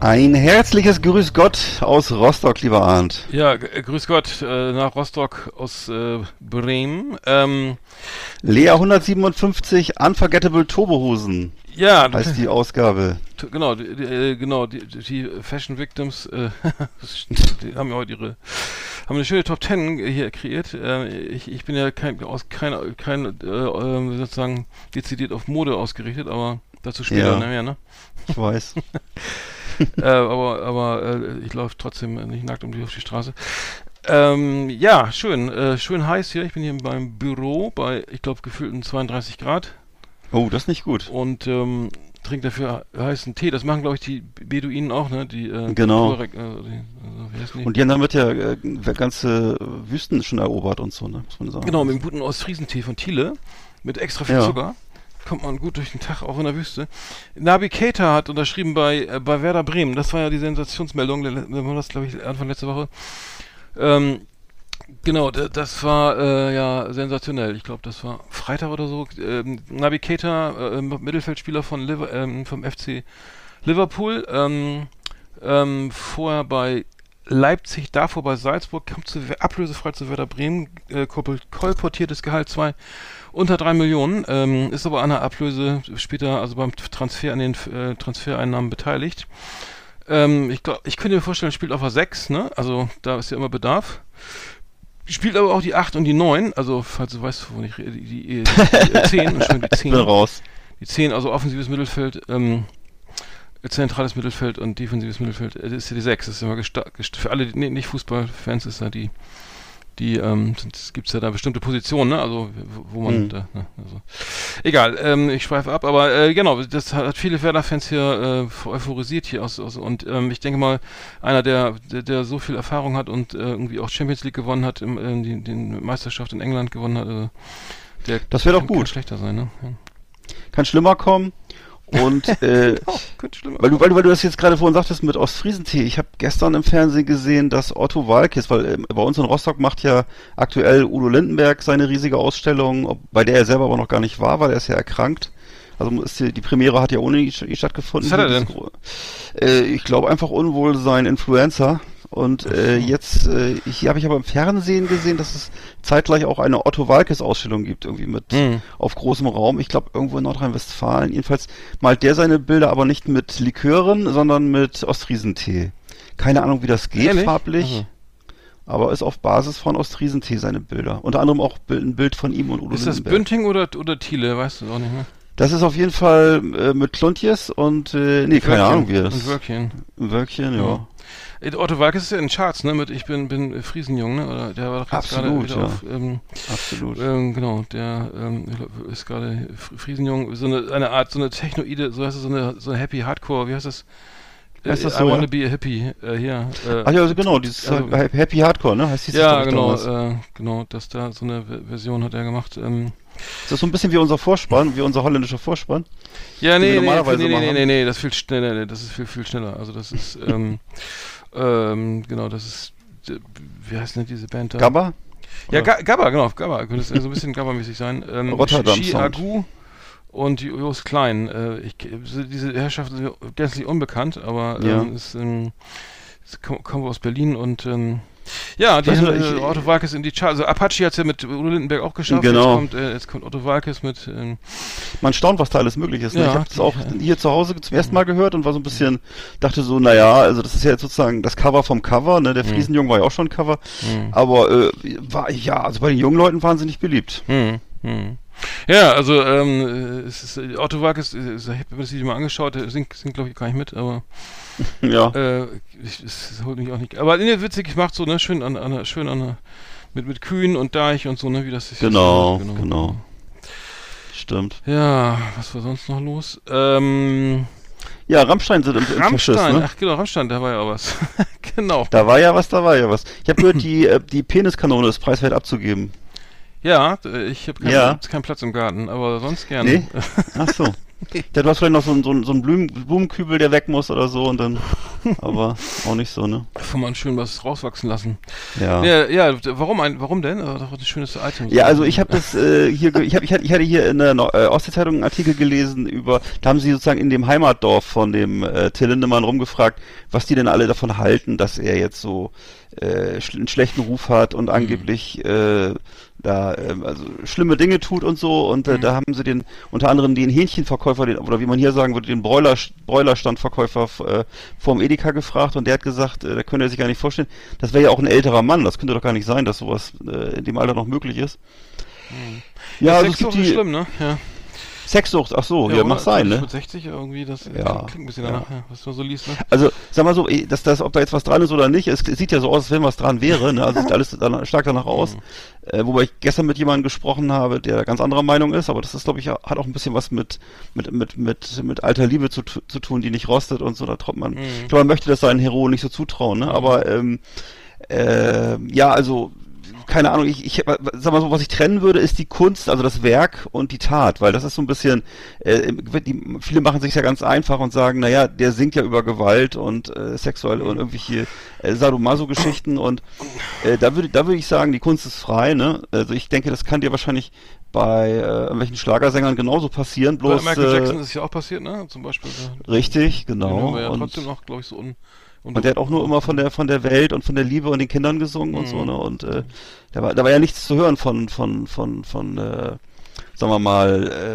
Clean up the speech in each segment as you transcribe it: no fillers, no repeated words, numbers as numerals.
Ein herzliches Grüß Gott aus Rostock, lieber Arndt. Ja, grüß Gott nach Rostock aus Bremen. Lea 157 Unforgettable Turbohosen Ja, heißt die Ausgabe. genau, die Fashion Victims die haben ja heute haben eine schöne Top 10 hier kreiert. Ich bin ja kein sozusagen dezidiert auf Mode ausgerichtet, aber dazu später mehr, ne? Ich weiß. aber ich laufe trotzdem nicht nackt auf die Straße. Ja, schön heiß hier. Ich bin hier in meinem Büro bei, ich glaube, gefühlten 32 Grad. Oh, das ist nicht gut. Und trinke dafür heißen Tee. Das machen, glaube ich, die Beduinen auch, ne? Die, genau. Wie heißen die? Und die haben damit ja ganze Wüsten schon erobert und so, ne? Muss man sagen. Genau, mit dem guten Ostfriesentee von Thiele. Mit extra viel Zucker. Kommt man gut durch den Tag, auch in der Wüste. Naby Keita hat unterschrieben bei Werder Bremen. Das war ja die Sensationsmeldung, das glaube ich Anfang letzte Woche. Genau, das war ja sensationell. Ich glaube, das war Freitag oder so. Naby Keita, Mittelfeldspieler vom FC Liverpool. Vorher bei Leipzig, davor bei Salzburg, kam ablösefrei zu Werder Bremen, kolportiertes Gehalt unter 3 Millionen, ist aber an der Ablöse später, also beim Transfer an den Transfereinnahmen beteiligt. Ich könnte mir vorstellen, spielt auf der 6, ne? Also da ist ja immer Bedarf. Spielt aber auch die 8 und die 9, also falls du weißt, wovon ich rede, die 10, und schon die 10. raus. Die 10, also offensives Mittelfeld, zentrales Mittelfeld und defensives Mittelfeld, das ist ja die 6, das ist immer für alle nicht Fußballfans ist da es gibt ja da bestimmte Positionen, ne? Also wo man da, ne? Also egal, ich schweife ab, aber genau, das hat viele Werder-Fans hier euphorisiert hier und ich denke mal, einer, der so viel Erfahrung hat und irgendwie auch Champions League gewonnen hat, die Meisterschaft in England gewonnen hat, also das wäre doch gut. Kann schlechter sein, ne? Ja. Kann schlimmer kommen. Und weil du das jetzt gerade vorhin sagtest mit Ostfriesentee, ich habe gestern im Fernsehen gesehen, dass Otto Waalkes, weil bei uns in Rostock macht ja aktuell Udo Lindenberg seine riesige Ausstellung, bei der er selber aber noch gar nicht war, weil er ist ja erkrankt. Also die Premiere hat ja ohne ihn stattgefunden. Was hat er denn? Ich glaube einfach Unwohlsein, Influenza. Und jetzt habe ich aber im Fernsehen gesehen, dass es zeitgleich auch eine Otto Waalkes Ausstellung gibt, irgendwie mit auf großem Raum. Ich glaube irgendwo in Nordrhein-Westfalen. Jedenfalls malt der seine Bilder aber nicht mit Likören, sondern mit Ostfriesentee. Keine Ahnung, wie das geht, ehrlich? Farblich. Aber ist auf Basis von Ostfriesentee seine Bilder. Unter anderem auch ein Bild von ihm und Udo Ist das Lindenberg. Bünding oder Thiele? Weißt du auch nicht mehr. Das ist auf jeden Fall mit Kluntjes und keine Ahnung wie das. Und Wölkchen. Wölkchen, ja. Otto Waalkes ist ja in Charts, ne? Mit Ich bin Friesenjung, ne? Oder der war doch jetzt Absolut, gerade wieder auf. Absolut. Genau, der ist gerade Friesenjung, so eine Art, so eine Technoide, so heißt es, so eine Happy Hardcore, wie heißt das? Heißt das I so, wanna be a hippie, hier. Ach ja, also genau, dieses Happy Hardcore, ne? Heißt ja, genau, dass da so eine Version hat er gemacht. Ist das so ein bisschen wie unser Vorspann, wie unser holländischer Vorspann? Ja, nee, das ist viel schneller, das ist viel schneller. Also das ist, genau, das ist, wie heißt denn diese Band da? Gabba? Ja, Gabba, genau, Gabba, könnte es so ein bisschen Gabba-mäßig sein. Rotterdam Sound. Sound. Und Jos Klein, diese Herrschaften sind gänzlich unbekannt, aber kommen wir aus Berlin und Otto Waalkes in die Charts. Also Apache hat es ja mit Udo Lindenberg auch geschafft. Genau. Jetzt kommt Otto Waalkes mit. Man staunt, was da alles möglich ist. Ne? Ja, ich habe das auch hier zu Hause zum ersten Mal gehört und war so ein bisschen, dachte so, naja, also das ist ja jetzt sozusagen das Cover vom Cover, ne? Der Friesenjung war ja auch schon Cover. Aber also bei den jungen Leuten wahnsinnig beliebt. Ja, also Otto Waalkes, ich habe mir das Video mal angeschaut, der singt glaube ich gar nicht mit, aber es holt mich auch nicht. Aber witzig gemacht, so, ne, schön mit Kühen und Deich und so, ne, wie das ist. Genau. Stimmt. Ja, was war sonst noch los? Ja, Rammstein sind im Faschist, ne? Ach genau, Rammstein, da war ja auch was. Genau. Da war ja was. Ich habe gehört, die Peniskanone ist preiswert abzugeben. Ja, ich habe keinen Platz im Garten, aber sonst gerne. Nee? Ach so. Ja, du hast vielleicht noch so einen Blumenkübel, der weg muss oder so und dann... aber auch nicht so, ne? Kann man schön was rauswachsen lassen. Ja. Ja, warum denn? Das war das schönste Item. Ja, also ich habe das ich hatte hier in der Ostsee-Zeitung einen Artikel gelesen da haben sie sozusagen in dem Heimatdorf von dem Till Lindemann rumgefragt, was die denn alle davon halten, dass er jetzt so einen schlechten Ruf hat und angeblich also schlimme Dinge tut und so und da haben sie unter anderem den Hähnchenverkäufer, oder wie man hier sagen würde, den Bräulerstandverkäufer vorm Edeka gefragt und der hat gesagt, da könnte er sich gar nicht vorstellen, das wäre ja auch ein älterer Mann, das könnte doch gar nicht sein, dass sowas in dem Alter noch möglich ist. Ja, also es gibt schlimm, ne? Ja. Sexsucht, ach so, ja, mag sein, ne? Mit 60 irgendwie, das ja, klingt ein bisschen danach, was man so liest, ne? Also, sag mal so, ob da jetzt was dran ist oder nicht, es sieht ja so aus, als wenn was dran wäre, ne? Also sieht alles stark danach aus. Wobei ich gestern mit jemandem gesprochen habe, der ganz anderer Meinung ist, aber das ist, glaube ich, hat auch ein bisschen was mit alter Liebe zu tun, die nicht rostet und so. Ich glaube, man möchte das seinen Heroen nicht so zutrauen, ne? Aber ja, also keine Ahnung, ich sag mal so, was ich trennen würde, ist die Kunst, also das Werk und die Tat, weil das ist so ein bisschen, viele machen sich ja ganz einfach und sagen, naja, der singt ja über Gewalt und sexuelle und irgendwelche Sadomaso-Geschichten und da würde ich sagen, die Kunst ist frei, ne? Also ich denke, das kann dir wahrscheinlich bei irgendwelchen Schlagersängern genauso passieren, bloß... Bei Michael Jackson ist es ja auch passiert, ne? Zum Beispiel. Richtig, genau. Ja, trotzdem noch, glaube ich, so und der hat auch nur immer von der Welt und von der Liebe und den Kindern gesungen und so, ne? Und da war ja nichts zu hören von sagen wir mal,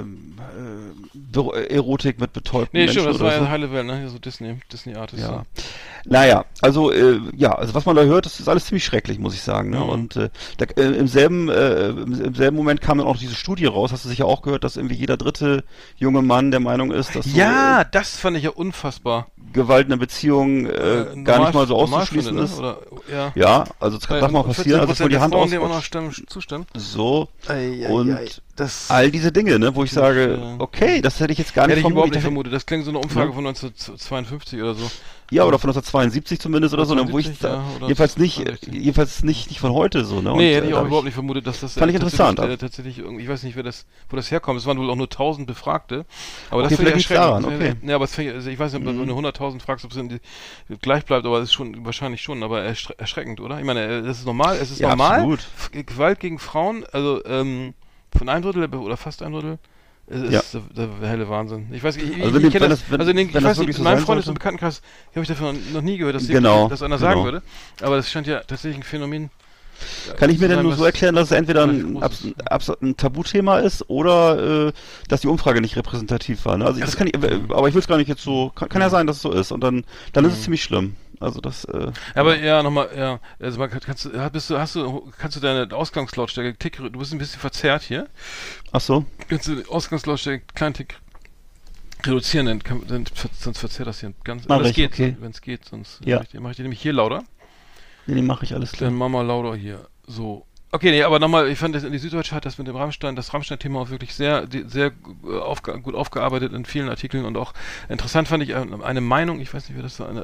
Erotik mit betäubten Menschen. Nee, stimmt, das war ja so. eine heile Welt, ne? So Disney-Artist. Ja. Naja, also also was man da hört, das ist alles ziemlich schrecklich, muss ich sagen. Ne? Und im selben Moment kam dann auch diese Studie raus, hast du sicher auch gehört, dass irgendwie jeder dritte junge Mann der Meinung ist, dass ja, das fand ich ja unfassbar. Gewalt in der Beziehung gar nicht mal so auszuschließen ist. Oder, ja, also das kann mal passieren, also voll die Hand aus. Zustimmen. So, und all diese Dinge, ne, wo ich sage, okay, das hätte ich jetzt gar nicht vermutet. Überhaupt nicht vermutet. Das klingt so eine Umfrage von 1952 oder so. Ja, oder von 1972 zumindest oder so, ne, wo ich jedenfalls nicht von heute so, ne? Nee, hätte ich auch überhaupt nicht vermutet, dass das fand ich interessant. Tatsächlich irgendwie, ich weiß nicht, wo das herkommt. Es waren wohl auch nur 1000 Befragte. Aber okay, das finde ich erschreckend. Okay. Ja, aber ich weiß nicht, ob du nur 100.000 fragst, ob es gleich bleibt, aber es ist schon wahrscheinlich schon, aber erschreckend, oder? Ich meine, das ist normal, es ist normal. Absolut. Gewalt gegen Frauen, also von einem Drittel oder fast einem Drittel. Es ist der helle Wahnsinn. Ich weiß nicht, ich kenne das, ich weiß nicht, in meinem Freundes- und Bekanntenkreis habe ich davon noch nie gehört, dass das einer sagen würde. Aber das scheint ja tatsächlich ein Phänomen. Kann ich mir denn nur so erklären, dass es entweder ein Tabuthema ist oder dass die Umfrage nicht repräsentativ war. Ne? Also das kann ich, aber ich will es gar nicht jetzt so. Kann ja sein, dass es so ist und dann ist es ziemlich schlimm. Also das. Aber ja, nochmal, ja. Also kannst du deine Ausgangslautstärke du bist ein bisschen verzerrt hier. Ach so. Kannst du die Ausgangslautstärke kleinen Tick reduzieren, sonst verzerrt das hier ganz. Das geht, okay. Wenn es geht, sonst mache ich die nämlich hier lauter. Nee, mache ich alles klar. Dann machen wir lauter hier. So. Okay, nee, aber nochmal, ich fand, die Süddeutsche hat das mit dem das Rammstein-Thema auch wirklich sehr gut aufgearbeitet in vielen Artikeln und auch interessant fand ich eine Meinung, ich weiß nicht, wer das war,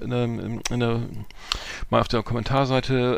mal auf der Kommentarseite,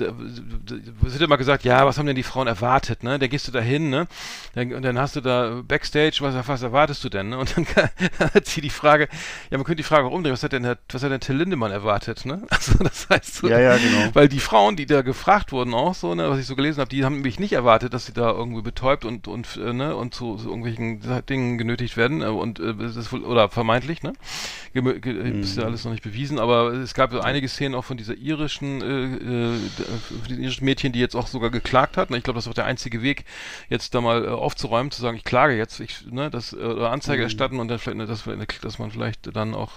es wird immer gesagt, ja, was haben denn die Frauen erwartet, ne? Da gehst du da hin, ne? Und dann hast du da Backstage, was erwartest du denn, ne? Und dann hat sie die Frage, ja, man könnte die Frage auch umdrehen, was hat denn Till Lindemann erwartet, ne? Also das heißt so, ja, genau. Weil die Frauen, die da gefragt wurden auch so, ne, was ich so gelesen habe, die haben mich nicht erwartet, dass sie da irgendwie betäubt und zu irgendwelchen Dingen genötigt werden oder vermeintlich, ne? Ist ja alles noch nicht bewiesen, aber es gab so einige Szenen auch von dieser irischen Mädchen, die jetzt auch sogar geklagt hat. Ne? Ich glaube, das ist auch der einzige Weg, jetzt da mal aufzuräumen, zu sagen, ich klage jetzt, oder Anzeige erstatten und dann vielleicht, dass man vielleicht dann auch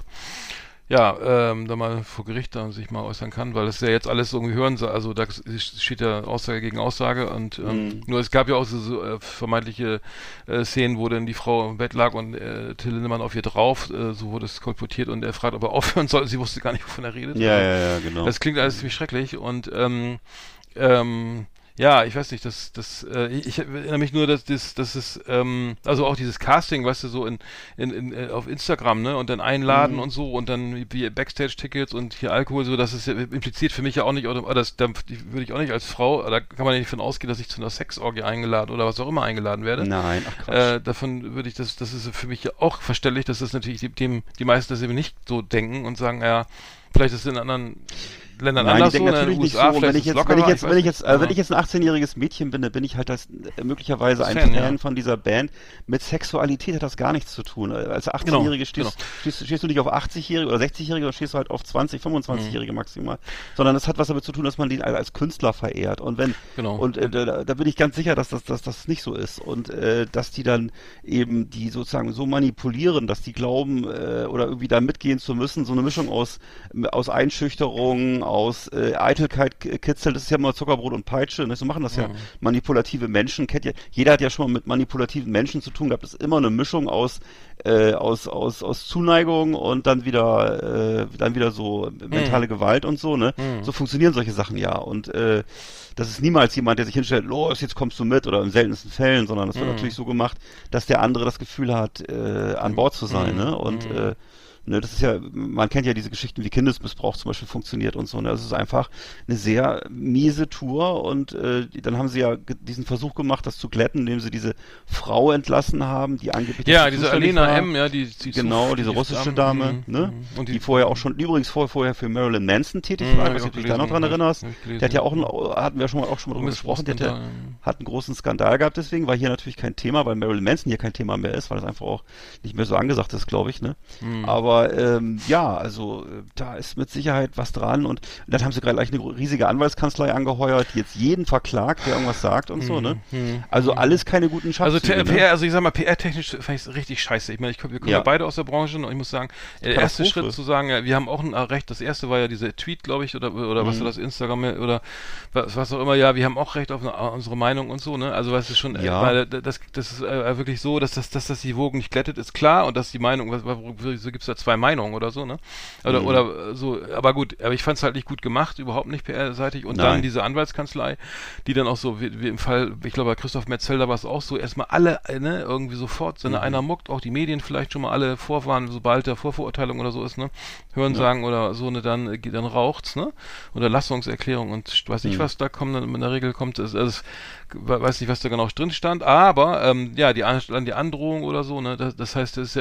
da mal vor Gericht da sich mal äußern kann, weil das ja jetzt alles irgendwie hören soll, also da steht ja Aussage gegen Aussage und nur es gab ja auch so vermeintliche Szenen, wo dann die Frau im Bett lag und Till Lindemann auf ihr drauf, so wurde es kolportiert und er fragt, ob er aufhören soll, sie wusste gar nicht, wovon er redet. Ja, genau. Das klingt alles ziemlich schrecklich und Ja, ich weiß nicht, ich erinnere mich nur, dass es, also auch dieses Casting, weißt du, so auf Instagram, ne, und dann einladen und so und dann wie Backstage-Tickets und hier Alkohol, so, das ist impliziert für mich ja auch nicht, oder da würde ich auch nicht als Frau, da kann man ja nicht von ausgehen, dass ich zu einer Sexorgie eingeladen oder was auch immer eingeladen werde. Nein, ach Quatsch. Davon würde ich, das ist für mich ja auch verständlich, dass das natürlich die meisten das eben nicht so denken und sagen, ja, vielleicht ist es in anderen Ländern Nein, anders die denken natürlich in den nicht USA so. Wenn ich jetzt, wenn ich jetzt ein 18-jähriges Mädchen bin, dann bin ich halt möglicherweise ein Fan von dieser Band. Mit Sexualität hat das gar nichts zu tun. Als 18-Jährige stehst du nicht auf 80-Jährige oder 60-Jährige, sondern stehst du halt auf 20, 25-Jährige maximal. Sondern das hat was damit zu tun, dass man die als Künstler verehrt. Und da bin ich ganz sicher, dass das nicht so ist. Und dass die dann eben die sozusagen so manipulieren, dass die glauben oder irgendwie da mitgehen zu müssen. So eine Mischung aus Einschüchterung, aus Eitelkeit kitzelt, das ist ja immer Zuckerbrot und Peitsche, ne? So machen das ja manipulative Menschen. Jeder hat ja schon mal mit manipulativen Menschen zu tun gehabt. Das ist immer eine Mischung aus Zuneigung und dann wieder so mentale Gewalt und so, ne? So funktionieren solche Sachen ja. Und das ist niemals jemand, der sich hinstellt, los, jetzt kommst du mit, oder in seltensten Fällen, sondern das wird natürlich so gemacht, dass der andere das Gefühl hat, an Bord zu sein, ne? Und ne, das ist ja, man kennt ja diese Geschichten, wie Kindesmissbrauch zum Beispiel funktioniert und so. Ne? Das ist einfach eine sehr miese Tour und dann haben sie ja diesen Versuch gemacht, das zu glätten, indem sie diese Frau entlassen haben, die angeblich diese Alena war. M, ja, diese russische Dame, ne? Und die vorher auch schon, übrigens vorher für Marilyn Manson tätig war, was du dich da noch dran erinnerst. Der hat ja hatten wir schon mal drüber gesprochen, der hat einen großen Skandal gehabt, deswegen war hier natürlich kein Thema, weil Marilyn Manson hier kein Thema mehr ist, weil das einfach auch nicht mehr so angesagt ist, glaube ich, ne? Aber also da ist mit Sicherheit was dran und dann haben sie gerade gleich eine riesige Anwaltskanzlei angeheuert, die jetzt jeden verklagt, der irgendwas sagt und so, ne? Also alles keine guten Schatzzüge. Also ich sag mal, PR-technisch fand ich es richtig scheiße. Ich meine, wir kommen ja beide aus der Branche und ich muss sagen, der erste Schritt zu sagen, ja, wir haben auch ein Recht, das erste war ja dieser Tweet, glaube ich, oder was war das, Instagram oder was auch immer, ja, wir haben auch Recht auf unsere Meinung und so, ne? Also weißt du schon, weil das ist wirklich so, dass die Wogen nicht glättet, ist klar und dass die Meinung, so gibt's da zwei Meinungen oder so, ne? Oder so, aber gut, aber ich fand's halt nicht gut gemacht, überhaupt nicht PR-seitig und dann diese Anwaltskanzlei, die dann auch so, wie im Fall, ich glaube bei Christoph Metzelder war es auch so, erstmal alle, ne, irgendwie sofort, einer muckt, auch die Medien vielleicht schon mal alle vorwarnen, sobald da Vorverurteilung oder so ist, ne? Hören sagen oder so, ne, dann raucht's, ne? Oder Lassungserklärung und weiß nicht, was da kommt, dann in der Regel kommt es, weiß nicht, was da genau drin stand, aber die Androhung oder so, ne, das heißt, das ist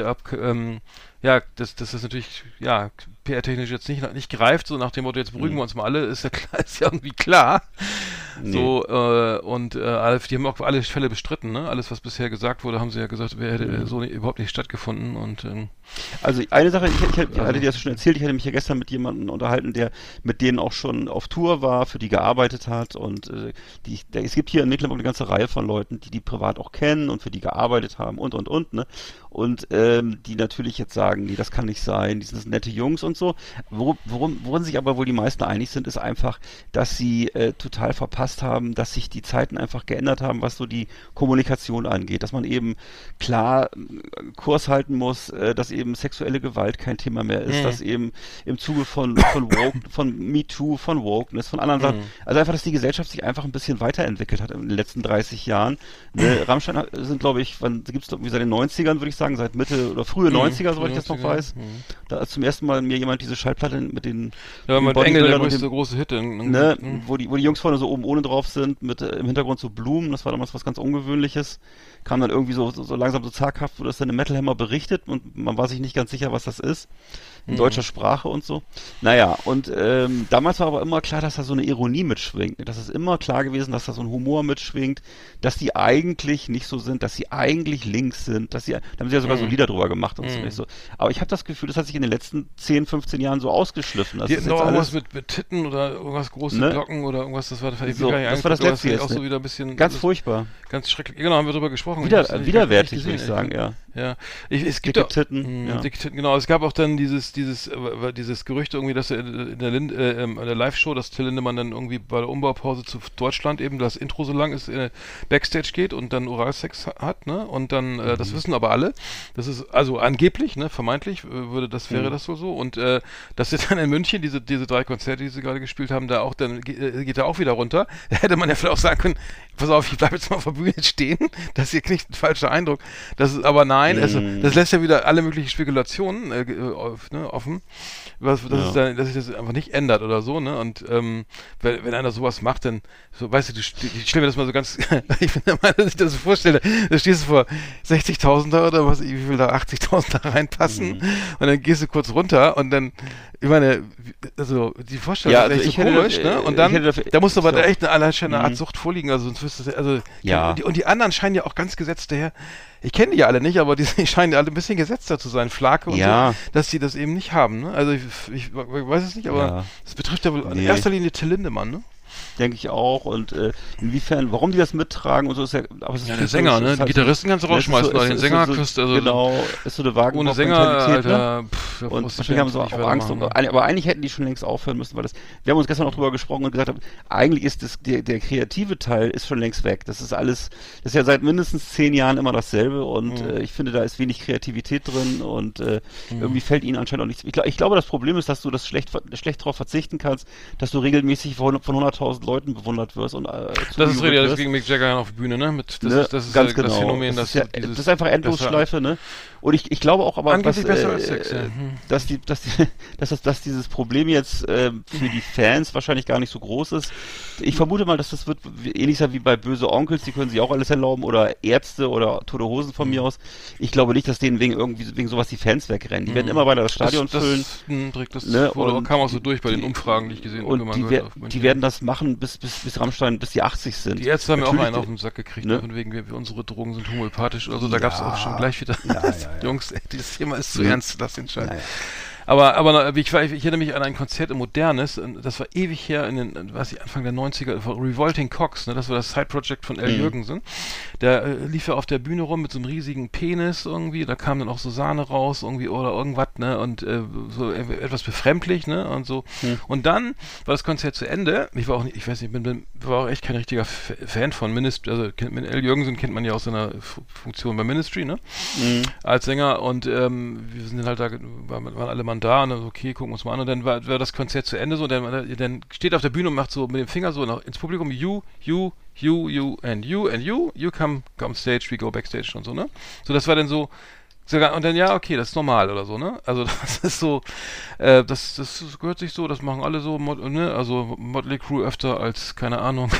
ja dass das natürlich, PR-technisch jetzt nicht greift, so nach dem Motto, jetzt beruhigen wir uns mal alle, ist ja klar, ist ja irgendwie klar. Nee. So, die haben auch alle Fälle bestritten, ne? Alles, was bisher gesagt wurde, haben sie ja gesagt, hätte so überhaupt nicht stattgefunden und also eine Sache, ich hatte dir das schon erzählt, ich hatte mich ja gestern mit jemandem unterhalten, der mit denen auch schon auf Tour war, für die gearbeitet hat und es gibt hier in Mecklenburg eine ganze Reihe von Leuten, die privat auch kennen und für die gearbeitet haben und, ne? Und die natürlich jetzt sagen, nee, das kann nicht sein, die sind nette Jungs und so. Worin sich aber wohl die meisten einig sind, ist einfach, dass sie total verpasst haben, dass sich die Zeiten einfach geändert haben, was so die Kommunikation angeht, dass man eben klar Kurs halten muss, dass eben sexuelle Gewalt kein Thema mehr ist, dass eben im Zuge von MeToo, von Wokeness, von anderen Sachen, also einfach, dass die Gesellschaft sich einfach ein bisschen weiterentwickelt hat in den letzten 30 Jahren. Ne, Rammstein sind, glaube ich, gibt's irgendwie seit den 90ern, würde ich sagen, seit Mitte oder frühe 90er, soweit ich das noch weiß. Da ist zum ersten Mal mir jemand diese Schallplatte mit den mit Engel, der große Hit. Ne, wo die Jungs vorne so oben ohne drauf sind, mit im Hintergrund so Blumen, das war damals was ganz Ungewöhnliches. Kam dann irgendwie so langsam so zaghaft, wurde das dann im Metal Hammer berichtet und man war sich nicht ganz sicher, was das ist. In deutscher Sprache und so. Naja, und damals war aber immer klar, dass da so eine Ironie mitschwingt. Das ist immer klar gewesen, dass da so ein Humor mitschwingt, dass die eigentlich nicht so sind, dass sie eigentlich links sind, da haben sie ja sogar so Lieder drüber gemacht und so. Aber ich habe das Gefühl, das hat sich in den letzten 10, 15 Jahren so ausgeschliffen. Die hatten doch irgendwas mit Titten oder irgendwas große Glocken oder irgendwas, das war das letzte jetzt, auch so wieder ein bisschen ganz furchtbar. Ganz schrecklich. Genau, haben wir drüber gesprochen. Widerwärtig, würde ich sagen, ja. Ja, es gibt auch, dicke Titten, genau. Es gab auch dann dieses Gerücht irgendwie, dass er in der Live-Show, dass Till Lindemann dann irgendwie bei der Umbaupause zu Deutschland eben das Intro so lang ist, Backstage geht und dann Oralsex hat, ne? Und dann, das wissen aber alle. Das ist also angeblich, ne? Vermeintlich wäre das so. Und dass sie dann in München diese 3 Konzerte, die sie gerade gespielt haben, da auch dann geht er auch wieder runter. Da hätte man ja vielleicht auch sagen können, pass auf, ich bleibe jetzt mal auf der Bühne stehen. Das hier kriegt ein falscher Eindruck. Das ist aber nein, also das lässt ja wieder alle möglichen Spekulationen offen, dass sich das einfach nicht ändert oder so, ne? Und wenn einer sowas macht, dann so, weißt du, ich stelle mir das mal so ganz, ich bin der Meinung, dass ich das so vorstelle, da stehst du vor 60.000 oder was, wie viel da 80.000 da reinpassen und dann gehst du kurz runter und dann, ich meine, also die Vorstellung ist echt so komisch, ne? Und dann, da musst du aber echt eine Art Sucht vorliegen, also sonst wirst du, also und die anderen scheinen ja auch ganz gesetzt daher, ich kenne die ja alle nicht, aber die scheinen alle ein bisschen gesetzter zu sein, Flake und so, dass die das eben nicht haben, ne? Also ich weiß es nicht, aber das betrifft ja wohl in erster Linie Till Lindemann, ne? Denke ich auch. Und inwiefern, warum die das mittragen und so ist ja, aber es ist der Sänger, ne? Die Gitarristen kannst du rausschmeißen, den Sänger kriegst du, also genau, ist so eine Wagen ohne Sänger, Alter, ne? Und wahrscheinlich haben sie auch Angst, aber eigentlich hätten die schon längst aufhören müssen, weil wir haben uns gestern auch drüber gesprochen und gesagt, eigentlich ist der kreative Teil ist schon längst weg. Das ist ja seit mindestens 10 Jahren immer dasselbe und ich finde, da ist wenig Kreativität drin und irgendwie fällt ihnen anscheinend auch nichts. Ich glaube, das Problem ist, dass du das schlecht darauf verzichten kannst, dass du regelmäßig von 100.000 Leuten bewundert wirst und das ist richtig, das ging Mick Jagger auf die Bühne, ne? Das ist ganz genau. Das Phänomen, das ist einfach Endlosschleife, ne? Und ich glaube auch, aber angeblich besser als Sex, dass dieses Problem jetzt für die Fans wahrscheinlich gar nicht so groß ist. Ich vermute mal, dass das wird ähnlich sein wie bei Böse Onkels, die können sich auch alles erlauben, oder Ärzte oder Tote Hosen von mir aus. Ich glaube nicht, dass denen wegen sowas die Fans wegrennen. Die werden immer weiter das Stadion füllen. Das kam auch so durch bei den Umfragen, die ich gesehen habe. Und die werden das machen, bis Rammstein, bis die 80 sind. Die Ärzte haben ja auch einen auf den Sack gekriegt, ne? Von wegen, unsere Drogen sind homöopathisch. Also da gab es auch schon gleich wieder. Jungs, ey, dieses Thema ist zu ernst, lass den Scheiß. Aber ich erinnere mich an ein Konzert im Modernes, das war ewig her, Anfang der 90er, Revolting Cocks, ne, das war das Side-Project von L. Jürgensen. Der lief ja auf der Bühne rum mit so einem riesigen Penis irgendwie, da kam dann auch so Sahne raus irgendwie oder irgendwas, ne, und so etwas befremdlich, ne, und so. Und dann war das Konzert zu Ende, war auch echt kein richtiger Fan von Ministry, also L. Jürgensen kennt man ja aus seiner Funktion bei Ministry, ne, als Sänger, und wir sind halt da, waren alle Mann da und dann okay, gucken wir uns mal an, und dann war das Konzert zu Ende so, und dann steht auf der Bühne und macht so mit dem Finger so ins Publikum, you and you come stage, we go backstage und so, ne? So, das war dann so, sogar, und dann, ja, okay, das ist normal oder so, ne? Also das ist so, das gehört sich so, das machen alle so, ne? Also Motley Crue öfter als, keine Ahnung.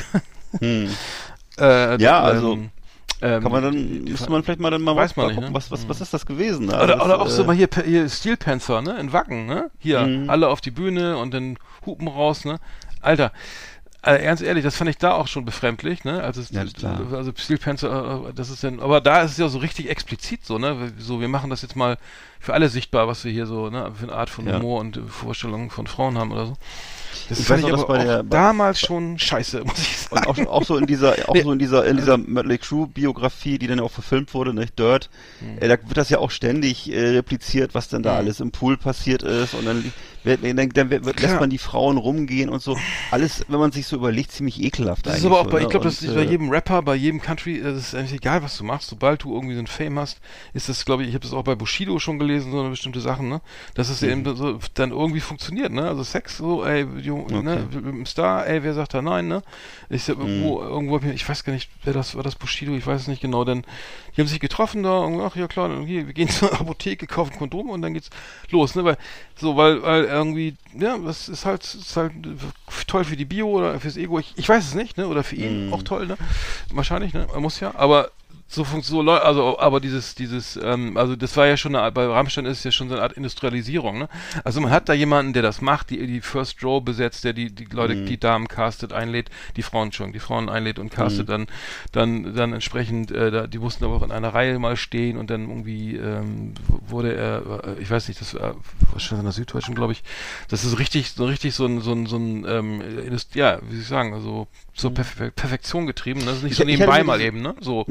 Müsste man vielleicht mal weiß man gucken, nicht, ne? was ist das gewesen? Oder auch so mal hier Steel Panther, ne? In Wacken, ne? Hier, alle auf die Bühne und dann Hupen raus, ne? Alter, ernst ehrlich, das fand ich da auch schon befremdlich, ne? Also Steel Panther, das ist dann, aber da ist es ja so richtig explizit so, ne? So, wir machen das jetzt mal für alle sichtbar, was wir hier so, ne? Für eine Art von Humor und Vorstellungen von Frauen haben oder so. Das fand ich aber auch damals schon scheiße, muss ich sagen. Und auch so in dieser Mötley Crüe Biografie, die dann auch verfilmt wurde, nicht Dirt, da wird das ja auch ständig repliziert, was dann da alles im Pool passiert ist, und dann lässt man die Frauen rumgehen und so. Alles, wenn man sich so überlegt, ziemlich ekelhaft eigentlich. Das ist aber auch ich glaube, das ist bei jedem Rapper, bei jedem Country, das ist eigentlich egal, was du machst, sobald du irgendwie so ein Fame hast, ist das, glaube ich habe das auch bei Bushido schon gelesen, so eine bestimmte Sachen, ne? Dass es eben so dann irgendwie funktioniert, ne? Also Sex, so, ey, ne? Mit dem Star, ey, wer sagt da nein, ne? Irgendwo, ich weiß gar nicht, war das Bushido, ich weiß es nicht genau, denn die haben sich getroffen da und ach ja klar, hier, wir gehen zur Apotheke, kaufen Kondome und dann geht's los, ne? Weil irgendwie, ja, das ist halt toll für die Bio oder fürs Ego, ich weiß es nicht, ne? Oder für ihn auch toll, ne? Wahrscheinlich, ne? Man muss ja, aber aber also das war ja schon bei Rammstein ist es ja schon so eine Art Industrialisierung, ne? Also man hat da jemanden, der das macht, die First Row besetzt, der die Leute, die Damen castet, einlädt, die Frauen einlädt und castet dann entsprechend, die mussten aber auch in einer Reihe mal stehen und dann irgendwie wurde er, ich weiß nicht, das war schon in der Süddeutschen, glaube ich, das ist richtig so ein wie soll ich sagen, also so Perfektion getrieben, das ist nicht so nebenbei mal eben, ne? So. Nee, ich hatte mir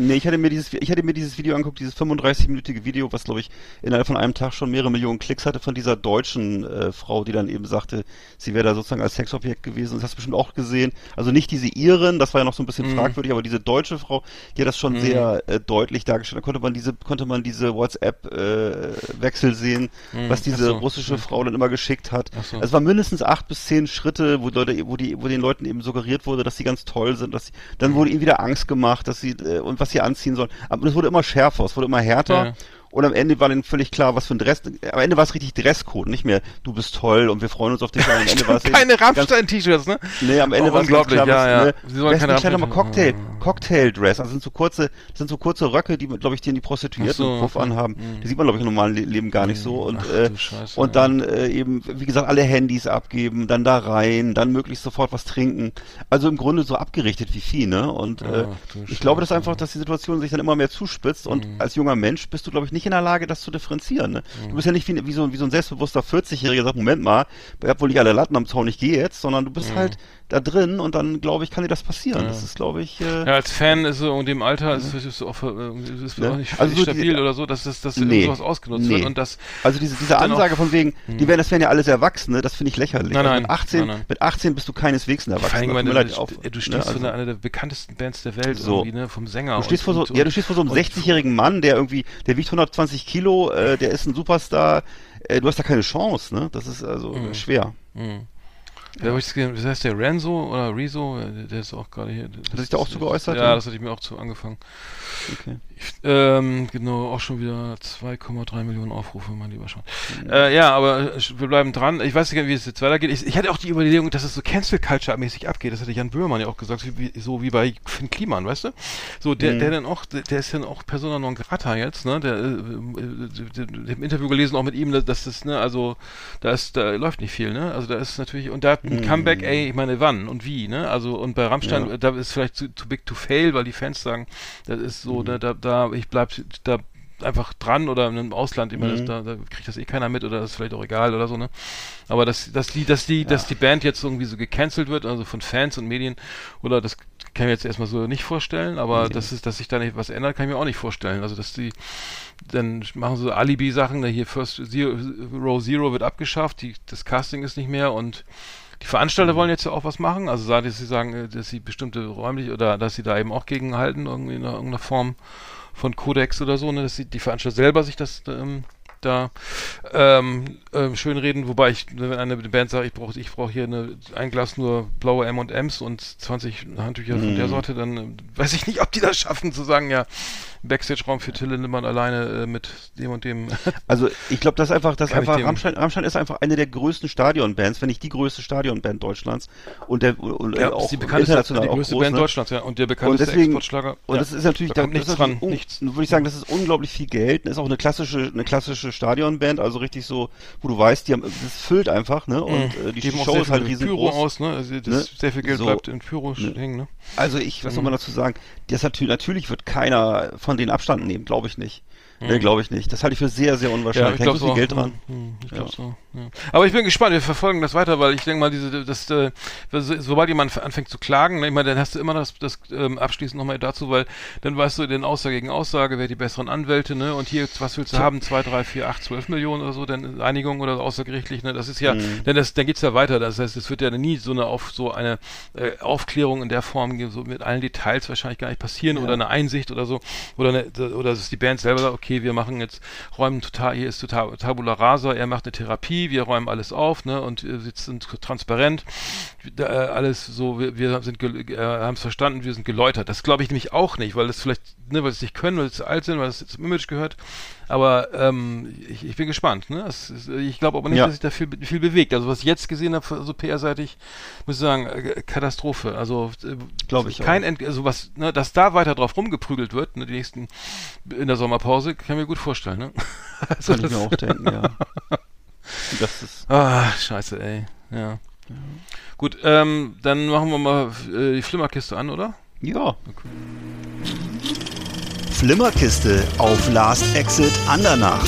mir dieses Video angeguckt, dieses 35-minütige Video, was glaube ich innerhalb von einem Tag schon mehrere Millionen Klicks hatte von dieser deutschen Frau, die dann eben sagte, sie wäre da sozusagen als Sexobjekt gewesen. Das hast du bestimmt auch gesehen. Also nicht diese Iren, das war ja noch so ein bisschen fragwürdig, aber diese deutsche Frau, die hat das schon sehr deutlich dargestellt. Da konnte man diese WhatsApp-Wechsel sehen, was diese russische Frau dann immer geschickt hat. So. Also es war mindestens 8 bis 10 Schritte, wo den Leuten eben suggeriert wurde, dass sie ganz toll sind, dann wurde ihnen wieder Angst gemacht, dass sie und was sie anziehen sollen. Aber es wurde immer schärfer, es wurde immer härter. Ja. Und am Ende war dann völlig klar, was für ein Dress. Am Ende war es richtig Dresscode, nicht mehr. Du bist toll und wir freuen uns auf dich. Am Ende war es keine Rammstein-T-Shirts, ne? Nee, am Ende war es ganz klar, ja. Sie sollen keine Rammstein. Cocktail-Dress. Also sind so kurze Röcke, die, glaube ich, die Prostituierten im Puff anhaben. Die sieht man, glaube ich, im normalen Leben gar nicht so. Und Scheiße, und dann eben, wie gesagt, alle Handys abgeben, dann da rein, dann möglichst sofort was trinken. Also im Grunde so abgerichtet wie Vieh, ne? Und ich glaube, dass die Situation sich dann immer mehr zuspitzt. Und als junger Mensch bist du, glaube ich, nicht in der Lage, das zu differenzieren. Ne? Du bist ja nicht wie so ein selbstbewusster 40-Jähriger, der sagt, Moment mal, ich hab wohl nicht alle Latten am Zaun, ich gehe jetzt, sondern du bist halt da drin und dann, glaube ich, kann dir das passieren. Das ist, glaube ich... ja, als Fan ist so in dem Alter ist es auch nicht also so stabil oder so, dass sowas ausgenutzt wird. Und das also diese Ansage von wegen, das wären ja alles Erwachsene, das finde ich lächerlich. Nein, mit 18 bist du keineswegs ein Erwachsener. Du stehst vor einer der bekanntesten Bands der Welt, irgendwie, ne, vom Sänger. Du stehst vor so einem 60-jährigen Mann, der wiegt 120 Kilo, der ist ein Superstar. Du hast da keine Chance, ne? Das ist also schwer. Was heißt der? Renzo oder Rezo? Der ist auch gerade hier. Hat sich da auch zu geäußert? Ja, das hatte ich mir auch zu angefangen. Okay. Genau, auch schon wieder 2,3 Millionen Aufrufe, mein lieber Schein. Ja, aber wir bleiben dran. Ich weiß nicht, wie es jetzt weitergeht. Ich hatte auch die Überlegung, dass es so Cancel-Culture-mäßig abgeht. Das hatte Jan Böhmermann ja auch gesagt, so wie bei Finn Kliman, weißt du? So, der dann auch, der ist dann auch Persona non grata jetzt, ne? Der im Interview gelesen auch mit ihm, dass das, ne, also da läuft nicht viel, ne? Also da ist natürlich, und da ein Comeback, ich meine, wann und wie, ne? Also, und bei Rammstein, da ist vielleicht too big to fail, weil die Fans sagen, das ist so, ich bleib da einfach dran oder im Ausland, ich meine, da kriegt das keiner mit oder das ist vielleicht auch egal oder so, ne? Aber dass die Band jetzt irgendwie so gecancelt wird, also von Fans und Medien, oder das kann ich mir jetzt erstmal so nicht vorstellen, aber dass sich da nicht was ändert, kann ich mir auch nicht vorstellen. Also dass die dann machen so Alibi-Sachen, hier Row Zero wird abgeschafft, das Casting ist nicht mehr und die Veranstalter wollen jetzt ja auch was machen, also sie sagen, dass sie bestimmte räumlich oder dass sie da eben auch gegenhalten, irgendwie in irgendeiner Form von Kodex oder so, ne, dass die Veranstalter selber sich das schönreden, wobei wenn eine Band sagt, ich brauche hier ein Glas nur blaue M&M's und 20 Handtücher von der Sorte, dann weiß ich nicht, ob die das schaffen, zu sagen, ja, Backstage-Raum für Till Lindemann alleine mit dem und dem. Also ich glaube, Rammstein ist einfach eine der größten Stadionbands, wenn nicht die größte Stadionband Deutschlands und auch die international die größte Band, ne? Deutschlands, ja, und der bekannteste Exportschlager. Und das ist natürlich, da kommt nichts dran, nichts. Würde ich sagen, das ist unglaublich viel Geld, ist auch eine klassische Stadionband, also richtig so, wo du weißt, das füllt einfach, ne, und die Show ist halt riesengroß. Pyro aus, ne, also sehr viel Geld bleibt in Pyro hängen, ne. Also was soll man dazu sagen, natürlich wird keiner von denen Abstand nehmen, glaube ich nicht. Glaube ich nicht. Das halte ich für sehr, sehr unwahrscheinlich. Ja, ich glaube so. Geld dran. Ich glaube so. Ja. Aber ich bin gespannt. Wir verfolgen das weiter, weil ich denke mal, sobald jemand anfängt zu klagen, ne, ich meine, dann hast du immer das abschließend nochmal dazu, weil dann weißt du in Aussage gegen Aussage, wer die besseren Anwälte, ne, und hier, was willst du haben? 2, 3, 4, 8, 12 Millionen oder so, dann Einigung oder außergerichtlich, ne, das ist ja, dann geht's ja weiter. Das heißt, es wird ja nie so eine Aufklärung in der Form, so mit allen Details wahrscheinlich gar nicht passieren oder eine Einsicht oder so, oder dass die Band selber sagt, okay, wir machen jetzt, hier ist total Tabula Rasa, er macht eine Therapie, wir räumen alles auf, ne, und wir sind transparent, alles so, wir haben es verstanden, wir sind geläutert. Das glaube ich nämlich auch nicht, weil das vielleicht, ne, weil sie es nicht können, weil sie zu alt sind, weil es zum Image gehört, aber ich bin gespannt, ne, ich glaube aber nicht, dass sich da viel bewegt. Also was ich jetzt gesehen habe, so PR-seitig, muss ich sagen, Katastrophe. Also glaube ich also was, ne, dass da weiter drauf rumgeprügelt wird, ne, in der Sommerpause, kann ich mir gut vorstellen, ne? Also kann ich mir auch denken, ja. Das ist scheiße, ey. Ja. Gut, dann machen wir mal die Flimmerkiste an, oder? Ja. Okay. Flimmerkiste auf Last Exit Andernach.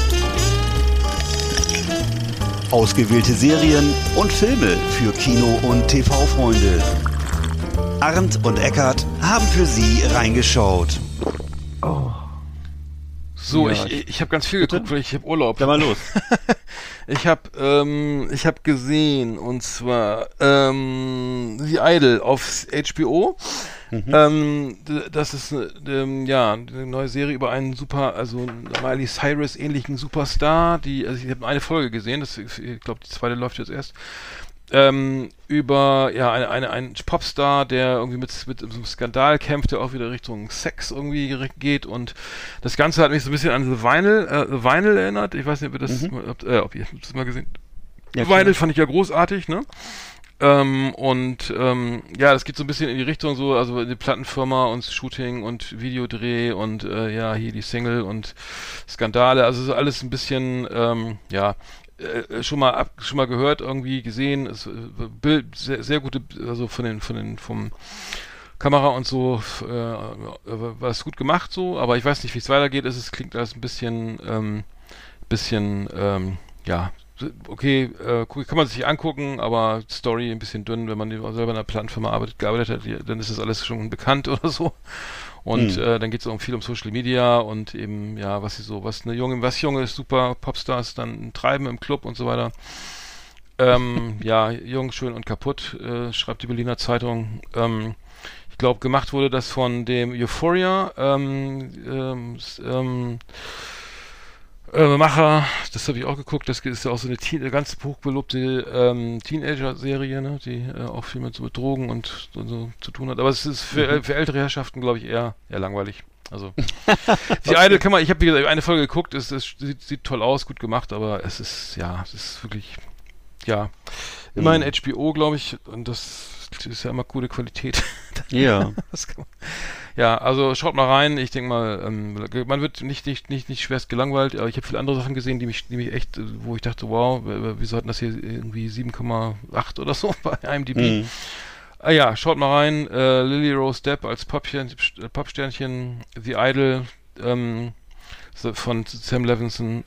Ausgewählte Serien und Filme für Kino- und TV-Freunde. Arndt und Eckart haben für Sie reingeschaut. So, ja, ich habe ganz viel geguckt, weil ich habe Urlaub. Dann mal los. Ich habe gesehen, und zwar The Idol auf HBO. Das ist ja eine neue Serie über einen Miley Cyrus ähnlichen Superstar, also ich habe eine Folge gesehen, ich glaube die zweite läuft jetzt erst. Über einen Popstar, der irgendwie mit so einem Skandal kämpft, der auch wieder Richtung Sex irgendwie geht, und das Ganze hat mich so ein bisschen an The Vinyl erinnert. Ich weiß nicht, ob ihr das mal gesehen habt. Ja, Vinyl fand ich ja großartig, ne? Das geht so ein bisschen in die Richtung so, also eine Plattenfirma und Shooting und Videodreh und hier die Single und Skandale, also so alles ein bisschen, schon mal gehört, irgendwie gesehen, Bild sehr, sehr gute, also vom Kamera und so, war es gut gemacht so, aber ich weiß nicht, wie es weitergeht. Es klingt alles ein bisschen, okay, kann man sich angucken, aber Story ein bisschen dünn, wenn man selber in einer Plattenfirma gearbeitet hat, dann ist das alles schon bekannt oder so. Und dann geht es auch viel um Social Media und eben, ja, was junge super Popstars dann treiben im Club und so weiter. Jung, schön und kaputt, schreibt die Berliner Zeitung. Ich glaube, gemacht wurde das von dem Euphoria Macher, das habe ich auch geguckt, das ist ja auch so eine ganz hochgelobte Teenager-Serie, ne, die auch viel mit so Drogen und so zu tun hat. Aber es ist für ältere Herrschaften, glaube ich, eher langweilig. Also die Idol ich habe wie gesagt eine Folge geguckt, es sieht toll aus, gut gemacht, aber es ist wirklich, immerhin HBO, glaube ich, und das ist ja immer gute Qualität. Ja. Ja, also schaut mal rein. Ich denke mal, man wird nicht schwerst gelangweilt, aber ich habe viele andere Sachen gesehen, die mich echt, wo ich dachte, wow, wieso hatten das hier irgendwie 7,8 oder so bei IMDb? Schaut mal rein. Lily Rose Depp als Popsternchen, The Idol von Sam Levinson,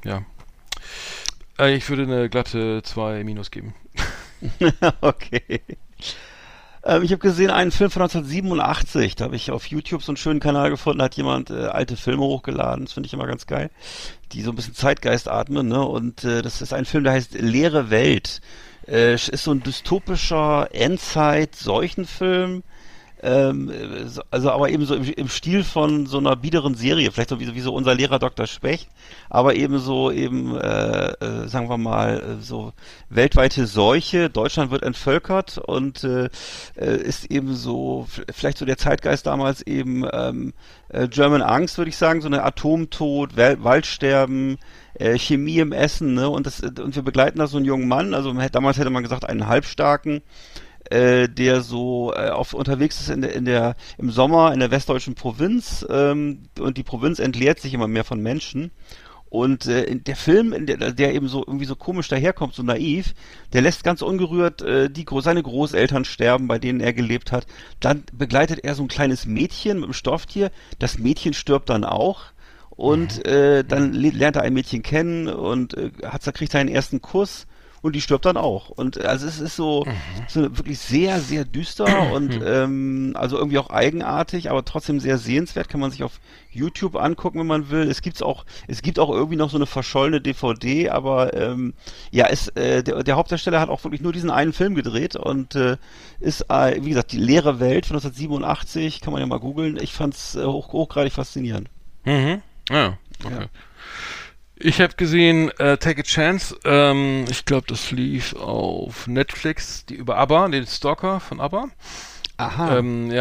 ich würde eine glatte 2- geben. Okay. Ich habe gesehen einen Film von 1987, da habe ich auf YouTube so einen schönen Kanal gefunden, da hat jemand alte Filme hochgeladen, das finde ich immer ganz geil, die so ein bisschen Zeitgeist atmen, ne? Und das ist ein Film, der heißt Leere Welt. Ist so ein dystopischer Endzeit-Seuchenfilm, also aber eben so im Stil von so einer biederen Serie, vielleicht so wie so unser Lehrer Dr. Specht, aber sagen wir mal, so weltweite Seuche, Deutschland wird entvölkert und ist eben so, vielleicht so der Zeitgeist damals eben German Angst, würde ich sagen, so eine Atomtod, Waldsterben, Chemie im Essen, ne? Und wir begleiten da so einen jungen Mann, also damals hätte man gesagt, einen Halbstarken, der so unterwegs ist im Sommer in der westdeutschen Provinz, und die Provinz entleert sich immer mehr von Menschen. Und der Film, der eben so irgendwie so komisch daherkommt, so naiv, der lässt ganz ungerührt seine Großeltern sterben, bei denen er gelebt hat. Dann begleitet er so ein kleines Mädchen mit einem Stofftier. Das Mädchen stirbt dann auch. Und dann lernt er ein Mädchen kennen und kriegt seinen ersten Kuss. Und die stirbt dann auch. Und also es ist so wirklich sehr, sehr düster und also irgendwie auch eigenartig, aber trotzdem sehr sehenswert. Kann man sich auf YouTube angucken, wenn man will. Es gibt auch irgendwie noch so eine verschollene DVD, aber der Hauptdarsteller hat auch wirklich nur diesen einen Film gedreht und ist, wie gesagt, die leere Welt von 1987, kann man ja mal googeln. Ich fand's hochgradig faszinierend. Mhm. Ja, okay. Ja. Ich habe gesehen Take a Chance. Ich glaube, das lief auf Netflix, die über ABBA, den Stalker von ABBA. Aha.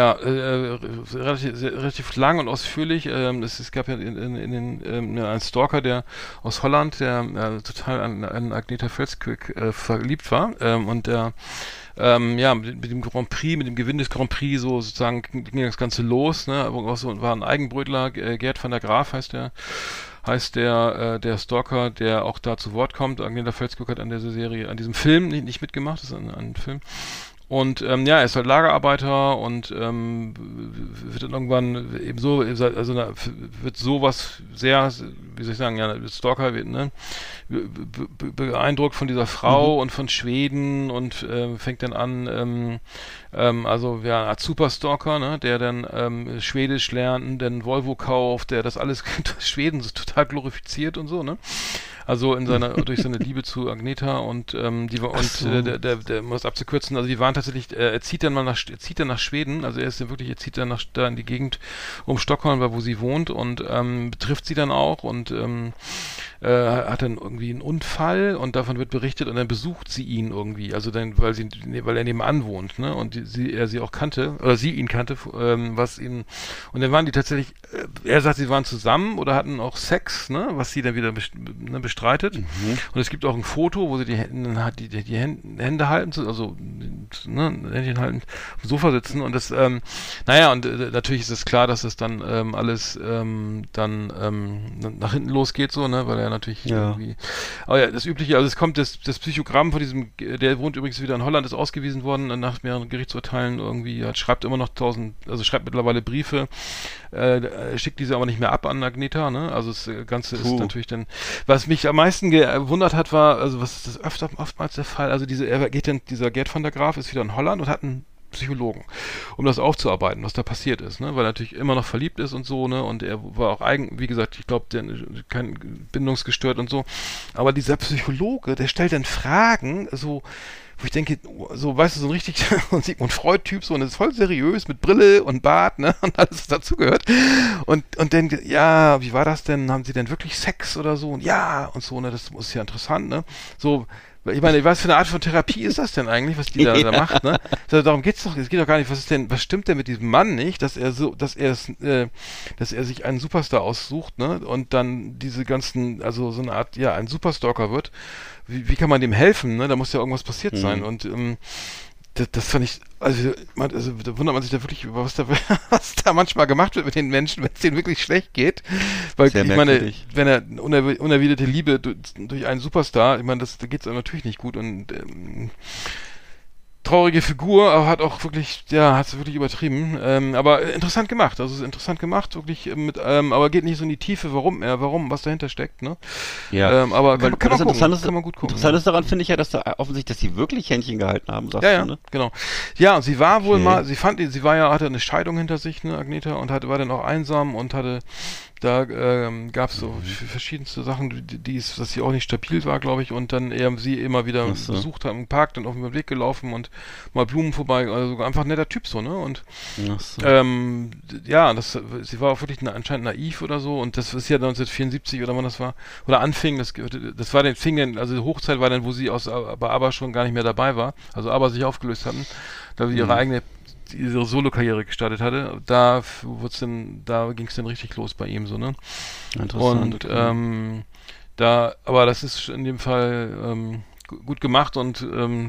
Relativ lang und ausführlich. Es gab ja einen Stalker, der aus Holland, der total an Agnetha Fälskog verliebt war, und der mit dem Grand Prix, mit dem Gewinn des Grand Prix sozusagen ging das Ganze los, ne? War ein Eigenbrötler, Gerd van der Graaf heißt der Stalker, der auch da zu Wort kommt. Agnetha Fälskog hat an dieser Serie, an diesem Film nicht mitgemacht, das ist ein Film. Und er ist halt Lagerarbeiter und wird dann irgendwann eben so, also wird sowas sehr, wie soll ich sagen, ja, Stalker wird, ne, beeindruckt von dieser Frau und von Schweden und fängt dann an, also ja, als Superstalker, ne, der dann Schwedisch lernt, dann Volvo kauft, der das alles Schweden so total glorifiziert und so, ne. Also durch seine Liebe zu Agneta und der um das abzukürzen, also die waren tatsächlich, er zieht dann nach Schweden, also er zieht dann da in die Gegend um Stockholm, wo sie wohnt und trifft sie dann auch und hat dann irgendwie einen Unfall und davon wird berichtet und dann besucht sie ihn irgendwie, also dann, weil er nebenan wohnt, ne, und er sie auch kannte, oder sie ihn kannte, und dann waren die tatsächlich, er sagt, sie waren zusammen oder hatten auch Sex, ne, was sie dann wieder bestreitet. Und es gibt auch ein Foto, wo sie die Hände halten, also Händchen halten, auf dem Sofa sitzen und das, natürlich ist es klar, dass es dann alles nach hinten losgeht, so, ne, weil er natürlich irgendwie, aber ja, das Übliche, also es kommt das Psychogramm von diesem, der wohnt übrigens wieder in Holland, ist ausgewiesen worden nach mehreren Gerichtsurteilen irgendwie, schreibt immer noch schreibt mittlerweile Briefe, schickt diese aber nicht mehr ab an Agneta, ne, also das Ganze ist natürlich dann, was mich am meisten gewundert hat, war, also was ist das oftmals der Fall, also dieser Gerd van der Graaf ist wieder in Holland und hat einen Psychologen, um das aufzuarbeiten, was da passiert ist, ne, weil er natürlich immer noch verliebt ist und so, ne, und er war auch wie gesagt, ich glaube, kein bindungsgestört und so, aber dieser Psychologe, der stellt dann Fragen, so, wo ich denke, so, weißt du, so ein richtig Sigmund Freud-Typ, so, und das ist voll seriös, mit Brille und Bart, ne, und alles, was dazugehört. Und dann, ja, wie war das denn? Haben sie denn wirklich Sex oder so? Und ja, und so, ne, das ist ja interessant, ne, so, ich meine, was für eine Art von Therapie ist das denn eigentlich, was die da macht, ne? Also, darum geht's doch, es geht doch gar nicht, was stimmt denn mit diesem Mann nicht, dass er sich einen Superstar aussucht, ne? Und dann diese ganzen, also so eine Art, ja, ein Superstalker wird. Wie kann man dem helfen, ne? Da muss ja irgendwas passiert sein. Und das fand ich, also da wundert man sich da wirklich über, was da manchmal gemacht wird mit den Menschen, wenn es denen wirklich schlecht geht. Weil sehr ich meine, wenn er unerwiderte Liebe durch einen Superstar, ich meine, da geht es natürlich nicht gut und traurige Figur, aber hat auch wirklich, ja, hat es wirklich übertrieben. Aber interessant gemacht, also interessant gemacht, wirklich aber geht nicht so in die Tiefe, warum, was dahinter steckt, ne? Ja. Aber kann man gut gucken. Interessant ist daran, finde ich ja, dass da offensichtlich, dass sie wirklich Händchen gehalten haben, sagst du, ne? Genau. Ja, und sie war wohl mal, hatte eine Scheidung hinter sich, ne, Agneta, und war dann auch einsam und da gab es so verschiedenste Sachen, dass sie auch nicht stabil war, glaube ich, und dann sie immer wieder besucht haben im Park, dann auf dem Weg gelaufen und mal Blumen vorbei, also einfach ein netter Typ so, ne? Und sie war auch wirklich anscheinend naiv oder so, und das ist ja 1974 oder wann das war, oder anfing, also die Hochzeit war dann, wo sie bei ABBA schon gar nicht mehr dabei war, also ABBA sich aufgelöst hatten, da sie ihre Solo-Karriere gestartet hatte, da ging es dann richtig los bei ihm, so, ne? Interessant. Und aber das ist in dem Fall gut gemacht und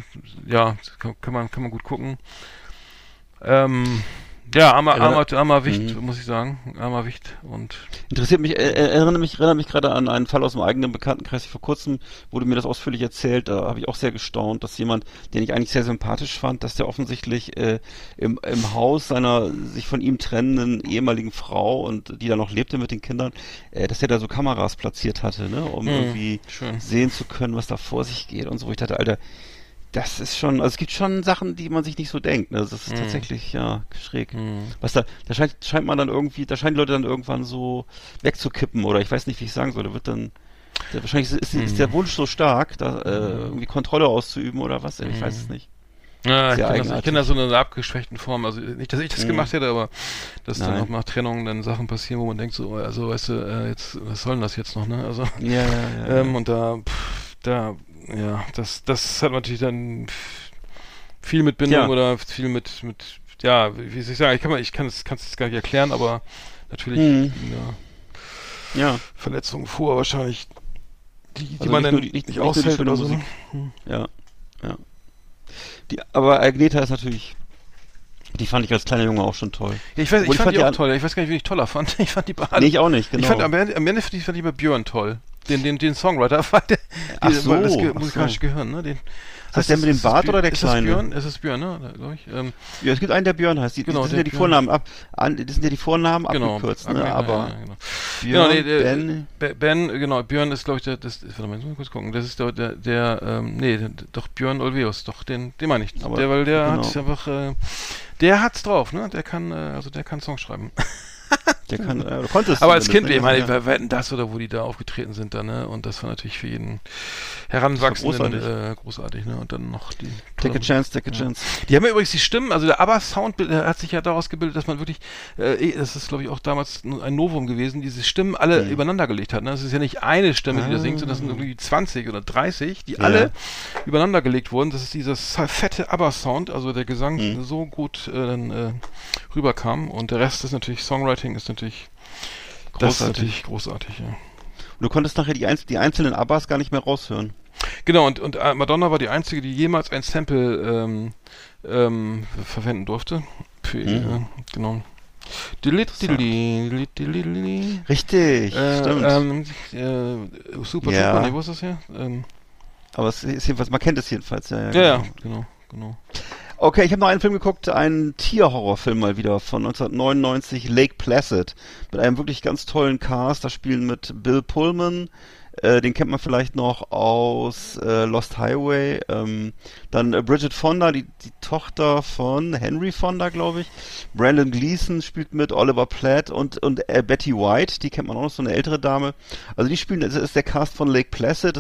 kann man gut gucken. Armer Wicht, muss ich sagen. Armer Wicht und interessiert mich, erinnere mich gerade an einen Fall aus dem eigenen Bekanntenkreis. Vor kurzem wurde mir das ausführlich erzählt, da habe ich auch sehr gestaunt, dass jemand, den ich eigentlich sehr sympathisch fand, dass der offensichtlich im Haus seiner sich von ihm trennenden ehemaligen Frau, und die da noch lebte mit den Kindern, dass der da so Kameras platziert hatte, ne, um irgendwie sehen zu können, was da vor sich geht und so. Ich dachte, Alter, das ist schon, also es gibt schon Sachen, die man sich nicht so denkt, ne? Das ist tatsächlich, ja, schräg. Was da scheint man dann irgendwie, da scheinen die Leute dann irgendwann so wegzukippen, oder ich weiß nicht, wie ich sagen soll, wahrscheinlich ist der Wunsch so stark, da irgendwie Kontrolle auszuüben oder was, ich weiß es nicht. Ja, ich kenne das so in einer abgeschwächten Form, also nicht, dass ich das gemacht hätte, aber dass dann auch nach Trennung dann Sachen passieren, wo man denkt so, also weißt du, jetzt, was soll denn das jetzt noch, ne? Also, und das hat natürlich dann viel mit Bindung oder viel mit wie soll ich sagen, ich kann es gar nicht erklären, aber natürlich Verletzungen vor wahrscheinlich, die also man dann nicht aushält oder so. Ja. Aber Agneta ist natürlich, die fand ich als kleiner Junge auch schon toll. Ja, ich fand die auch toll. Ich weiß gar nicht, wie ich toller fand. Ich fand die beide. Nee, ich auch nicht, genau. Am Ende fand ich bei Björn toll. den Songwriter, weil das musikalische Gehirn, ne? Ist das der mit dem Bart oder der Kleine? Ist es Björn, ne? Glaube ich. Ja, es gibt einen, der Björn heißt. Das sind ja die Vornamen abgekürzt, ne? Aber Björn, Ben, genau, Björn ist, glaube ich, warte mal, muss mal kurz gucken. Das ist doch Björn Ulvaeus, doch, den meine ich. Aber der hat einfach, der hat's drauf, ne? Der kann Songs schreiben. Der kann, konntest aber als Kind, ich meine, wer hätten das oder wo die da aufgetreten sind dann, ne? Und das war natürlich für jeden Heranwachsenden großartig, ne? Und dann noch die Take a Chance. Die haben ja übrigens die Stimmen, also der ABBA-Sound hat sich ja daraus gebildet, dass man wirklich, das ist glaube ich auch damals ein Novum gewesen, diese Stimmen alle übereinander gelegt hat, ne? Das ist ja nicht eine Stimme, die da singt, sondern das sind irgendwie 20 oder 30, die alle übereinander gelegt wurden. Das ist dieser fette ABBA-Sound, also der Gesang so gut rüberkam und der Rest ist natürlich, Songwriting ist natürlich großartig, ja. Und du konntest nachher die einzelnen Abbas gar nicht mehr raushören. Genau, und Madonna war die einzige, die jemals ein Sample verwenden durfte. Genau. Richtig, stimmt. Super, nee, wo ist das her? Aber es ist jedenfalls, man kennt es jedenfalls. Ja, genau. Okay, ich habe noch einen Film geguckt, einen Tierhorrorfilm mal wieder von 1999, Lake Placid, mit einem wirklich ganz tollen Cast. Da spielen mit Bill Pullman, den kennt man vielleicht noch aus Lost Highway, dann Bridget Fonda, die Tochter von Henry Fonda, glaube ich. Brandon Gleeson spielt mit, Oliver Platt und Betty White, die kennt man auch noch, so eine ältere Dame. Also die spielen, das ist der Cast von Lake Placid,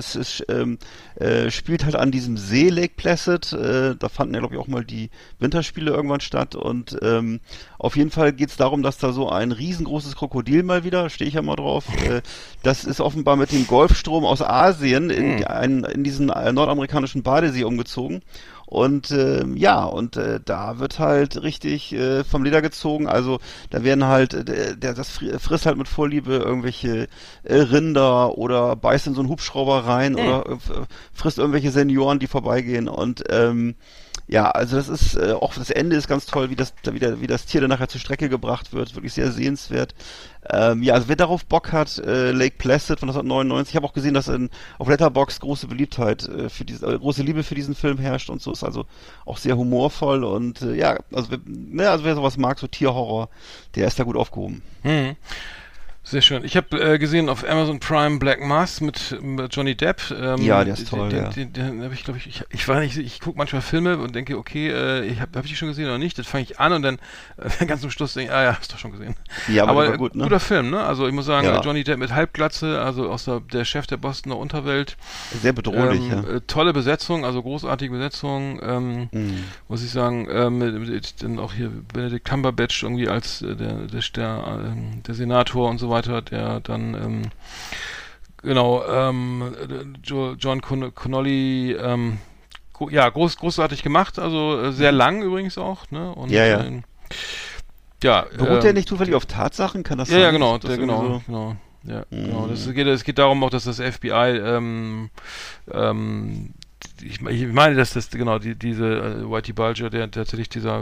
spielt halt an diesem See Lake Placid, da fanden ja glaube ich auch mal die Winterspiele irgendwann statt und auf jeden Fall geht's darum, dass da so ein riesengroßes Krokodil mal wieder, stehe ich ja mal drauf, das ist offenbar mit dem Golfstrom aus Asien in diesen nordamerikanischen Badesee umgezogen. Und da wird halt richtig vom Leder gezogen. Also da werden halt, das frisst halt mit Vorliebe irgendwelche Rinder oder beißt in so einen Hubschrauber rein oder frisst irgendwelche Senioren, die vorbeigehen. Und also das ist auch das Ende ist ganz toll, wie das Tier dann nachher zur Strecke gebracht wird, wirklich sehr sehenswert. Also wer darauf Bock hat, Lake Placid von 1999, ich habe auch gesehen, dass auf Letterboxd große Beliebtheit große Liebe für diesen Film herrscht und so, ist also auch sehr humorvoll und also wer sowas mag, so Tierhorror, der ist da gut aufgehoben. Sehr schön. Ich habe gesehen auf Amazon Prime Black Mass mit Johnny Depp. Ja, der ist toll, Den habe ich, glaube ich gucke manchmal Filme und denke, okay, hab ich die schon gesehen oder nicht? Das fange ich an und dann ganz zum Schluss denke ich, hast du schon gesehen. Ja, aber gut, ne? Guter Film, ne? Also ich muss sagen, Johnny Depp mit Halbglatze, also aus der Chef der Bostoner Unterwelt. Sehr bedrohlich, tolle Besetzung, also großartige Besetzung, muss ich sagen. Dann auch hier Benedict Cumberbatch irgendwie als der Senator und so weiter, der dann John Connolly großartig gemacht, also sehr lang übrigens auch, ne? Und beruht der nicht zufällig auf Tatsachen? Kann das sein? Ja, genau. Ja, genau. Es geht darum auch, dass das FBI ich meine, dass das diese Whitey Bulger, der tatsächlich dieser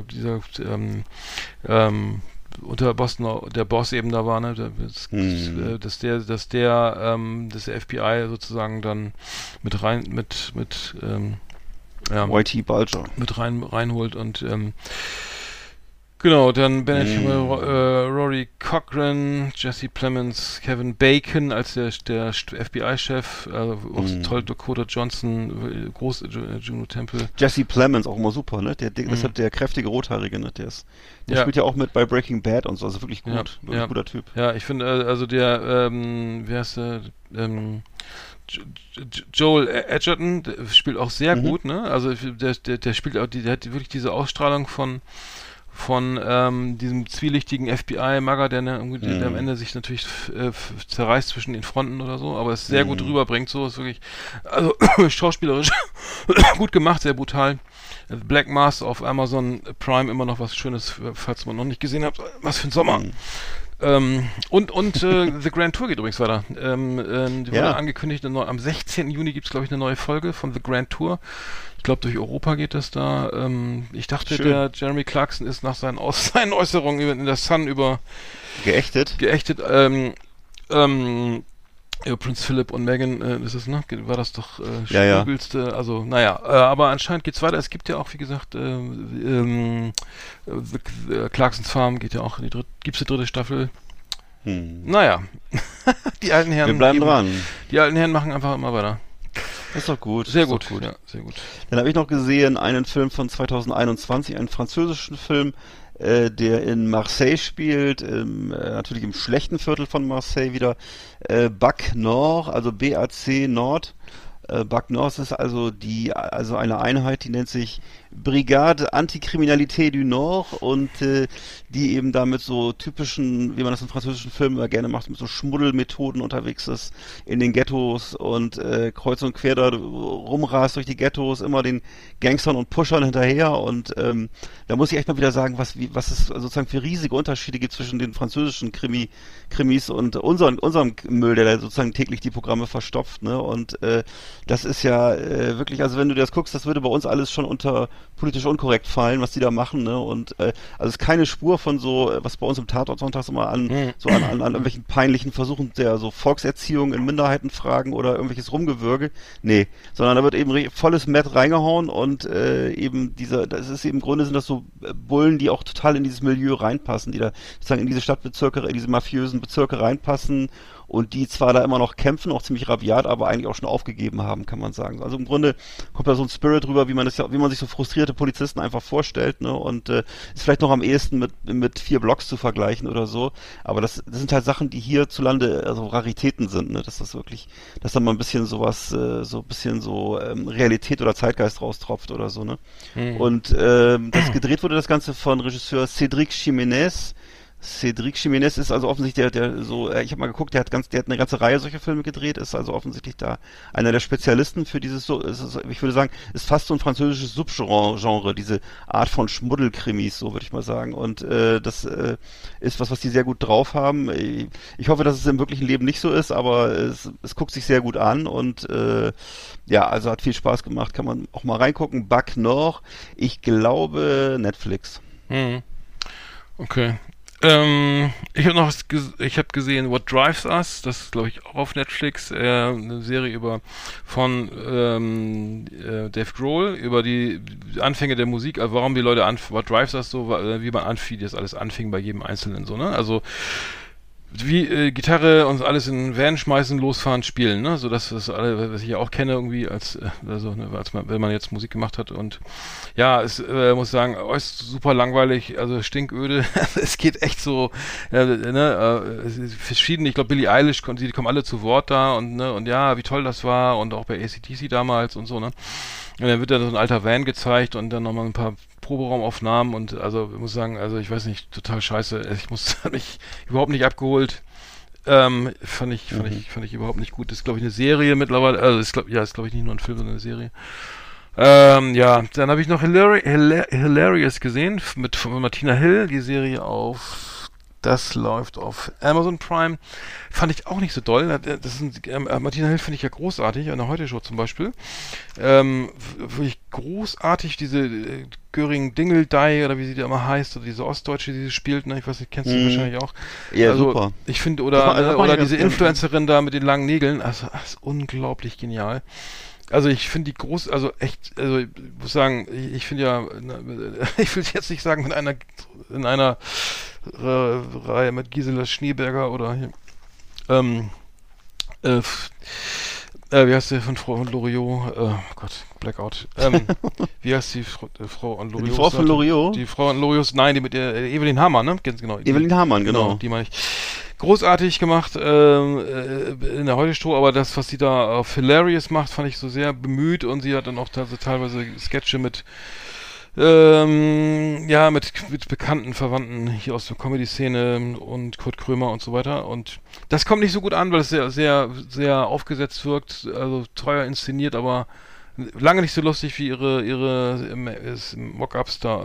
unter Boston der Boss eben da war, ne, dass der das FBI sozusagen dann Whitey Bulger mit reinholt und genau, dann Rory Cochran, Jesse Plemons, Kevin Bacon als der FBI-Chef, toll, Dakota Johnson, Juno Temple. Jesse Plemons auch immer super, ne? Deshalb der kräftige Rothaarige, ne? Der spielt ja auch mit bei Breaking Bad und so, also wirklich gut, guter Typ. Ja, ich finde, also der, wie heißt der, Joel Edgerton spielt auch sehr gut, ne? Also der spielt auch, der hat wirklich diese Ausstrahlung von diesem zwielichtigen FBI-Magger, der am Ende sich natürlich zerreißt zwischen den Fronten oder so, aber es sehr gut rüberbringt, so ist wirklich, also schauspielerisch gut gemacht, sehr brutal. Black Mass auf Amazon Prime, immer noch was Schönes, falls man noch nicht gesehen hat, was für ein Sommer. The Grand Tour geht übrigens weiter. Die wurde angekündigt, am 16. Juni gibt es, glaube ich, eine neue Folge von The Grand Tour. Ich glaube, durch Europa geht das da. Ich dachte, der Jeremy Clarkson ist nach seinen Äußerungen in der Sun geächtet. Ja, Prinz Philipp und Meghan, ist es, ne? War das doch Ja. also, naja, aber anscheinend geht's weiter. Es gibt ja auch, wie gesagt, Clarksons Farm geht ja auch in gibt's die dritte Staffel. Naja, die alten Herren. Wir bleiben dran. Die alten Herren machen einfach immer weiter. Das ist doch gut. Sehr gut. Ja, sehr gut. Dann habe ich noch gesehen einen Film von 2021, einen französischen Film, der in Marseille spielt, natürlich im schlechten Viertel von Marseille wieder, BAC Nord, also BAC Nord. BAC Nord ist also eine Einheit, die nennt sich Brigade Antikriminalité du Nord und die eben da mit so typischen, wie man das in französischen Filmen immer gerne macht, mit so Schmuddelmethoden unterwegs ist in den Ghettos und kreuz und quer da rumrast durch die Ghettos, immer den Gangstern und Pushern hinterher und da muss ich echt mal wieder sagen, was es sozusagen für riesige Unterschiede gibt zwischen den französischen Krimis und unserem Müll, der da sozusagen täglich die Programme verstopft, ne? Und das ist ja wirklich, also wenn du dir das guckst, das würde bei uns alles schon unter politisch unkorrekt fallen, was die da machen, ne? Und also es ist keine Spur von so, was bei uns im Tatort sonntags immer an irgendwelchen peinlichen Versuchen der so Volkserziehung in Minderheitenfragen oder irgendwelches Rumgewürge. Nee, sondern da wird eben volles Mett reingehauen und eben das ist eben im Grunde sind das so Bullen, die auch total in dieses Milieu reinpassen, die da sozusagen in diese Stadtbezirke, in diese mafiösen Bezirke reinpassen und die zwar da immer noch kämpfen, auch ziemlich rabiat, aber eigentlich auch schon aufgegeben haben, kann man sagen. Also im Grunde kommt da so ein Spirit rüber, wie man sich so frustrierte Polizisten einfach vorstellt, ne? Und ist vielleicht noch am ehesten mit 4 Blocks zu vergleichen oder so. Aber das sind halt Sachen, die hierzulande also Raritäten sind, ne? Dass da mal ein bisschen sowas, Realität oder Zeitgeist raustropft oder so, ne? Und das gedreht wurde das Ganze von Regisseur Cédric Jiménez. Cédric Jiménez ist also offensichtlich ich habe mal geguckt, der hat eine ganze Reihe solcher Filme gedreht, ist also offensichtlich da einer der Spezialisten für ich würde sagen, ist fast so ein französisches Subgenre, diese Art von Schmuddelkrimis, so würde ich mal sagen. Und das ist was die sehr gut drauf haben. Ich hoffe, dass es im wirklichen Leben nicht so ist, aber es guckt sich sehr gut an und also hat viel Spaß gemacht, kann man auch mal reingucken. BAC Nord, ich glaube Netflix. Okay. Ich habe gesehen What Drives Us, das ist glaube ich auch auf Netflix, eine Serie von Dave Grohl über die Anfänge der Musik, also warum die Leute What Drives Us so, wie das alles anfing bei jedem Einzelnen so, ne? Also wie Gitarre und alles in den Van schmeißen, losfahren, spielen, ne? So das was ich ja auch kenne irgendwie wenn man jetzt Musik gemacht hat und ja, muss sagen, ist super langweilig, also stinköde. Es geht echt so, verschiedene, ich glaube Billie Eilish, die kommen alle zu Wort da und ja, wie toll das war und auch bei AC/DC damals und so, ne? Und dann wird da so ein alter Van gezeigt und dann nochmal ein paar Proberaumaufnahmen und also ich muss sagen, also ich weiß nicht, total scheiße. Hat mich überhaupt nicht abgeholt. Fand ich überhaupt nicht gut. Das ist glaube ich eine Serie mittlerweile, also ist glaube ich nicht nur ein Film, sondern eine Serie. Dann habe ich noch Hilarious gesehen von Martina Hill, die Serie das läuft auf Amazon Prime. Fand ich auch nicht so doll. Martina Hill finde ich ja großartig, an der Heute-Show zum Beispiel. Wirklich großartig, diese Göring-Dingeldey oder wie sie da immer heißt, oder diese Ostdeutsche, die sie spielt, ne? Ich weiß nicht, kennst du wahrscheinlich auch. Ja, also, super. Ich finde, oder diese Influencerin da mit den langen Nägeln, also das ist unglaublich genial. Also ich finde die ich muss sagen, ich finde ja, ich will jetzt nicht sagen in einer Reihe mit Gisela Schneeberger oder wie heißt die von Loriot? Oh Gott, Blackout. Wie heißt die Frau an Loriot? Die Frau von Loriot? Die Frau an Loriot, nein, die mit der Evelyn Hamann, ne? Ganz genau. Evelyn Hamann, genau. Die meine ich. Großartig gemacht in der Heute-Show, aber das, was sie da auf Hilarious macht, fand ich so sehr bemüht und sie hat dann auch teilweise Sketche mit bekannten Verwandten hier aus der Comedy-Szene und Kurt Krömer und so weiter und das kommt nicht so gut an, weil es sehr, sehr, sehr aufgesetzt wirkt, also teuer inszeniert, aber lange nicht so lustig wie ihre Mock-Ups da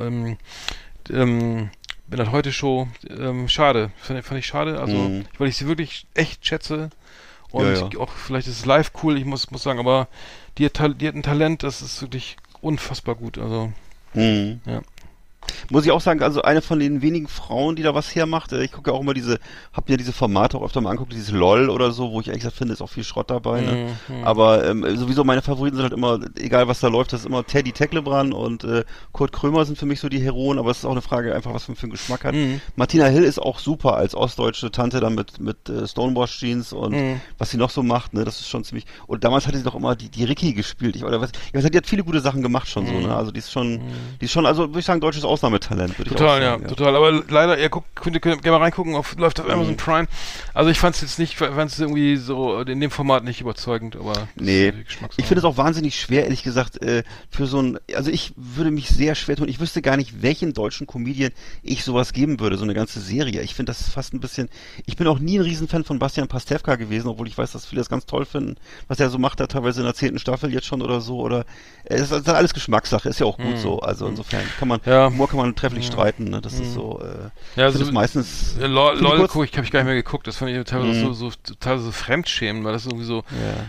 in der Heute-Show, schade, fand ich schade, also weil ich sie wirklich echt schätze und auch vielleicht ist es live cool, ich muss sagen, aber die hat ein Talent, das ist wirklich unfassbar gut, also ja. muss ich auch sagen, also eine von den wenigen Frauen, die da was hermacht. Ich gucke ja auch immer hab mir diese Formate auch öfter mal angeguckt, dieses LOL oder so, wo ich eigentlich finde, ist auch viel Schrott dabei. Ne? Aber sowieso meine Favoriten sind halt immer, egal was da läuft, das ist immer Teddy Tecklebrand und Kurt Krömer sind für mich so die Heroen, aber es ist auch eine Frage einfach, was man für einen Geschmack hat. Martina Hill ist auch super als ostdeutsche Tante dann mit Stonewash Jeans und was sie noch so macht, ne, das ist schon ziemlich, und damals hatte sie doch immer die Ricky gespielt, die hat viele gute Sachen gemacht schon so, ne, also die ist schon, also würde ich sagen, deutsches Ausnahmetalent, würde ich auch sagen. Total, aber leider, könnt ihr gerne mal reingucken, läuft auf Amazon Prime, also ich fand es irgendwie so in dem Format nicht überzeugend, aber nee, ich finde es auch wahnsinnig schwer, ehrlich gesagt, für so also ich würde mich sehr schwer tun, ich wüsste gar nicht, welchen deutschen Comedian ich sowas geben würde, so eine ganze Serie, ich finde das fast ein bisschen, ich bin auch nie ein Riesenfan von Bastian Pastewka gewesen, obwohl ich weiß, dass viele das ganz toll finden, was er so macht, da teilweise in der 10. Staffel jetzt schon oder so, oder es ist alles Geschmackssache, ist ja auch gut so, also insofern Humor kann man trefflich streiten, ne? Das ist so, das ist meistens LOL habe ich gar nicht mehr geguckt, das fand ich teilweise so fremdschämen, weil das irgendwie so,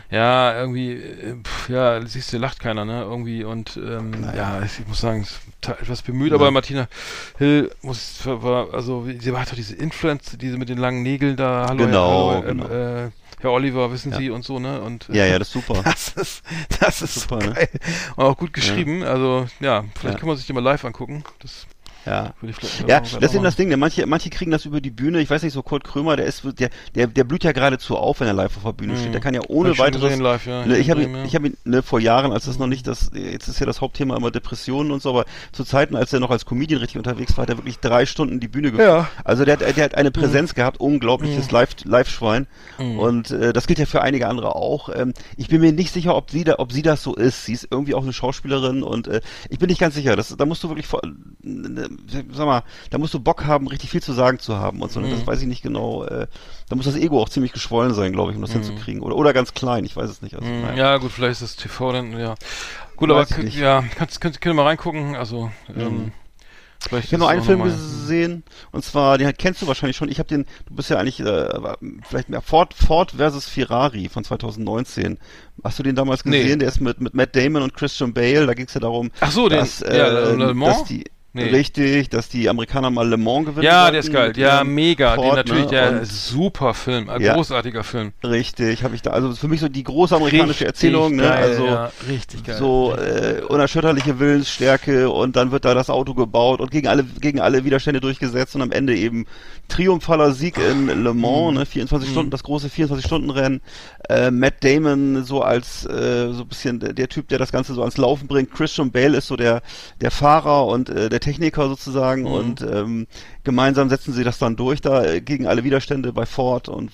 siehst du, lacht keiner, ne, irgendwie und ich muss sagen, etwas bemüht, aber Martina Hill sie hat doch diese Influence, diese mit den langen Nägeln da, genau. Herr Oliver, wissen Sie, und so, ne? Und, das ist super. Das ist super, so geil. Ne? Und auch gut geschrieben, also, vielleicht kann man sich den mal live angucken, das... Ja, das ist eben das Ding, manche kriegen das über die Bühne, ich weiß nicht, so Kurt Krömer, der blüht ja geradezu auf, wenn er live auf der Bühne steht, der kann ja ohne weiteres, live, ich habe ihn vor Jahren, als das noch nicht jetzt ist ja das Hauptthema immer Depressionen und so, aber zu Zeiten, als er noch als Comedian richtig unterwegs war, hat er wirklich 3 Stunden die Bühne geführt. Ja. Also der hat eine Präsenz gehabt, unglaubliches Live-Schwein und das gilt ja für einige andere auch. Ich bin mir nicht sicher, ob sie das so ist, sie ist irgendwie auch eine Schauspielerin und ich bin nicht ganz sicher, da musst du wirklich sag mal, da musst du Bock haben, richtig viel zu sagen zu haben und so. Das weiß ich nicht genau. Da muss das Ego auch ziemlich geschwollen sein, glaube ich, um das hinzukriegen. Oder ganz klein, ich weiß es nicht. Also, ja, gut, vielleicht ist das TV dann, ja. Gut, aber könnt ihr mal reingucken, also, ich habe noch einen Film gesehen, und zwar, den kennst du wahrscheinlich schon, du bist ja eigentlich, vielleicht mehr, Ford versus Ferrari von 2019. Hast du den damals gesehen? Nee. Der ist mit Matt Damon und Christian Bale, da ging es ja darum, Le Mans? Richtig, dass die Amerikaner mal Le Mans gewinnen. Ja, der ist geil. Ja, mega. Ford, natürlich, der super Film. Großartiger Film. Richtig, habe ich da. Also für mich so die große amerikanische Erzählung, ne? Geil, also richtig geil. So unerschütterliche Willensstärke und dann wird da das Auto gebaut und gegen alle Widerstände durchgesetzt und am Ende eben triumphaler Sieg in Le Mans, ne? 24 Stunden, das große 24-Stunden-Rennen. Matt Damon so als so ein bisschen der Typ, der das Ganze so ans Laufen bringt. Christian Bale ist so der Fahrer und der Techniker sozusagen und gemeinsam setzen sie das dann durch da gegen alle Widerstände bei Ford und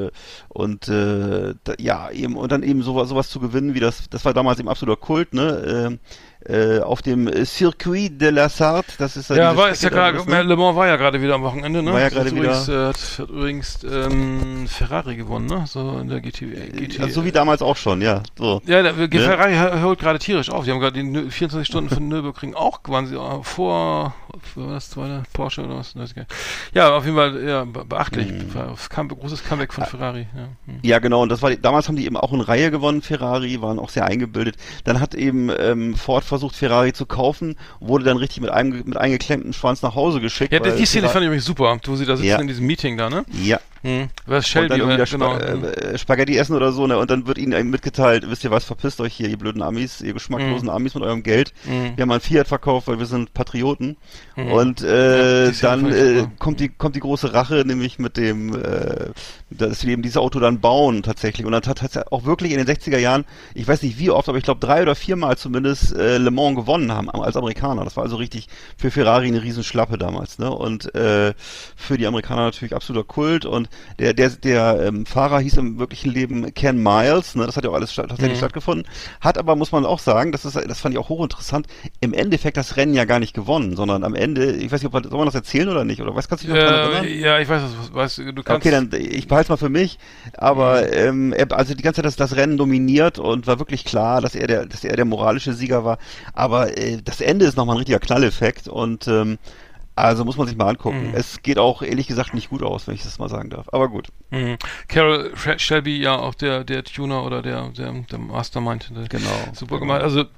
dann eben sowas zu gewinnen, wie das war damals eben absoluter Kult, ne? Auf dem Circuit de la Sarthe, das ist Le Mans war ja gerade wieder am Wochenende, ne? War ja gerade wieder. Hat übrigens Ferrari gewonnen, ne? So in der GT. Also so wie damals auch schon, ja. So. Ja, Ferrari holt gerade tierisch auf. Die haben gerade die 24 Stunden von Nürburgring auch gewonnen. Sie vor was war der Porsche oder was? Ja, auf jeden Fall beachtlich. Großes Comeback von Ferrari. Ja, genau. Und damals haben die eben auch in Reihe gewonnen. Ferrari waren auch sehr eingebildet. Dann hat eben Ford versucht, Ferrari zu kaufen, wurde dann richtig mit eingeklemmtem Schwanz nach Hause geschickt. Ja, die Szene fand ich übrigens super, wo sie da sitzen in diesem Meeting da, ne? Ja. Was Shelby, und dann Spaghetti essen oder so, ne? Und dann wird ihnen mitgeteilt, wisst ihr was, verpisst euch hier, ihr blöden Amis, ihr geschmacklosen Amis mit eurem Geld. Wir haben einen Fiat verkauft, weil wir sind Patrioten. Und dann kommt die große Rache, nämlich mit dem, dass sie eben dieses Auto dann bauen tatsächlich. Und dann hat auch wirklich in den 60er Jahren, ich weiß nicht wie oft, aber ich glaube 3 oder 4 Mal zumindest Le Mans gewonnen haben als Amerikaner. Das war also richtig für Ferrari eine Riesenschlappe damals, ne? Und für die Amerikaner natürlich absoluter Kult. Und der Fahrer hieß im wirklichen Leben Ken Miles, ne? Das hat ja auch alles tatsächlich stattgefunden. Hat aber, muss man auch sagen, das fand ich auch hochinteressant, im Endeffekt das Rennen ja gar nicht gewonnen, sondern am Ende, ich weiß nicht, soll man das erzählen oder nicht? Oder kannst du dich noch daran erinnern? Ja, ich weiß, du kannst. Okay, dann ich behalte es mal für mich. Aber also die ganze Zeit das Rennen dominiert und war wirklich klar, dass er der moralische Sieger war. Aber das Ende ist nochmal ein richtiger Knalleffekt und also muss man sich mal angucken. Es geht auch, ehrlich gesagt, nicht gut aus, wenn ich das mal sagen darf. Aber gut. Carroll Shelby, ja auch der Tuner oder der Mastermind. Genau. Super gemacht. Also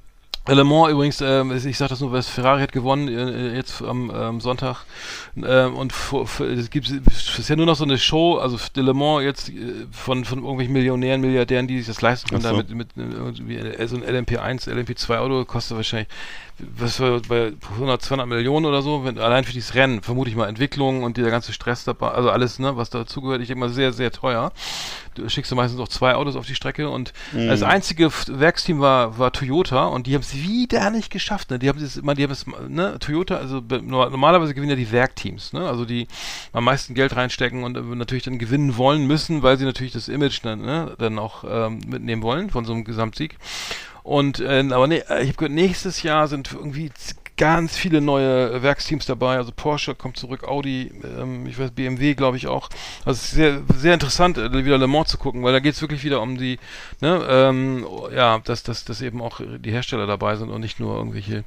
Le Mans übrigens, ich sag das nur, weil Ferrari hat gewonnen jetzt am Sonntag und es ist ja nur noch so eine Show, also Le Mans jetzt von irgendwelchen Millionären, Milliardären, die sich das leisten können, so. da mit irgendwie so ein LMP1, LMP2 Auto kostet wahrscheinlich was für, bei 100, 200 Millionen oder so, allein für dieses Rennen, vermute ich mal Entwicklung und dieser ganze Stress dabei, also alles, ne, was dazugehört, ich denke mal sehr, sehr teuer. Du schickst du meistens auch 2 Autos auf die Strecke und das einzige Werksteam war Toyota und die haben es wieder nicht geschafft, ne, Toyota, also normalerweise gewinnen ja die Werkteams, ne, also die am meisten Geld reinstecken und natürlich dann gewinnen wollen müssen, weil sie natürlich das Image dann auch mitnehmen wollen von so einem Gesamtsieg. Und aber nee, ich habe gehört, nächstes Jahr sind irgendwie ganz viele neue Werksteams dabei. Also Porsche kommt zurück, Audi, ich weiß, BMW glaube ich auch. Also es ist sehr, sehr interessant, wieder Le Mans zu gucken, weil da geht es wirklich wieder um die, dass eben auch die Hersteller dabei sind und nicht nur irgendwelche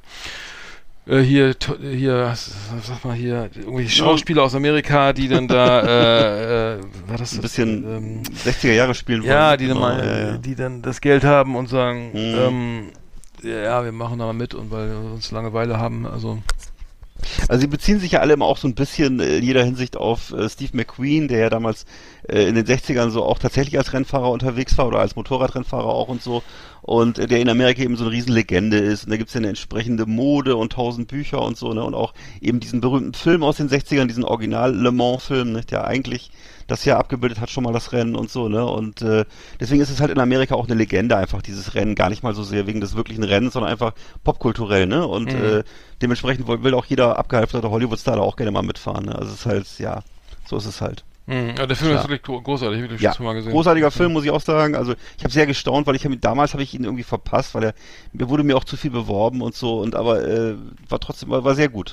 sag mal hier, irgendwelche Schauspieler aus Amerika, die dann da, war das ein bisschen 60er Jahre spielen wollen. Ja, die dann das Geld haben und sagen, wir machen da mal mit und weil wir uns Langeweile haben, also sie beziehen sich ja alle immer auch so ein bisschen in jeder Hinsicht auf Steve McQueen, der ja damals in den 60ern so auch tatsächlich als Rennfahrer unterwegs war oder als Motorradrennfahrer auch und so und der in Amerika eben so eine Riesenlegende ist und da gibt's ja eine entsprechende Mode und 1000 Bücher und so, ne, und auch eben diesen berühmten Film aus den 60ern, diesen Original Le Mans Film, ne, der eigentlich das ja abgebildet hat, schon mal das Rennen und so, ne, und deswegen ist es halt in Amerika auch eine Legende einfach, dieses Rennen, gar nicht mal so sehr wegen des wirklichen Rennens, sondern einfach popkulturell, ne, und dementsprechend will auch jeder abgehalfterte Hollywood-Star da auch gerne mal mitfahren, ne, also es ist halt, ja, so ist es halt. Ja, der Film ist wirklich großartig, ich habe schon mal gesehen. Großartiger Film, muss ich auch sagen. Also ich habe sehr gestaunt, weil damals habe ich ihn irgendwie verpasst, weil wurde mir auch zu viel beworben und so, und aber war trotzdem war sehr gut.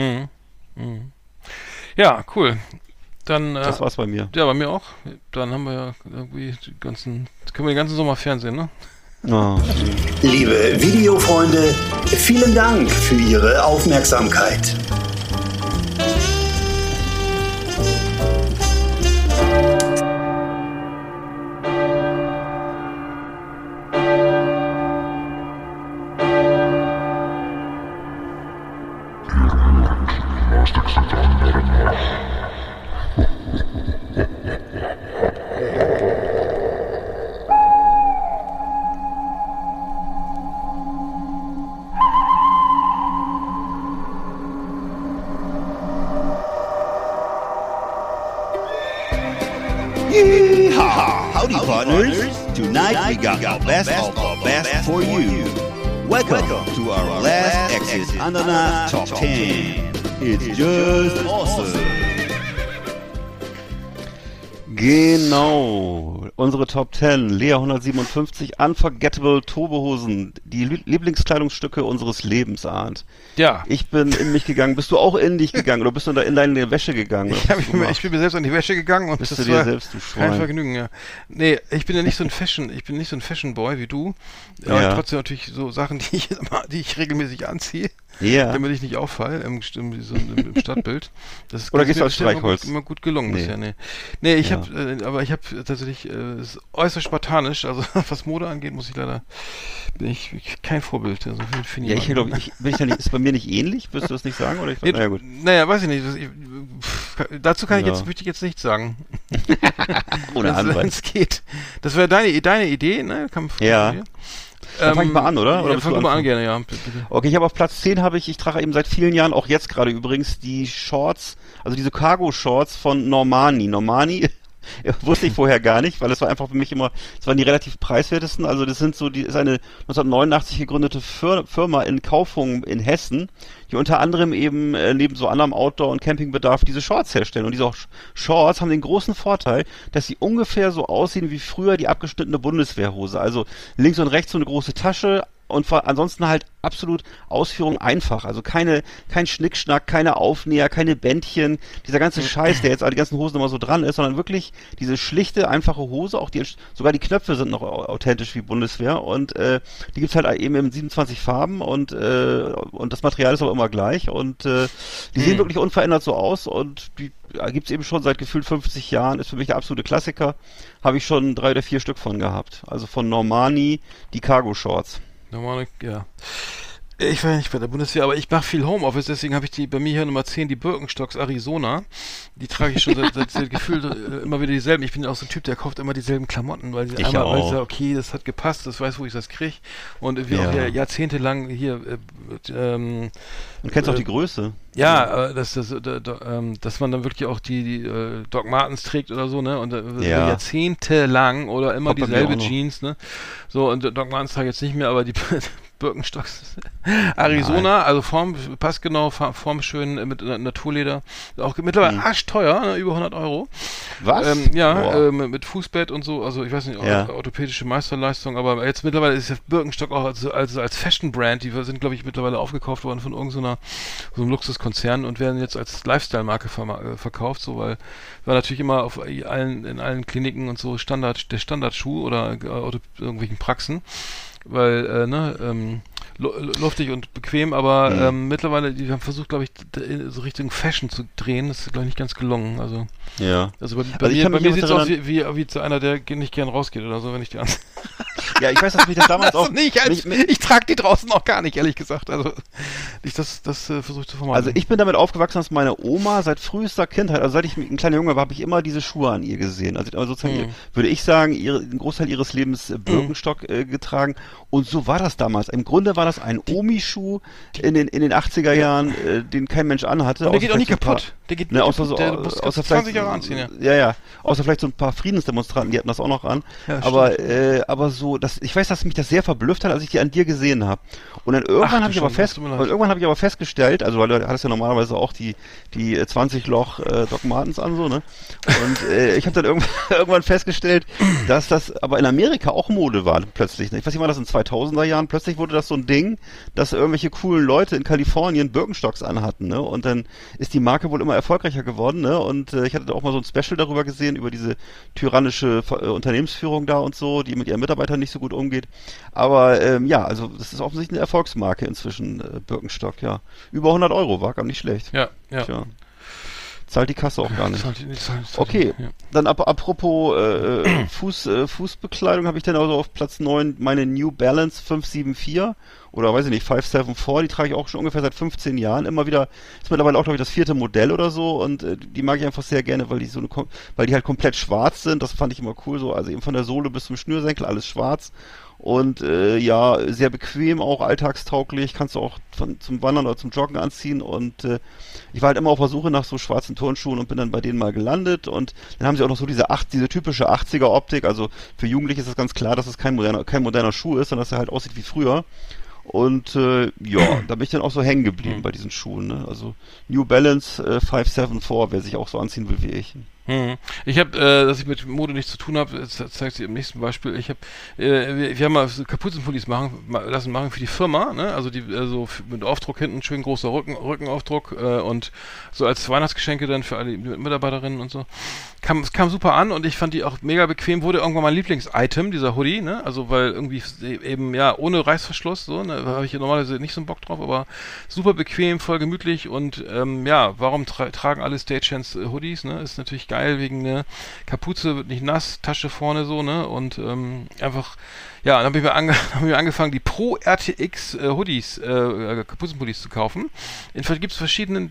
Ja, cool. Dann das war's bei mir. Ja, bei mir auch. Dann haben wir ja irgendwie können wir den ganzen Sommer Fernsehen, ne? Oh. Liebe Videofreunde, vielen Dank für Ihre Aufmerksamkeit. Howdy, partners. Tonight we got our best of our best for you. Welcome to our last Exit Ananas Top 10. It's just awesome. Genau, unsere Top 10, Lea 157, Unforgettable Turbohosen, die Lieblingskleidungsstücke unseres Lebens, Arndt. Ja. Ich bin in mich gegangen. Bist du auch in dich gegangen oder bist du in deine Wäsche gegangen? Ich bin mir selbst in die Wäsche gegangen und bist das du dir war selbst, du Schwein. kein Vergnügen, ja. Nee, ich bin nicht so ein Fashion-Boy wie du. Aber trotzdem natürlich so Sachen, die ich regelmäßig anziehe. Ja. Damit ich nicht auffalle im Stadtbild. Das oder gehst du als Streichholz? Immer gut gelungen bisher, nee. Ich habe tatsächlich ist äußerst spartanisch, also was Mode angeht, bin ich kein Vorbild. Also ich glaube, ist bei mir nicht ähnlich? Wirst du das nicht sagen? Oder naja, gut. Naja, weiß ich nicht. Dazu möchte ich jetzt nichts sagen. Ohne Anweis. Wenn es geht. Das wäre deine Idee, ne? Dann fang ich mal an, oder? Ja, fang du mal an, gerne, ja. Bitte. Okay, ich habe auf Platz 10 ich trage eben seit vielen Jahren, auch jetzt gerade übrigens, die Shorts, also diese Cargo-Shorts von Normani. Normani wusste ich vorher gar nicht, weil es war einfach für mich immer, es waren die relativ preiswertesten, also das ist eine 1989 gegründete Firma in Kaufungen in Hessen, die unter anderem eben neben so anderem Outdoor- und Campingbedarf diese Shorts herstellen. Und diese Shorts haben den großen Vorteil, dass sie ungefähr so aussehen wie früher die abgeschnittene Bundeswehrhose. Also links und rechts so eine große Tasche und ansonsten halt absolut Ausführung einfach. Also kein Schnickschnack, keine Aufnäher, keine Bändchen, dieser ganze Scheiß, der jetzt an die ganzen Hosen immer so dran ist, sondern wirklich diese schlichte, einfache Hose, auch sogar die Knöpfe sind noch authentisch wie Bundeswehr und die gibt's halt eben in 27 Farben und das Material ist aber immer gleich und die sehen wirklich unverändert so aus und die gibt's eben schon seit gefühlt 50 Jahren, ist für mich der absolute Klassiker, habe ich schon 3 oder 4 Stück von gehabt. Also von Normani, die Cargo Shorts. Normale, ja. Ich war nicht bei der Bundeswehr, aber ich mache viel Homeoffice, deswegen habe ich die bei mir hier Nummer 10, die Birkenstocks Arizona. Die trage ich schon seit gefühlt immer wieder dieselben. Ich bin auch so ein Typ, der kauft immer dieselben Klamotten, weil sie einmal weil sie sagt, okay, das hat gepasst, das weiß, wo ich das kriege. Und wir auch jahrzehntelang hier und kennst auch die Größe. Ja, dass man dann wirklich auch die Doc Martens trägt oder so, ne? Und jahrzehntelang oder immer dieselbe Jeans, ne? So, und Doc Martens trage ich jetzt nicht mehr, aber die Birkenstocks Arizona, also passgenau, formschön mit Naturleder. Auch mittlerweile arschteuer, ne? Über 100 €. Was? Mit Fußbett und so, also ich weiß nicht, orthopädische Meisterleistung, aber jetzt mittlerweile ist ja Birkenstock auch als Fashion-Brand, die sind, glaube ich, mittlerweile aufgekauft worden von irgendeinem Luxuskonzern und werden jetzt als Lifestyle-Marke verkauft, so, weil war natürlich immer in allen Kliniken und so der Standardschuh oder irgendwelchen Praxen. Weil, luftig und bequem, aber mittlerweile, die haben versucht, glaube ich, so Richtung Fashion zu drehen. Das ist, glaube ich, nicht ganz gelungen. Also, bei mir sieht es aus wie zu einer, der nicht gern rausgeht oder so, wenn ich die ansehe. Ja, ich weiß, dass mich das damals auch... Ich trage die draußen auch gar nicht, ehrlich gesagt. Also, das versuche ich zu vermeiden. Also ich bin damit aufgewachsen, dass meine Oma seit frühester Kindheit, also seit ich ein kleiner Junge war, habe ich immer diese Schuhe an ihr gesehen. Also sozusagen, würde ich sagen, einen Großteil ihres Lebens Birkenstock getragen. Und so war das damals. Im Grunde war das ein Omi-Schuh in den 80er Jahren, den kein Mensch anhatte. Und der geht auch nicht kaputt. Der geht nicht kaputt. Der muss 20 Jahre anziehen, ja. Außer vielleicht so ein paar Friedensdemonstranten, die hatten das auch noch an. Ja, aber so, ich weiß, dass mich das sehr verblüfft hat, als ich die an dir gesehen habe. Und dann irgendwann habe ich aber festgestellt, also weil du hattest ja normalerweise auch die 20 Loch Doc Martens an, so, ne? Und ich habe dann irgendwann festgestellt, dass das aber in Amerika auch Mode war plötzlich. Ne? Ich weiß nicht, war das in 2000er Jahren? Plötzlich wurde das so ein Ding, dass irgendwelche coolen Leute in Kalifornien Birkenstocks anhatten, ne? Und dann ist die Marke wohl immer erfolgreicher geworden, ne? Und ich hatte auch mal so ein Special darüber gesehen, über diese tyrannische Unternehmensführung da und so, die mit ihren Mitarbeitern nicht so gut umgeht. Aber also das ist offensichtlich eine Erfolgsmarke inzwischen, Birkenstock, ja. Über 100 € war gar nicht schlecht. Ja. Tja. Zahlt die Kasse auch gar nicht. Okay, dann apropos Fußbekleidung habe ich dann also auf Platz 9 meine New Balance 574 oder weiß ich nicht, 574, die trage ich auch schon ungefähr seit 15 Jahren. Immer wieder, ist mittlerweile auch, glaube ich, das 4. Modell oder so und die mag ich einfach sehr gerne, weil die halt komplett schwarz sind. Das fand ich immer cool so, also eben von der Sohle bis zum Schnürsenkel alles schwarz. Und sehr bequem, auch alltagstauglich, kannst du auch zum Wandern oder zum Joggen anziehen und ich war halt immer auf der Suche nach so schwarzen Turnschuhen und bin dann bei denen mal gelandet und dann haben sie auch noch so diese typische 80er Optik, also für Jugendliche ist das ganz klar, dass es kein moderner Schuh ist, sondern dass er halt aussieht wie früher. Und da bin ich dann auch so hängen geblieben bei diesen Schuhen, ne? Also New Balance 574, wer sich auch so anziehen will wie ich. Ich habe, dass ich mit Mode nichts zu tun habe, das zeigt sich im nächsten Beispiel. Ich habe, wir haben mal so Kapuzenpullis machen für die Firma, ne? Also so mit Aufdruck hinten, schön großer Rückenaufdruck und so als Weihnachtsgeschenke dann für alle Mitarbeiterinnen und so. Es kam super an und ich fand die auch mega bequem, wurde irgendwann mein Lieblings-Item, dieser Hoodie, ne? Also weil irgendwie eben, ohne Reißverschluss, so, ne? Da habe ich normalerweise nicht so einen Bock drauf, aber super bequem, voll gemütlich und warum tragen alle Stagehands Hoodies, ne? Ist natürlich geil wegen ne Kapuze, wird nicht nass, Tasche vorne so, ne? Und einfach, dann haben wir angefangen, die Pro RTX Hoodies, Kapuzenpullis zu kaufen. Gibt es verschiedene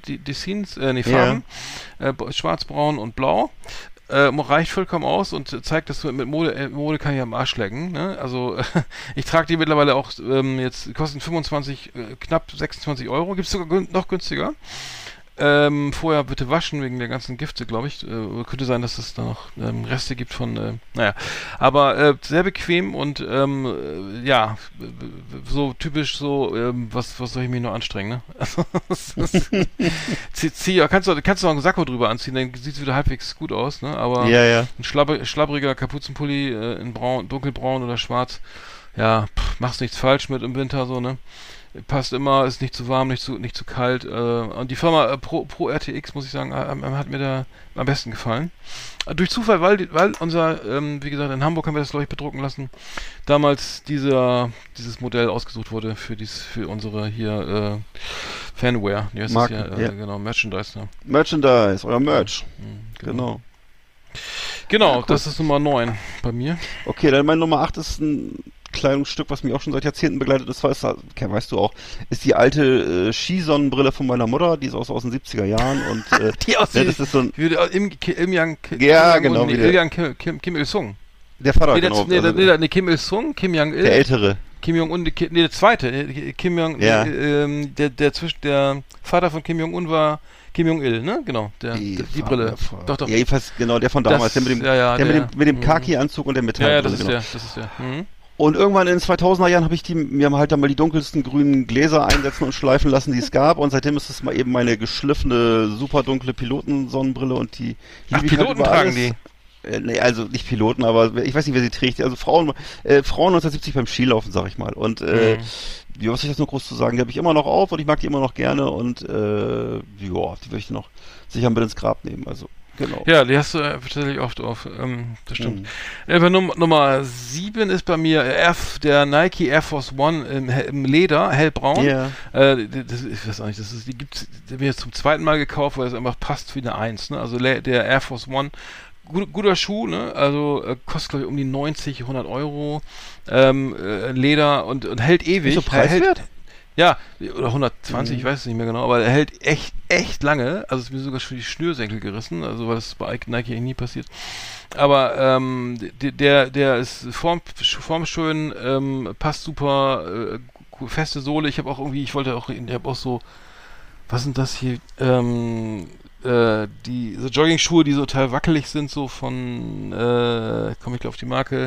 Farben, schwarz, braun und blau. Reicht vollkommen aus und zeigt, dass du mit Mode kann ich am Arsch lecken. Ne? Also ich trage die mittlerweile auch, jetzt kosten 25, knapp 26 €. Gibt es sogar noch günstiger. Vorher bitte waschen wegen der ganzen Gifte, glaube ich. Könnte sein, dass es da noch Reste gibt von, aber sehr bequem und so typisch so, was soll ich mich nur anstrengen, ne? Also, kannst du auch einen Sakko drüber anziehen, dann sieht es wieder halbwegs gut aus, ne? Aber ein schlabbriger Kapuzenpulli in braun, dunkelbraun oder schwarz, machst nichts falsch mit im Winter so, ne? Passt immer, ist nicht zu warm, nicht zu kalt. Und die Firma Pro RTX, muss ich sagen, hat mir da am besten gefallen. Durch Zufall, weil unser, wie gesagt, in Hamburg haben wir das, glaube ich, bedrucken lassen, damals dieses Modell ausgesucht wurde für unsere hier Fanware. Wie heißt das hier? Genau, Merchandise. Ne? Merchandise, euer Merch. Genau. Genau, das ist Nummer 9 bei mir. Okay, dann meine Nummer 8 ist ein Kleidungsstück, was mich auch schon seit Jahrzehnten begleitet ist, weißt du auch, ist die alte Skisonnenbrille von meiner Mutter, die ist aus den 70er Jahren und die aus das ist so ein Kim Il-sung. Der Vater, genau. Kim Il-sung, Kim Jong-il. Der Ältere. Kim Jong-un, der Zweite. Kim Jong, der Vater von Kim Jong-un war Kim Jong-il, ne? Genau, die Brille. Doch. Ja, jedenfalls, genau, der von damals, der mit dem Kaki-Anzug und der Metallbrille. Ja, das ist der. Mhm. Und irgendwann in den 2000er Jahren habe ich mir halt dann mal die dunkelsten grünen Gläser einsetzen und schleifen lassen, die es gab. Und seitdem ist es mal eben meine geschliffene, super dunkle Pilotensonnenbrille und die... Piloten tragen die? Nee, also nicht Piloten, aber ich weiß nicht, wer sie trägt. Also Frauen 1970 beim Skilaufen, sag ich mal. Und ja, was soll ich jetzt nur groß zu sagen? Die habe ich immer noch auf und ich mag die immer noch gerne und ja, die würde ich noch sicher mit ins Grab nehmen. Also genau. Ja, die hast du tatsächlich oft auf. Das stimmt. Nummer 7 ist bei mir der Nike Air Force One im Leder, hellbraun. Ja. Ich weiß auch nicht, die gibt's, die habe ich jetzt zum zweiten Mal gekauft, weil es einfach passt wie eine 1. Ne? Also der Air Force One. Guter Schuh, ne? Also kostet glaube ich um die 90, 100 Euro Leder und hält ewig. Ist so preiswert? Ja, oder 120, ich weiß es nicht mehr genau, aber er hält echt lange. Also es ist mir sogar schon die Schnürsenkel gerissen, also weil das bei Nike eigentlich nie passiert. Aber der ist formschön, passt super, feste Sohle. Ich habe auch so, was sind das hier? So Jogging-Schuhe, die so total wackelig sind, so von, komme ich glaube auf die Marke.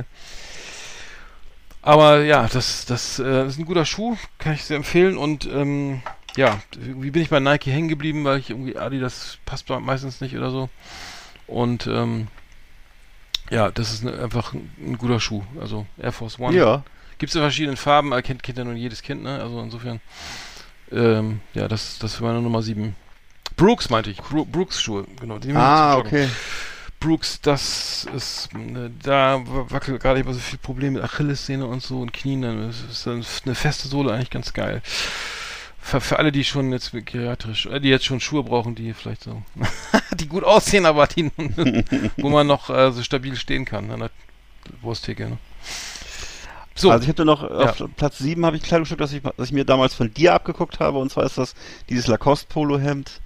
Aber ja, das ist ein guter Schuh, kann ich sehr empfehlen und ja, wie bin ich bei Nike hängen geblieben, weil ich irgendwie Adidas passt meistens nicht oder so. Und ja, das ist einfach ein guter Schuh, also Air Force One. Ja. Gibt es in verschiedenen Farben, kennt ja nun jedes Kind, ne? Also insofern, ja, das war meine Nummer 7. Brooks meinte ich, Brooks Schuhe, genau. Okay. Brooks, das ist, da wackelt gerade immer so viel Probleme mit Achillessehne und so und Knien, dann ist eine feste Sohle eigentlich ganz geil. Für alle, die schon jetzt die jetzt schon Schuhe brauchen, die vielleicht so, die gut aussehen, aber die, wo man noch so stabil stehen kann an der Wursttheke, ne? So. Also ich habe noch auf Platz 7 habe ich ein Kleidungsstück, das ich mir damals von dir abgeguckt habe, und zwar ist das dieses Lacoste Polohemd.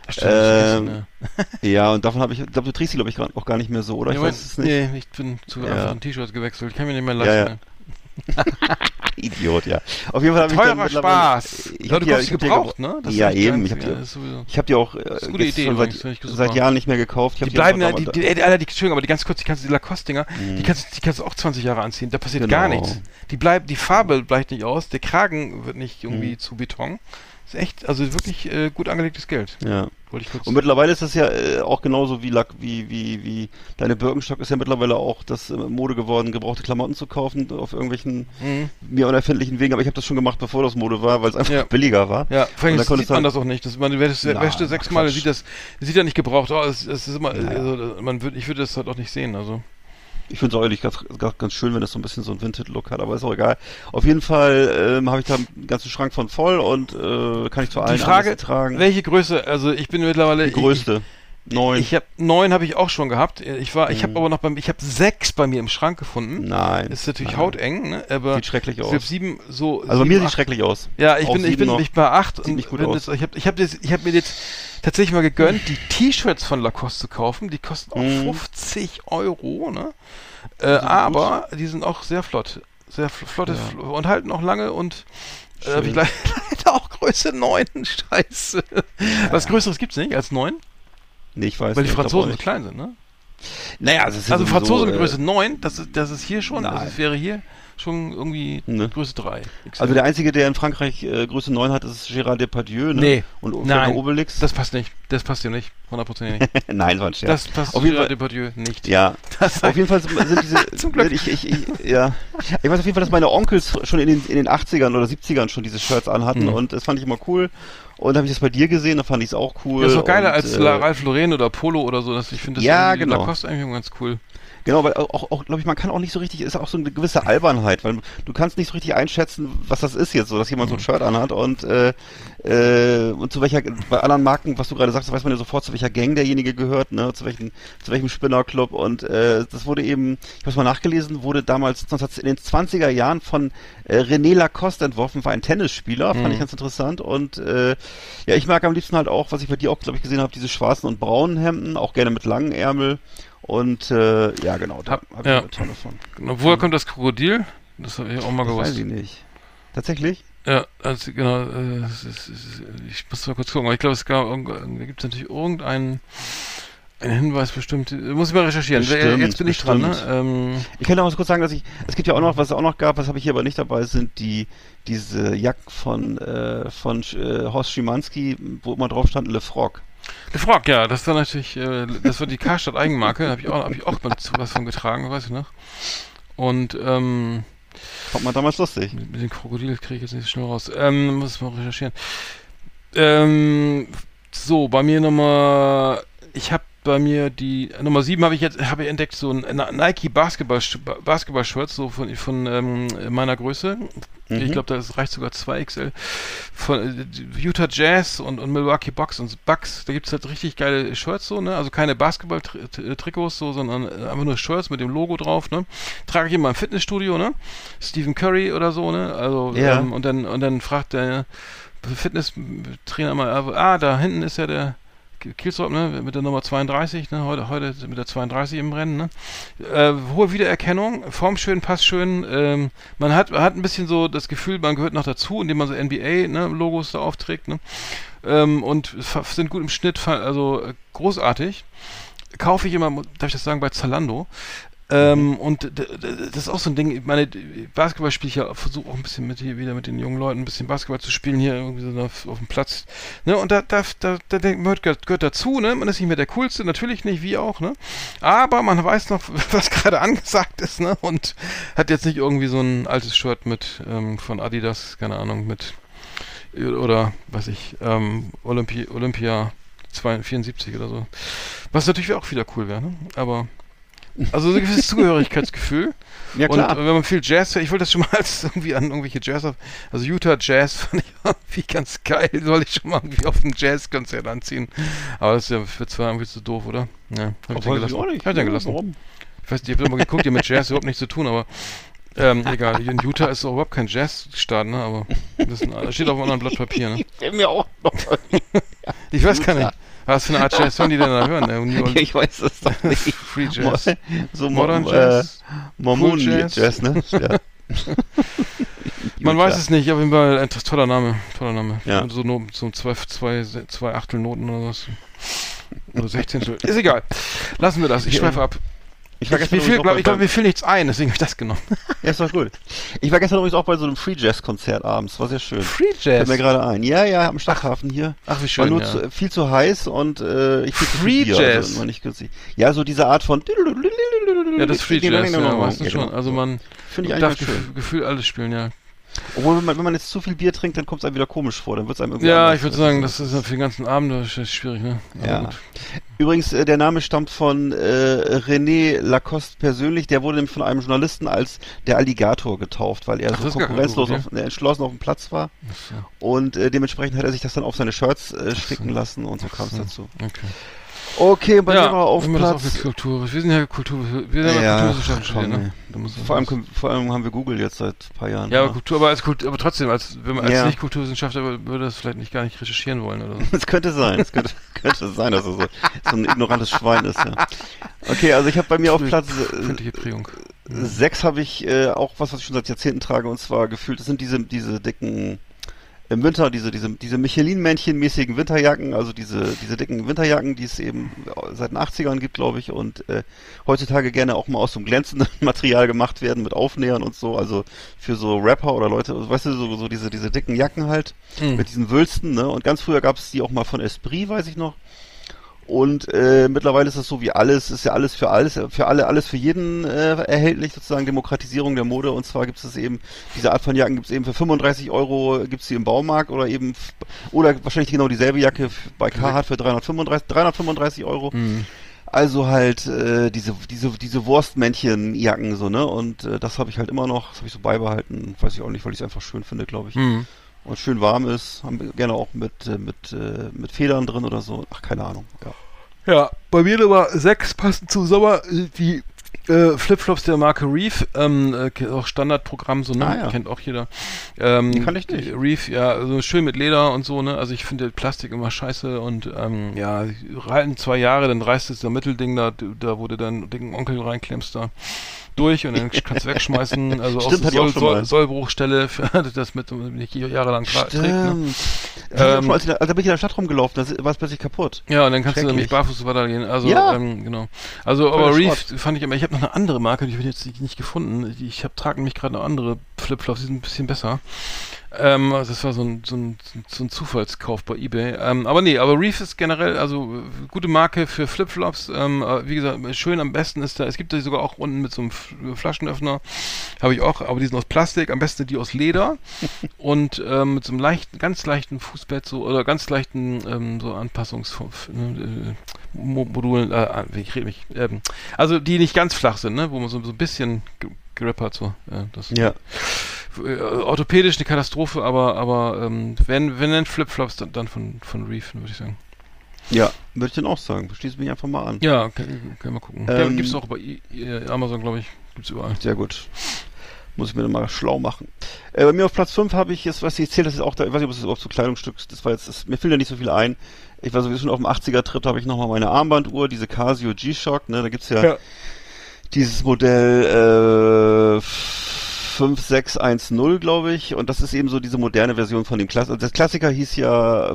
Ja, und davon habe ich glaube, du trägst die glaube ich auch gar nicht mehr so, oder? Ich weiß es nicht. Nee, ich bin zu einfach ein T-Shirt gewechselt. Ich kann mir nicht mehr leisten. Ja. Idiot, ja. Auf jeden Fall habe ich teurer Spaß. Du hast die gebraucht, ne? Ja, eben. Ich habe die auch gute Idee, schon seit Jahren nicht mehr gekauft. Die bleiben ja, Entschuldigung, aber die ganz kurz, die Lacoste-Dinger, die kannst du auch 20 Jahre anziehen. Da passiert gar nichts. Die Farbe bleicht nicht aus, der Kragen wird nicht irgendwie zu Beton. Ist echt, also wirklich gut angelegtes Geld. Ja. Und mittlerweile ist das ja auch genauso wie deine Birkenstock ist ja mittlerweile auch das Mode geworden, gebrauchte Klamotten zu kaufen auf irgendwelchen mir unerfindlichen Wegen. Aber ich habe das schon gemacht, bevor das Mode war, weil es einfach billiger war. Ja, vor allem sieht man das auch nicht. Man wäscht 6-mal, sieht ja nicht gebraucht. Oh, es ist immer, also, ich würde das halt auch nicht sehen. Also. Ich finde es auch ehrlich ganz schön, wenn das so ein bisschen so einen Vintage-Look hat, aber ist auch egal. Auf jeden Fall habe ich da einen ganzen Schrank von voll und kann ich zu allen Die Frage, tragen. Welche Größe? Also ich bin mittlerweile... Die größte. 9. 9 habe ich auch schon gehabt. Ich habe aber noch ich habe 6 bei mir im Schrank gefunden. Nein. Ist natürlich hauteng, ne? Aber sieht schrecklich aus. 7 so. Also bei mir sieht schrecklich aus. Ja, ich bin bei 8 und nicht gut aus. Ich habe mir jetzt tatsächlich mal gegönnt, die T-Shirts von Lacoste zu kaufen. Die kosten auch 50 Euro, ne? Aber die sind auch sehr flott. Sehr flotte und halten auch lange und ich leider auch Größe 9. Scheiße. Was Größeres gibt's nicht als 9? Nee, ich weiß Weil die Franzosen so klein sind, ne? Naja, also Franzosen Größe 9, das ist hier schon, das wäre hier schon irgendwie Größe 3. Also der Einzige, der in Frankreich Größe 9 hat, ist Gérard Depardieu, ne? Nee. Und Obelix. Das passt nicht. Das passt dir nicht. 100% nicht. Nein, war ein Scherz. Das passt Gérard Depardieu nicht. Ja. Auf jeden Fall sind diese... Zum Glück. Ich weiß auf jeden Fall, dass meine Onkels schon in den 80ern oder 70ern schon diese Shirts anhatten und das fand ich immer cool. Und habe ich das bei dir gesehen, da fand ich es auch cool. Das ist doch geiler als Ralph Lauren oder Polo oder so. Ich finde das Lacoste eigentlich ganz cool. Genau, weil auch glaube ich, man kann auch nicht so richtig, ist auch so eine gewisse Albernheit, weil du kannst nicht so richtig einschätzen, was das ist jetzt, so dass jemand so ein Shirt anhat und Und bei anderen Marken, was du gerade sagst, weiß man ja sofort, zu welcher Gang derjenige gehört, ne, zu welchem Spinnerclub. Und das wurde eben, ich habe es mal nachgelesen, wurde damals in den 20er Jahren von René Lacoste entworfen, war ein Tennisspieler, fand ich ganz interessant. Und ja, ich mag am liebsten halt auch, was ich bei dir auch, glaube ich, gesehen habe, diese schwarzen und braunen Hemden, auch gerne mit langen Ärmel. Und ja, genau, da hab ich eine Tonne von. Genau. Woher kommt das Krokodil? Das habe ich auch mal gewusst. Weiß ich nicht. Tatsächlich? Ja, also genau, ich muss mal kurz gucken, aber ich glaube, da gibt es natürlich irgendeinen Hinweis bestimmt, muss ich mal recherchieren. Bestimmt, jetzt bin ich dran, ne? Ich kann auch kurz sagen, es gibt ja auch noch, was es auch noch gab, was habe ich hier aber nicht dabei, sind diese Jacken von Horst Schimanski, wo immer drauf stand Le Frog. Le Frog, ja, das war natürlich, das war die Karstadt Eigenmarke, da habe ich auch mal was von getragen, weiß ich noch. Und, fand man damals lustig. Mit den Krokodil kriege ich jetzt nicht so schnell raus. Muss mal recherchieren. So, bei mir ich habe bei mir die Nummer 7 habe ich entdeckt, so ein Nike Basketball-Shirts, so von meiner Größe. Ich glaube, das reicht sogar 2XL. Von Utah Jazz und Milwaukee Bucks. Da gibt es halt richtig geile Shirts, so, ne? Also keine Basketball-Trikots, so, sondern einfach nur Shirts mit dem Logo drauf, ne? Trage ich immer im Fitnessstudio, ne? Stephen Curry oder so, ne? Also, ja. Und dann fragt der Fitnesstrainer mal, da hinten ist ja der Kielsorb, ne, mit der Nummer 32, ne, heute mit der 32 im Rennen, ne. Hohe Wiedererkennung, Form schön, Pass schön, man hat ein bisschen so das Gefühl, man gehört noch dazu, indem man so NBA, ne, Logos da aufträgt, ne, und sind gut im Schnitt, also großartig. Kaufe ich immer, darf ich das sagen, bei Zalando. Und das ist auch so ein Ding, ich meine, Basketball spiele ich ja, versuche auch ein bisschen wieder mit den jungen Leuten ein bisschen Basketball zu spielen, hier irgendwie so auf dem Platz, ne, und da gehört dazu, ne, man ist nicht mehr der Coolste, natürlich nicht, wie auch, ne, aber man weiß noch, was gerade angesagt ist, ne, und hat jetzt nicht irgendwie so ein altes Shirt von Adidas, keine Ahnung, oder, weiß ich, Olympia 74 oder so, was natürlich auch wieder cool wäre, ne, aber also so ein gewisses Zugehörigkeitsgefühl. Ja, klar. Und wenn man viel Jazz hört, ich wollte das schon mal irgendwie an irgendwelche Jazz, also Utah Jazz fand ich irgendwie ganz geil, soll ich schon mal irgendwie auf ein Jazzkonzert anziehen. Aber das ist ja für zwei irgendwie zu doof, oder? Ja, hab ich den gelassen. Warum? Ich weiß nicht, ich habe immer geguckt, die mit Jazz überhaupt nichts zu tun, aber egal, in Utah ist auch überhaupt kein Jazzstaat, ne, aber das steht auf einem anderen Blatt Papier, ne? Ich mir auch noch. Ich weiß gar nicht. Was für eine Art Jazz hören die denn da hören? Ich weiß es doch nicht. Free Jazz. So Modern Jazz. Mormonen-Jazz, ne? Ja. Man weiß es nicht, auf jeden Fall ein toller Name. Ja. So zwei Achtelnoten oder was. Oder 16. Ist egal. Lassen wir das. Ich schweife ab. Mir fiel nichts ein, deswegen habe ich das genommen. Ja, ist doch gut. Ich war gestern übrigens auch bei so einem Free Jazz Konzert abends, war sehr schön. Free Jazz? Fällt mir gerade ein. Ja, am Stadthafen hier. Ach, wie schön, war nur viel zu heiß und ich viel zu Free Bier, Jazz? Also nicht günstig. Ja, so diese Art von ja, das Free Jazz, ja, meistens schon. Also man darf Gefühl alles spielen, ja. Obwohl, wenn man jetzt zu viel Bier trinkt, dann kommt es einem wieder komisch vor. Dann wird es einem irgendwie anders. Ich würde sagen, das ist für den ganzen Abend schwierig, ne? Ja. Gut. Übrigens, der Name stammt von René Lacoste persönlich. Der wurde nämlich von einem Journalisten als der Alligator getauft, weil er so konkurrenzlos entschlossen auf dem Platz war. Und dementsprechend hat er sich das dann auf seine Shirts stricken lassen und so kam es dazu. Okay, bei mir war auf Platz... Wir sind ja Kulturwissenschaften, ne? Vor allem haben wir Google jetzt seit ein paar Jahren. Ja, aber aber trotzdem, wenn man als Nicht-Kulturwissenschaftler würde das vielleicht gar nicht recherchieren wollen oder so. Es könnte sein, dass er so ein ignorantes Schwein ist, ja. Okay, also ich habe bei mir auf Platz 6 habe ich auch was ich schon seit Jahrzehnten trage, und zwar gefühlt, das sind diese dicken... Im Winter diese Michelin-Männchen-mäßigen Winterjacken, also diese dicken Winterjacken, die es eben seit den 80ern gibt, glaube ich, und heutzutage gerne auch mal aus so einem glänzenden Material gemacht werden mit Aufnähern und so, also für so Rapper oder Leute, weißt du, so diese dicken Jacken halt, mit diesen Wülsten, ne, und ganz früher gab es die auch mal von Esprit, weiß ich noch. Und mittlerweile ist es so wie alles, ist ja alles für alle, alles für jeden erhältlich, sozusagen Demokratisierung der Mode. Und zwar gibt es eben, diese Art von Jacken gibt es eben für 35 € gibt's die im Baumarkt oder wahrscheinlich genau dieselbe Jacke bei Carhartt für 335 €. Also halt diese Wurstmännchen-Jacken so, ne? Und das habe ich halt immer noch, das habe ich so beibehalten, weiß ich auch nicht, weil ich es einfach schön finde, glaube ich. und schön warm ist. Haben wir gerne auch mit Federn drin oder so. Ach, keine Ahnung. Ja, Ja, bei mir Nummer 6 passen zum Sommer die Flipflops der Marke Reef, auch Standardprogramm, so, ne? Ah, ja. Kennt auch jeder. Die kann ich nicht. Reef, ja, also schön mit Leder und so, ne? Also ich finde Plastik immer scheiße und ja, halten 2 Jahre, dann reißt es der Mittelding da wo du dann den Onkel reinklemmst da durch und dann kannst du wegschmeißen. Also Stimmt, hatte ich auch schon mal. Sollbruchstelle, für das mit nicht jahrelang trägt. Ne? Da bin ich in der Stadt rumgelaufen, da war es plötzlich kaputt. Ja, und dann kannst du Schrecklich. nämlich barfuß weitergehen. Also, Ja. Genau. Also, Voller aber Reef Schrott. fand ich immer, ich habe noch eine andere Marke, die habe ich jetzt nicht gefunden. Trage nämlich gerade noch andere Flipflops, die sind ein bisschen besser. Das war so ein Zufallskauf bei eBay. Aber Reef ist generell, also gute Marke für Flipflops. Wie gesagt, schön am besten ist es gibt da sogar auch unten mit so einem Flaschenöffner. Habe ich auch, aber die sind aus Plastik, am besten die aus Leder. Und mit so einem ganz leichten Fußbett so oder ganz leichten so Modulen, ich rede mich, also die nicht ganz flach sind, ne, wo man so ein bisschen Grip hat, so, das. Ja. Orthopädisch eine Katastrophe, aber wenn Flipflops, dann von Reef, würde ich sagen. Ja, würde ich dann auch sagen. Schließe mich einfach mal an. Ja, können wir mal gucken. Gibt's auch bei Amazon, glaube ich, gibt's überall. Sehr gut. Muss ich mir dann mal schlau machen. Bei mir auf Platz 5 habe ich jetzt, was ich zähle, das ist auch da, ich weiß nicht, ob es auch so Kleidungsstück ist, mir fiel da nicht so viel ein. Ich war sowieso schon auf dem 80er-Trip, da habe ich nochmal meine Armbanduhr, diese Casio G-Shock, ne, da gibt's ja dieses Modell 5610, glaube ich, und das ist eben so diese moderne Version von dem Klassiker. Also das Klassiker hieß ja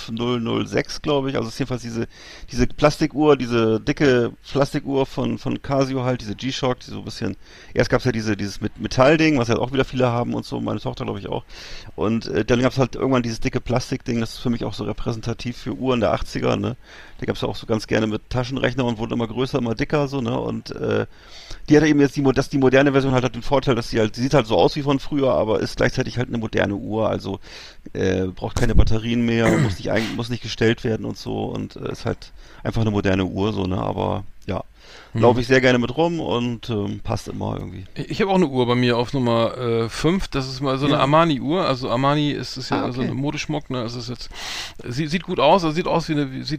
5006, glaube ich, also ist jedenfalls diese Plastikuhr, diese dicke Plastikuhr von Casio halt, diese G-Shock, die so ein bisschen, erst gab's ja dieses Metallding, was ja auch wieder viele haben und so, meine Tochter glaube ich auch, und dann gab's halt irgendwann dieses dicke Plastikding, das ist für mich auch so repräsentativ für Uhren der 80er, ne, da gab's ja auch so ganz gerne mit Taschenrechner und wurde immer größer, immer dicker, so, ne, und die hat eben jetzt die moderne Version hat den Vorteil, dass sie sieht halt so aus wie von früher, aber ist gleichzeitig halt eine moderne Uhr, also braucht keine Batterien mehr, muss nicht gestellt werden und so und ist halt einfach eine moderne Uhr, so, ne, aber ja, laufe ich sehr gerne mit rum und passt immer irgendwie. Ich habe auch eine Uhr bei mir auf Nummer 5, das ist mal so eine Armani-Uhr, also Armani ist ja so ein Modeschmuck, ne, es ist jetzt, sieht gut aus, also sieht aus wie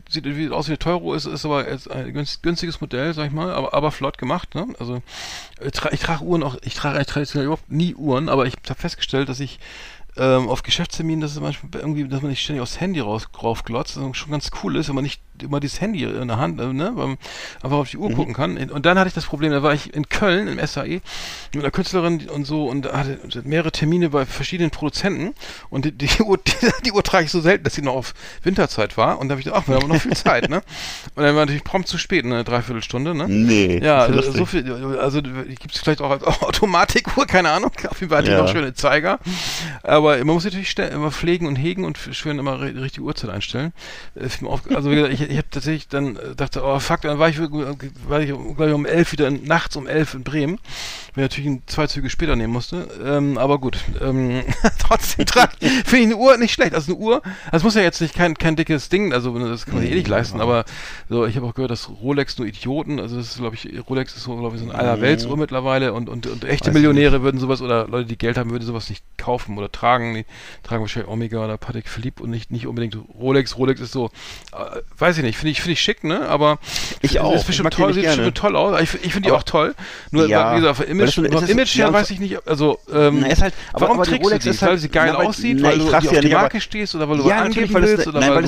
eine teure Uhr, ist aber jetzt ein günstiges Modell, sag ich mal, aber flott gemacht, ne, also ich trage Uhren auch, ich trage eigentlich traditionell überhaupt nie Uhren, aber ich habe festgestellt, dass ich auf Geschäftsterminen, dass es manchmal irgendwie, dass man nicht ständig aufs Handy raufglotzt, das schon ganz cool ist, wenn man nicht immer dieses Handy in der Hand, ne, weil man einfach auf die Uhr gucken kann. Und dann hatte ich das Problem, da war ich in Köln im SAE mit einer Künstlerin und so und hatte mehrere Termine bei verschiedenen Produzenten und die Uhr trage ich so selten, dass sie noch auf Winterzeit war und da habe ich gedacht, ach, wir haben noch viel Zeit, ne? Und dann war natürlich prompt zu spät, eine Dreiviertelstunde, ne? Nee. Ja, so viel, also gibt es vielleicht auch als Automatikuhr, keine Ahnung, auf jeden Fall hat die noch schöne Zeiger, aber man muss natürlich immer pflegen und hegen und schön immer richtig Uhrzeit einstellen. Also wie gesagt, ich habe tatsächlich dann dachte, oh fuck, dann war ich glaube ich um 11 wieder nachts um 11 in Bremen, weil ich natürlich 2 Züge später nehmen musste. Aber gut, trotzdem finde ich eine Uhr nicht schlecht. Also eine Uhr, das muss ja jetzt nicht kein dickes Ding, also das kann man eh nicht leisten, aber so, ich habe auch gehört, dass Rolex nur Idioten, also das ist, glaube ich, Rolex ist so, glaube ich, so eine Allerweltsuhr mittlerweile und echte Millionäre würden sowas oder Leute, die Geld haben, würden sowas nicht kaufen oder tragen. Die tragen wahrscheinlich Omega oder Patek Philippe und nicht unbedingt Rolex. Rolex ist so, weiß ich nicht, finde ich schick, ne? Aber ich auch. Ist bestimmt toll, sieht bestimmt toll aus. Ich finde die auch toll. Nur, wie gesagt, Image her weiß ich nicht, also, ist halt, warum trägst Rolex du die? Weil sie geil aussieht, weil du auf die Marke stehst oder weil du was angeben willst oder weil es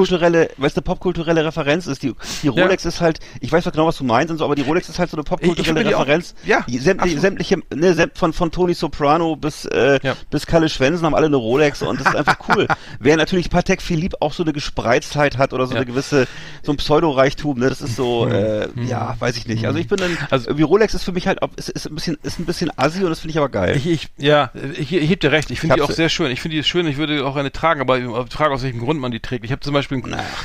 eine popkulturelle Referenz ist. Die Rolex ist halt, ich weiß doch genau, was du meinst und so, aber die Rolex ist halt so eine popkulturelle Referenz. Ja. Sämtliche, ne, von Tony Soprano bis Kalle Schwensen haben alle eine Rolex und das ist einfach cool. Wer natürlich Patek Philippe auch so eine Gespreiztheit hat oder so eine gewisse, so ein Pseudo-Reichtum, ne, das ist so, ja, weiß ich nicht. Also ich bin dann, wie Rolex ist für mich halt, ist ein bisschen assi und das finde ich aber geil. Ich heb dir recht, ich finde die auch sehr schön. Ich finde die schön, ich würde auch eine tragen, aber ich frage, aus welchem Grund man die trägt. Ich habe zum Beispiel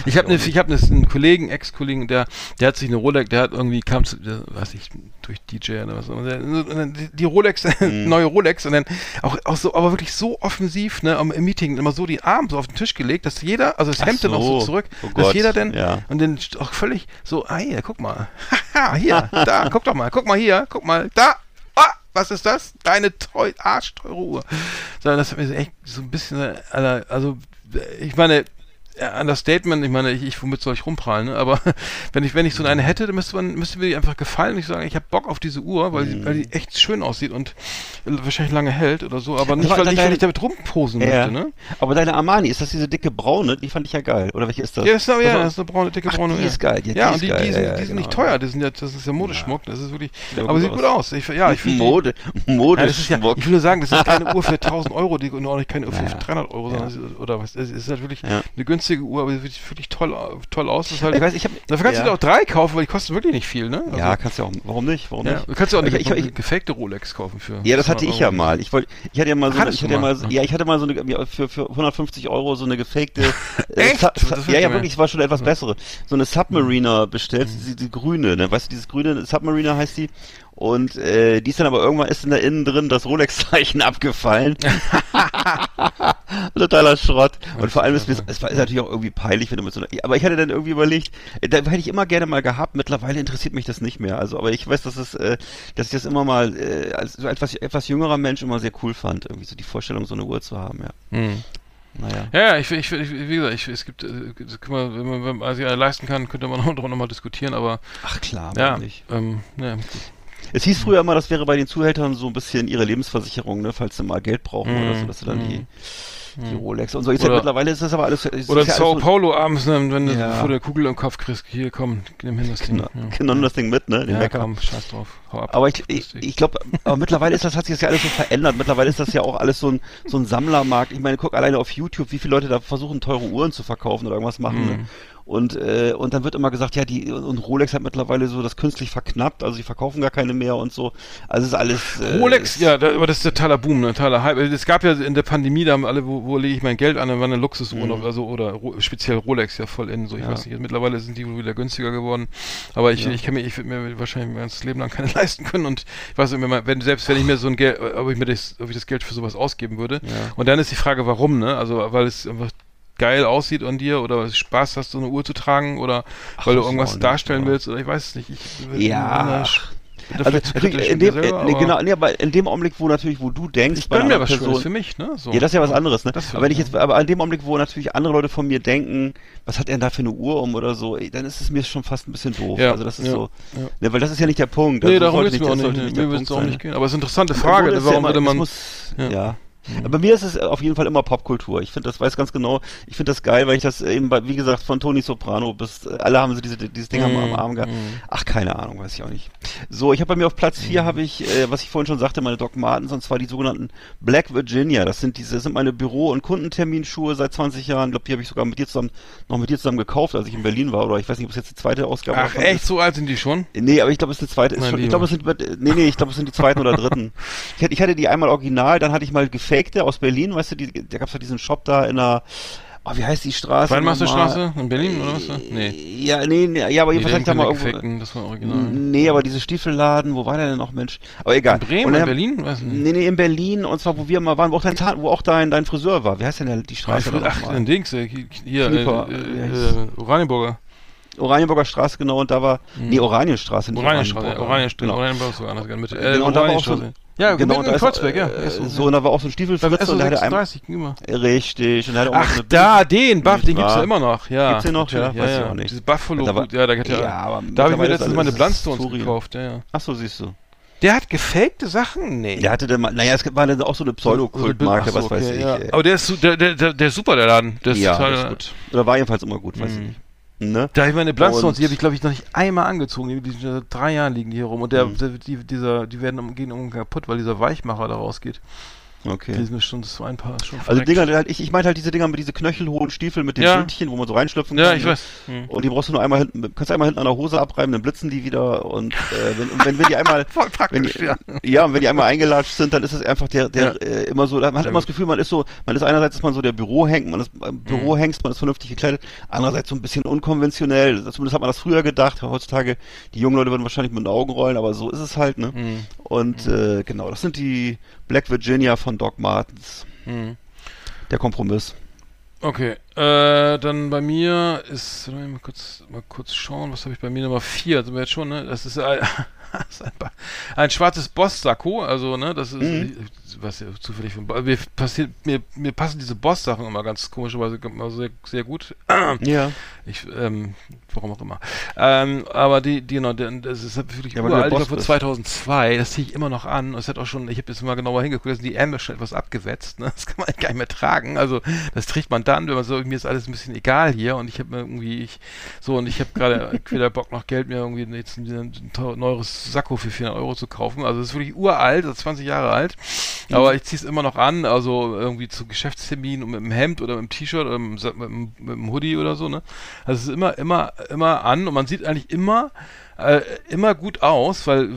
einen Kollegen, Ex-Kollegen, der hat sich eine Rolex, der hat irgendwie, weiß ich, durch DJ oder was, die Rolex, neue Rolex und dann auch so, aber wirklich so offensiv, ne, im Meeting immer so die Arme so auf den Tisch gelegt, dass jeder, also das Hemd dann auch so zurück, dass jeder dann, und dann auch völlig so, hier, guck mal, haha, hier, da, guck mal hier, guck mal, da, was ist das? Deine arschteure Uhr. Sondern das hat mir echt so ein bisschen, also ich meine, Understatement, ich meine, womit soll ich rumprallen, ne? Aber wenn ich so eine hätte, dann müsste mir die einfach gefallen und ich sagen, ich habe Bock auf diese Uhr, weil die echt schön aussieht und wahrscheinlich lange hält oder so, aber nicht, weil ich damit rumposen möchte, ne? Aber deine Armani, ist das diese dicke braune? Die fand ich ja geil. Oder welche ist das? Ja, das ist eine braune, dicke braune. Die ist geil. Die sind nicht teuer, das ist ja Modeschmuck, das ist wirklich, aber sieht gut aus. Ich finde Modeschmuck. ich würde sagen, das ist keine Uhr für 1.000 Euro, und auch nicht keine Uhr für 300 Euro, sondern oder was, es ist halt wirklich eine günstige Uhr, aber sieht wirklich toll aus. Das ist halt, dafür kannst du dir auch 3 kaufen, weil die kosten wirklich nicht viel, ne? Also, ja, kannst du auch. Warum nicht? Du kannst ja auch eine gefakte Rolex kaufen für. Ja, das hatte ich ja mal. Ich hatte ja mal so eine für 150 Euro so eine gefakte. Echt? Wirklich, es war schon etwas bessere. So eine Submariner bestellt, die grüne, ne? Weißt du, dieses grüne Submariner heißt die. Und die ist dann aber irgendwann ist da innen drin das Rolex-Zeichen abgefallen. Totaler Schrott. Und vor allem ist natürlich auch irgendwie peinlich, wenn du mit so einer. Aber ich hatte dann irgendwie überlegt, da hätte ich immer gerne mal gehabt. Mittlerweile interessiert mich das nicht mehr. Also, aber ich weiß, dass ich das immer mal als so etwas jüngerer Mensch immer sehr cool fand, irgendwie so die Vorstellung, so eine Uhr zu haben. Ja. Naja. Ja, wie gesagt, es gibt, wenn man sich leisten kann, könnte man auch noch mal diskutieren, aber. Ach klar, nicht. Es hieß früher immer, das wäre bei den Zuhältern so ein bisschen ihre Lebensversicherung, ne, falls sie mal Geld brauchen oder so, dass sie dann die Rolex und so. Mittlerweile ist das aber alles. Oder in Sao Paulo abends, ne, wenn du vor der Kugel im Kopf kriegst, hier komm, nimm hin das Ding. Nimm das Ding mit, ne? Den Wecker. Komm, scheiß drauf, hau ab. Aber ich glaube, mittlerweile hat sich das ja alles so verändert. Mittlerweile ist das ja auch alles so ein Sammlermarkt. Ich meine, guck alleine auf YouTube, wie viele Leute da versuchen, teure Uhren zu verkaufen oder irgendwas machen. Ne? Und dann wird immer gesagt, ja, und Rolex hat mittlerweile so das künstlich verknappt, also die verkaufen gar keine mehr und so. Also es ist alles. Rolex, aber das ist totaler Boom, ne, totaler Hype. Es gab ja in der Pandemie, da haben alle, wo lege ich mein Geld an, dann war eine Luxusuhr noch, also oder speziell Rolex ja voll in, so ich weiß nicht. Mittlerweile sind die wohl wieder günstiger geworden. Aber ich würde mir wahrscheinlich mein ganzes Leben lang keine leisten können und ich weiß nicht, wenn ich mir so ein Geld, ob ich das Geld für sowas ausgeben würde. Ja. Und dann ist die Frage, warum, ne? Also weil es einfach geil aussieht an dir oder Spaß hast, so eine Uhr zu tragen oder weil du irgendwas darstellen willst oder ich weiß es nicht. Also aber in dem Augenblick, wo du denkst, ich gönn mir was Schönes für mich, ne? So. Ja, das ist ja was anderes, ne? Aber an dem Augenblick, wo natürlich andere Leute von mir denken, was hat er denn da für eine Uhr um oder so, dann ist es mir schon fast ein bisschen doof. Ja, also das ist so, ne, weil das ist ja nicht der Punkt. Nee, darum ist es mir auch nicht. Mir wird es auch nicht gehen. Aber es ist eine interessante Frage, warum würde man... Aber bei mir ist es auf jeden Fall immer Popkultur. Ich finde, das weiß ganz genau, ich finde das geil, weil ich das eben, wie gesagt, von Tony Soprano bis, alle haben so dieses Ding am Arm gehabt. Ach, keine Ahnung, weiß ich auch nicht. So, ich habe bei mir auf Platz 4 habe ich, was ich vorhin schon sagte, meine Doc Martens, und zwar die sogenannten Black Virginia. Das sind meine Büro- und Kundenterminschuhe seit 20 Jahren. Ich glaube, die habe ich sogar mit dir zusammen gekauft, als ich in Berlin war, oder ich weiß nicht, ob es jetzt die zweite Ausgabe ist. Ach, echt? So alt sind die schon? Nee, aber ich glaube, es ist die zweite. Ich glaube, es sind die zweiten oder dritten. Ich hatte die einmal original, dann hatte ich mal gefakte aus Berlin, weißt du, da gab's ja diesen Shop da in einer, wie heißt die Straße? Weinmeisterstraße in Berlin oder was? Nee. Ja, aber jedenfalls hatte ich da mal irgendwo. Das war original. Nee, aber diese Stiefelladen, wo war der denn noch, Mensch? Aber egal. In Bremen, in Berlin? Weiß nicht. Nee, in Berlin, und zwar, wo wir mal waren, wo auch dein Friseur war. Wie heißt denn die Straße? Ein Dings, hier, Oranienburger Straße, genau, und da war, Oranienstraße, nicht Oranienstraße, genau. Oranienburg sogar anders, Mitte. Und da war auch so, ja, genau, in Kreuzberg, ja. So, und da war auch so ein Stiefelfritz und da hatte einer. Richtig, und da hatte auch den Buff, den gibt's ja immer noch, ja. Gibt's den noch, ja? Weiß ich auch nicht. Dieses Buffalo, da habe ich mir letztens meine Blundstones gekauft, ja. Ach so, siehst du. Der hat gefakte Sachen? Nee. Der hatte es war dann auch so eine Pseudo-Kultmarke, was weiß ich. Aber der ist super, der Laden. Der ist gut. Oder war jedenfalls immer gut, weiß ich nicht. Ne? Da habe ich meine Blundstones, die habe ich glaube ich noch nicht einmal angezogen, die seit 3 Jahren liegen die hier rum und die gehen kaputt, weil dieser Weichmacher da rausgeht. Okay. Die sind schon so ein paar schon also Dinger, ich meine halt diese Dinger mit diese knöchelhohen Stiefel mit den Schildchen, wo man so reinschlüpfen kann. Ja, ich weiß. Und die brauchst du nur einmal kannst einmal hinten an der Hose abreiben, dann blitzen die wieder und wenn die einmal voll praktisch, und wenn die einmal eingelatscht sind, dann ist es einfach immer so, man hat immer das Gefühl, man ist einerseits ist man so der Bürohengst, man ist vernünftig gekleidet, andererseits so ein bisschen unkonventionell, zumindest hat man das früher gedacht, heutzutage, die jungen Leute würden wahrscheinlich mit den Augen rollen, aber so ist es halt, ne? Und genau, das sind die Black Virginia von Doc Martens. Der Kompromiss. Okay. Dann bei mir ist, mal kurz schauen, was habe ich bei mir Nummer 4, sind wir jetzt schon, ne? Das ist ein schwarzes Boss-Sakko, also, ne, das ist, was ja zufällig von, mir passen diese Boss-Sachen immer ganz komischerweise immer sehr, sehr gut. Ja. Warum auch immer. Aber genau, das ist wirklich uralt, von 2002, das ziehe ich immer noch an. Das hat auch schon, ich habe jetzt mal genauer hingeguckt, da sind die Ärmel schon etwas abgewetzt, ne? Das kann man gar nicht mehr tragen. Also, das trägt man dann, wenn man so, mir ist alles ein bisschen egal hier und ich habe mir irgendwie, und ich habe gerade wieder Bock noch Geld, mir irgendwie jetzt ein neues Sakko für 400 Euro zu kaufen. Also, das ist wirklich uralt, das ist 20 Jahre alt. Aber ich ziehe es immer noch an, also irgendwie zu Geschäftsterminen und mit einem Hemd oder mit einem T-Shirt oder mit einem Hoodie oder so, ne? Also, es ist immer an und man sieht eigentlich immer gut aus, weil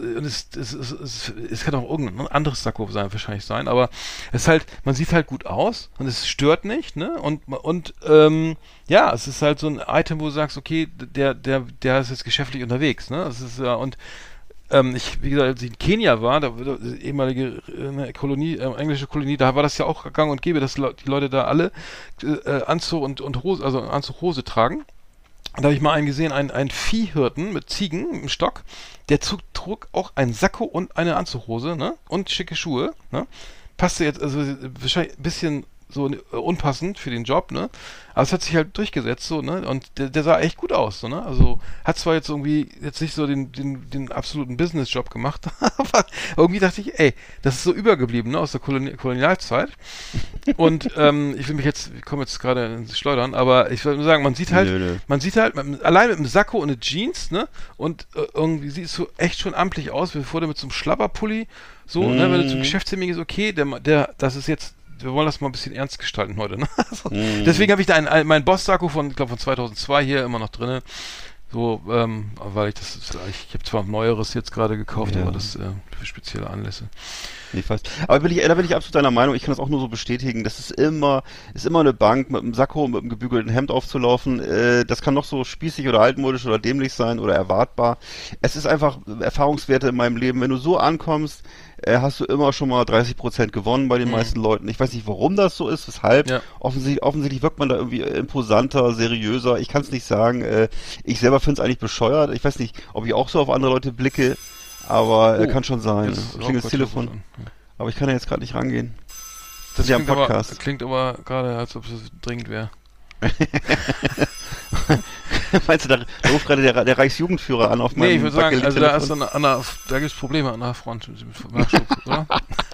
es kann auch irgendein anderes Sakko wahrscheinlich sein, aber man sieht halt gut aus und es stört nicht, ne? Und ja, es ist halt so ein Item, wo du sagst, okay, der ist jetzt geschäftlich unterwegs, ne? Das ist ja, wie gesagt, als ich in Kenia war, da ehemalige Kolonie, englische Kolonie, da war das ja auch gang und gäbe, dass die Leute da alle Anzug und Hose, also Anzug-Hose tragen. Und da habe ich mal einen gesehen, einen Viehhirten mit Ziegen im Stock, der trug auch ein Sakko und eine Anzughose, ne? Und schicke Schuhe, ne? Passte jetzt, also wahrscheinlich ein bisschen so unpassend für den Job, ne? Aber es hat sich halt durchgesetzt, so, ne? Und der sah echt gut aus, so, ne? Also hat zwar jetzt irgendwie jetzt nicht so den absoluten Business-Job gemacht, aber irgendwie dachte ich, ey, das ist so übergeblieben, ne? Aus der Kolonialzeit. Und ich komme jetzt gerade ins Schleudern, aber ich würde nur sagen, man sieht halt, allein mit einem Sakko und eine Jeans, ne? Und irgendwie sieht es so echt schon amtlich aus, bevor der mit so einem Schlabberpulli, so, ne? Wenn du zum Geschäftstermin gehst, okay, das ist jetzt, wir wollen das mal ein bisschen ernst gestalten heute, ne? Also, deswegen habe ich da mein Boss-Sakko von 2002 hier immer noch drinne. So, weil ich habe zwar ein neueres jetzt gerade gekauft, aber das für spezielle Anlässe. Nee, fast. Aber da bin ich absolut deiner Meinung. Ich kann das auch nur so bestätigen. Das ist immer eine Bank, mit einem Sakko, mit einem gebügelten Hemd aufzulaufen. Das kann noch so spießig oder altmodisch oder dämlich sein oder erwartbar. Es ist einfach Erfahrungswerte in meinem Leben. Wenn du so ankommst, hast du immer schon mal 30% gewonnen bei den meisten Leuten. Ich weiß nicht, warum das so ist, weshalb. Ja. Offensichtlich wirkt man da irgendwie imposanter, seriöser. Ich kann es nicht sagen. Ich selber finde es eigentlich bescheuert. Ich weiß nicht, ob ich auch so auf andere Leute blicke. Aber kann schon sein. Klingt das Telefon. Aber ich kann ja jetzt gerade nicht rangehen. Das ist ja ein Podcast. Das klingt aber gerade, als ob es dringend wäre. Meinst du, da ruft gerade der Reichsjugendführer an auf meinem ich würde sagen, also da gibt es Probleme an der Front, oder?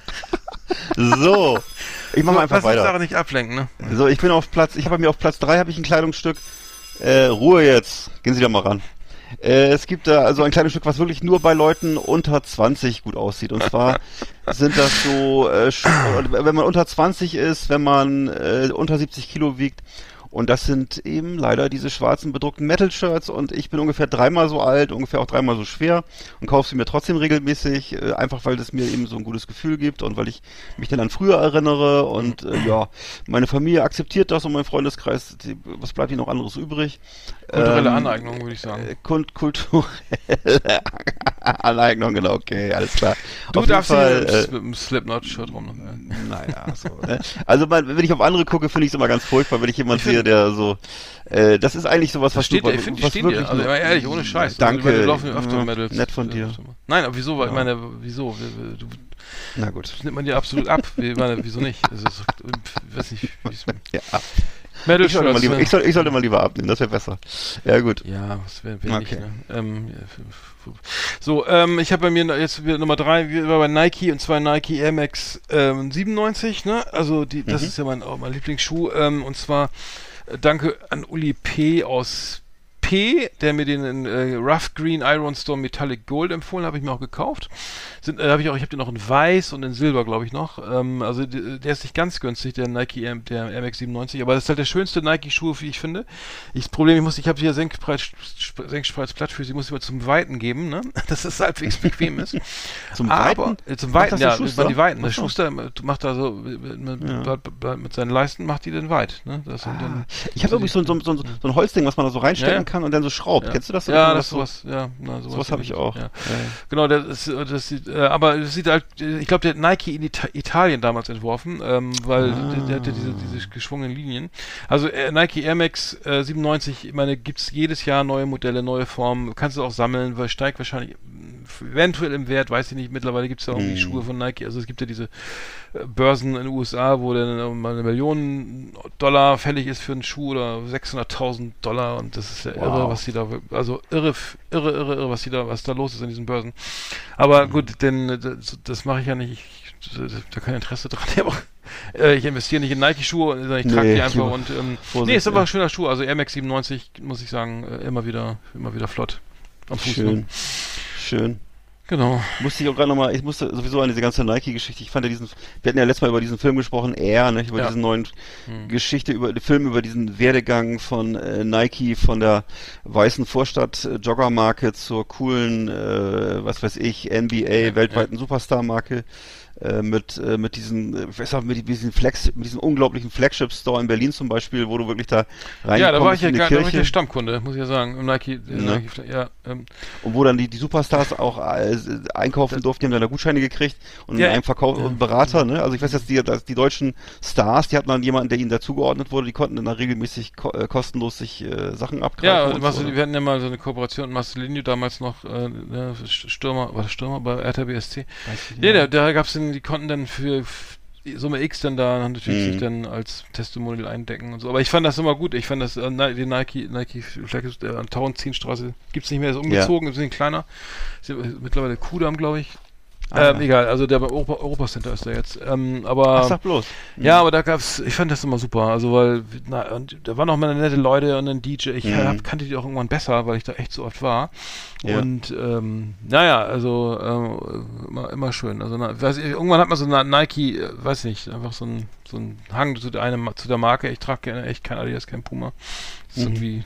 So, ich mach mal einfach weiter. Lass uns nicht ablenken, ne? So, ich habe bei mir auf Platz 3 ein Kleidungsstück. Ruhe jetzt, gehen Sie da mal ran. Es gibt da also ein kleines Stück, was wirklich nur bei Leuten unter 20 gut aussieht. Und zwar sind das so, wenn man unter 20 ist, wenn man unter 70 Kilo wiegt. Und das sind eben leider diese schwarzen bedruckten Metal-Shirts und ich bin ungefähr 3-mal so alt, ungefähr auch 3-mal so schwer und kaufe sie mir trotzdem regelmäßig, einfach weil das mir eben so ein gutes Gefühl gibt und weil ich mich dann an früher erinnere und meine Familie akzeptiert das und mein Freundeskreis, was bleibt hier noch anderes übrig? Kulturelle Aneignung, würde ich sagen. Kulturelle Aneignung, genau, okay, alles klar. Du darfst hier mit einem Slipknot-Shirt rum. Naja, so. Ne? Also wenn ich auf andere gucke, finde ich es immer ganz furchtbar, wenn ich jemanden sehe, der so, das ist eigentlich sowas, was steht dir, ich finde, steht dir. Also ehrlich, ohne Scheiß. Danke. Also, wir laufen öfter Medals. Nett von dir. Nein, aber wieso? Ich meine, wieso? Na gut. Das nimmt man dir absolut ab. Wieso nicht? Also, ich weiß nicht. Ja. Ich sollte mal lieber abnehmen, das wäre besser. Ja, gut. Ja, das wäre nicht, ne? So, ich habe bei mir jetzt Nummer 3, war bei Nike, und zwar Nike Air Max 97, ne? Also das ist ja mein Lieblingsschuh, und zwar danke an Uli P. aus P., der mir den in Rough Green Iron Storm Metallic Gold empfohlen, habe ich mir auch gekauft. Ich habe den noch in Weiß und in Silber, glaube ich, noch. Also der ist nicht ganz günstig, der Nike der Air Max 97, aber das ist halt der schönste Nike-Schuh, wie ich finde. Ich habe hier Senkspreizplattfüße, ich muss sie mal zum Weiten geben, ne? Dass es halbwegs bequem ist. Zum Weiten? Zum Weiten, ja, die Weiten. Der Schuster macht da so, mit seinen Leisten macht die den weit, ne? Ich habe irgendwie so ein Holzding, was man da so reinstecken kann dran und dann so schraubt. Kennst du das? Ja, das sowas, ja. Sowas habe ich auch. Ja. Genau, das sieht, aber das sieht halt, ich glaube, der hat Nike in Italien damals entworfen, weil der hatte diese geschwungenen Linien. Also Nike Air Max 97, ich meine, gibt's jedes Jahr neue Modelle, neue Formen, kannst du auch sammeln, weil steigt wahrscheinlich eventuell im Wert, weiß ich nicht, mittlerweile gibt's ja irgendwie Schuhe von Nike, also es gibt ja diese Börsen in den USA, wo dann mal $1 Million fällig ist für einen Schuh oder $600.000 und das ist ja irre, was die da, also irre, was da los ist an diesen Börsen. Aber gut, denn das mache ich ja nicht, ich da kein Interesse dran. Ich investiere nicht in Nike-Schuhe, ich trage die einfach und ist aber ein schöner Schuh, also Air Max 97, muss ich sagen, immer wieder flott am Fuß. Schön. Genau. Musste ich auch gerade nochmal, ich musste sowieso an diese ganze Nike-Geschichte, ich fand ja wir hatten ja letztes Mal über diesen Film gesprochen, ne, über diesen neuen Geschichte, über den Film, über diesen Werdegang von Nike, von der weißen Vorstadt-Jogger-Marke zur coolen, was weiß ich, NBA, weltweiten Superstar-Marke. Mit diesen unglaublichen Flagship-Store in Berlin zum Beispiel, wo du wirklich da reinkommst. Ja, da war ich ja da war ich der Stammkunde, muss ich ja sagen, im Nike, Und wo dann die Superstars auch einkaufen durften, die haben dann da Gutscheine gekriegt und einen Verkauf und Berater, ne? Also ich weiß jetzt, die deutschen Stars, die hatten dann jemanden, der ihnen dazugeordnet wurde, die konnten dann regelmäßig kostenlos sich Sachen abgreifen. Ja, und wir hatten ja mal so eine Kooperation mit Marcelinho damals noch, Stürmer bei RTL BSC. Da gab's die konnten dann für Summe X dann da natürlich sich dann als Testimonial eindecken und so. Aber ich fand das immer gut. Ich fand das, die Nike vielleicht an Tauentzienstraße gibt's nicht mehr, ist umgezogen, ist ein bisschen kleiner. Ist mittlerweile Kudamm, glaube ich. Egal, also der bei Europa Center ist der jetzt. Aber sag bloß. Ja, aber da ich fand das immer super. Also weil, und da waren auch mal nette Leute und ein DJ. Ich kannte die auch irgendwann besser, weil ich da echt so oft war. Ja. Und also immer schön. Also irgendwann hat man so eine Nike, weiß nicht, einfach so ein Hang zu der Marke. Ich trage gerne echt kein Adidas, kein Puma. Das ist irgendwie,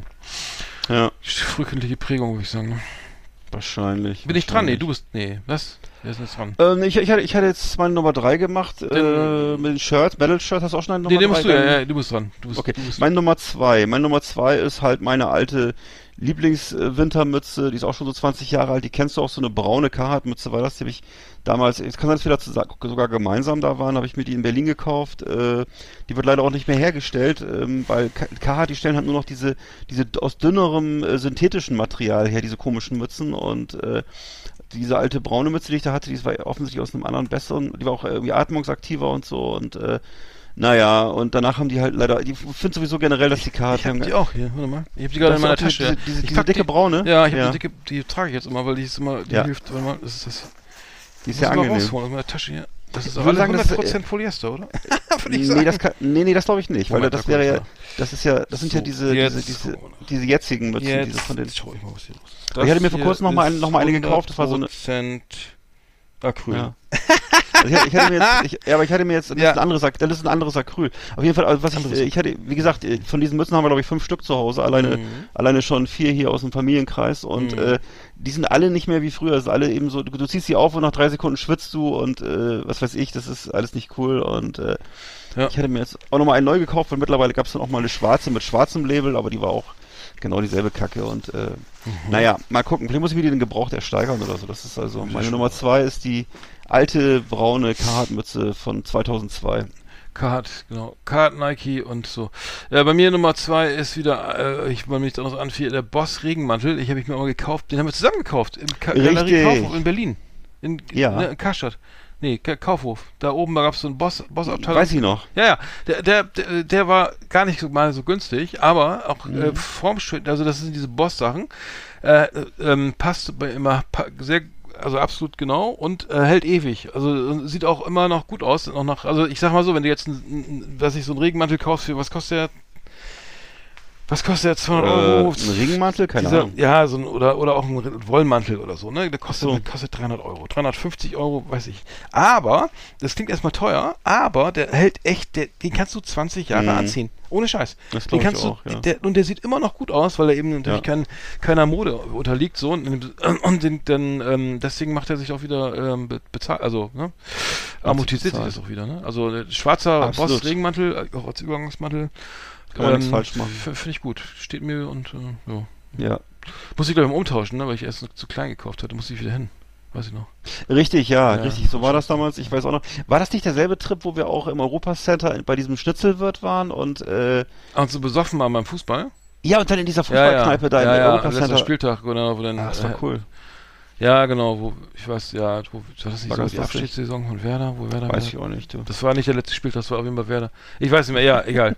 frühkindliche Prägung, würde ich sagen. Ne? Wahrscheinlich. Bin ich dran? Nee, du bist. Nee, was? Wer ist jetzt dran? Ich hatte jetzt meine Nummer 3 gemacht, mit dem Shirt. Metal-Shirt, hast du auch schon eine Nummer 3? Nee, den musst du, ja, du bist dran. Okay, meine Nummer 2. Meine Nummer 2 ist halt meine alte Lieblingswintermütze, die ist auch schon so 20 Jahre alt, die kennst du auch, so eine braune Carhartt-Mütze war das, die habe ich damals, es kann sein, dass wir da sogar gemeinsam da waren, habe ich mir die in Berlin gekauft, die wird leider auch nicht mehr hergestellt, weil Carhartt, die stellen halt nur noch diese aus dünnerem synthetischen Material her, diese komischen Mützen und diese alte braune Mütze, die ich da hatte, die war offensichtlich aus einem anderen besseren, die war auch irgendwie atmungsaktiver und so und und danach haben die halt leider, ich finde sowieso generell, dass die Carhartt haben. Ich hab die auch hier, warte mal. Ich hab die gerade in meiner Tasche. Diese dicke braune? Ja, ich hab die trage ich jetzt immer, weil die ist immer, die hilft, warte mal, das ist das. Die ist ja angenehm. Rausholen aus meiner Tasche hier. Das ist aber 100% Polyester, oder? Nee, das glaube ich nicht, weil das wäre ja, das sind ja diese jetzigen Mützen, diese von den. Schau ich mal, was hier los ist. Ich hatte mir vor kurzem noch mal eine gekauft, das war so eine Acryl. Ja. Also ich hatte mir jetzt, das ist ein anderes Acryl. Auf jeden Fall, also ich hatte, wie gesagt, von diesen Mützen haben wir, glaube ich, 5 Stück zu Hause, alleine schon 4 hier aus dem Familienkreis und die sind alle nicht mehr wie früher, das ist alle eben so, du ziehst sie auf und nach 3 Sekunden schwitzt du und was weiß ich, das ist alles nicht cool und ich hatte mir jetzt auch nochmal eine neu gekauft, weil mittlerweile gab es dann auch mal eine schwarze mit schwarzem Label, aber die war auch genau dieselbe Kacke und mal gucken, vielleicht muss ich mir den Gebrauch ersteigern oder so, das ist also, meine Nummer 2 ist die alte braune Carhartt-Mütze von 2002. Carhartt, genau. Carhartt, Nike und so. Ja, bei mir Nummer 2 ist wieder, weil mich da noch so anfiel, der Boss Regenmantel. Ich habe mir mal gekauft, den haben wir zusammen gekauft. Im Galerie Kaufhof in Berlin. In Karstadt. Nee, Kaufhof. Da oben gab es so einen Boss-Abteilung. Weiß ich noch. Ja. Der war gar nicht mal so günstig, aber auch formschön, also das sind diese Boss-Sachen. Passt immer sehr, also absolut genau und hält ewig. Also sieht auch immer noch gut aus. Also ich sag mal so, wenn du jetzt so einen Regenmantel kaufst, für was kostet der? Was kostet der? 200 Euro? Ein Regenmantel? Keine Ahnung. Ja, oder auch ein Wollmantel oder so, ne? Der kostet 300 Euro. 350 Euro, weiß ich. Aber, das klingt erstmal teuer, aber der hält echt, den kannst du 20 Jahre anziehen. Ohne Scheiß. Das glaube ich auch, ja. Der sieht immer noch gut aus, weil er eben natürlich keiner Mode unterliegt, so. Und deswegen macht er sich auch wieder bezahlt, also, ne? Amortisiert sich das auch wieder, ne? Also, schwarzer Boss Regenmantel, auch als Übergangsmantel. Kann man nichts falsch machen. Finde ich gut. Steht mir und ja. Ja. Muss ich glaube ich umtauschen, ne? Weil ich erst zu klein gekauft hatte. Muss ich wieder hin. Weiß ich noch. Richtig, ja, richtig. So war das damals. Ich weiß auch noch. War das nicht derselbe Trip, wo wir auch im Europacenter bei diesem Schnitzelwirt waren und so besoffen waren beim Fußball? Ja, und dann in dieser Fußballkneipe da im Europacenter. Letzter Spieltag, genau, wo dann. Das war cool. Ja, genau, wo, ich weiß, war das nicht so die Abschiedssaison von Werder? Weiß ich auch nicht, du. Das war nicht der letzte Spieltag, das war auf jeden Fall Werder. Ich weiß nicht mehr, ja, egal.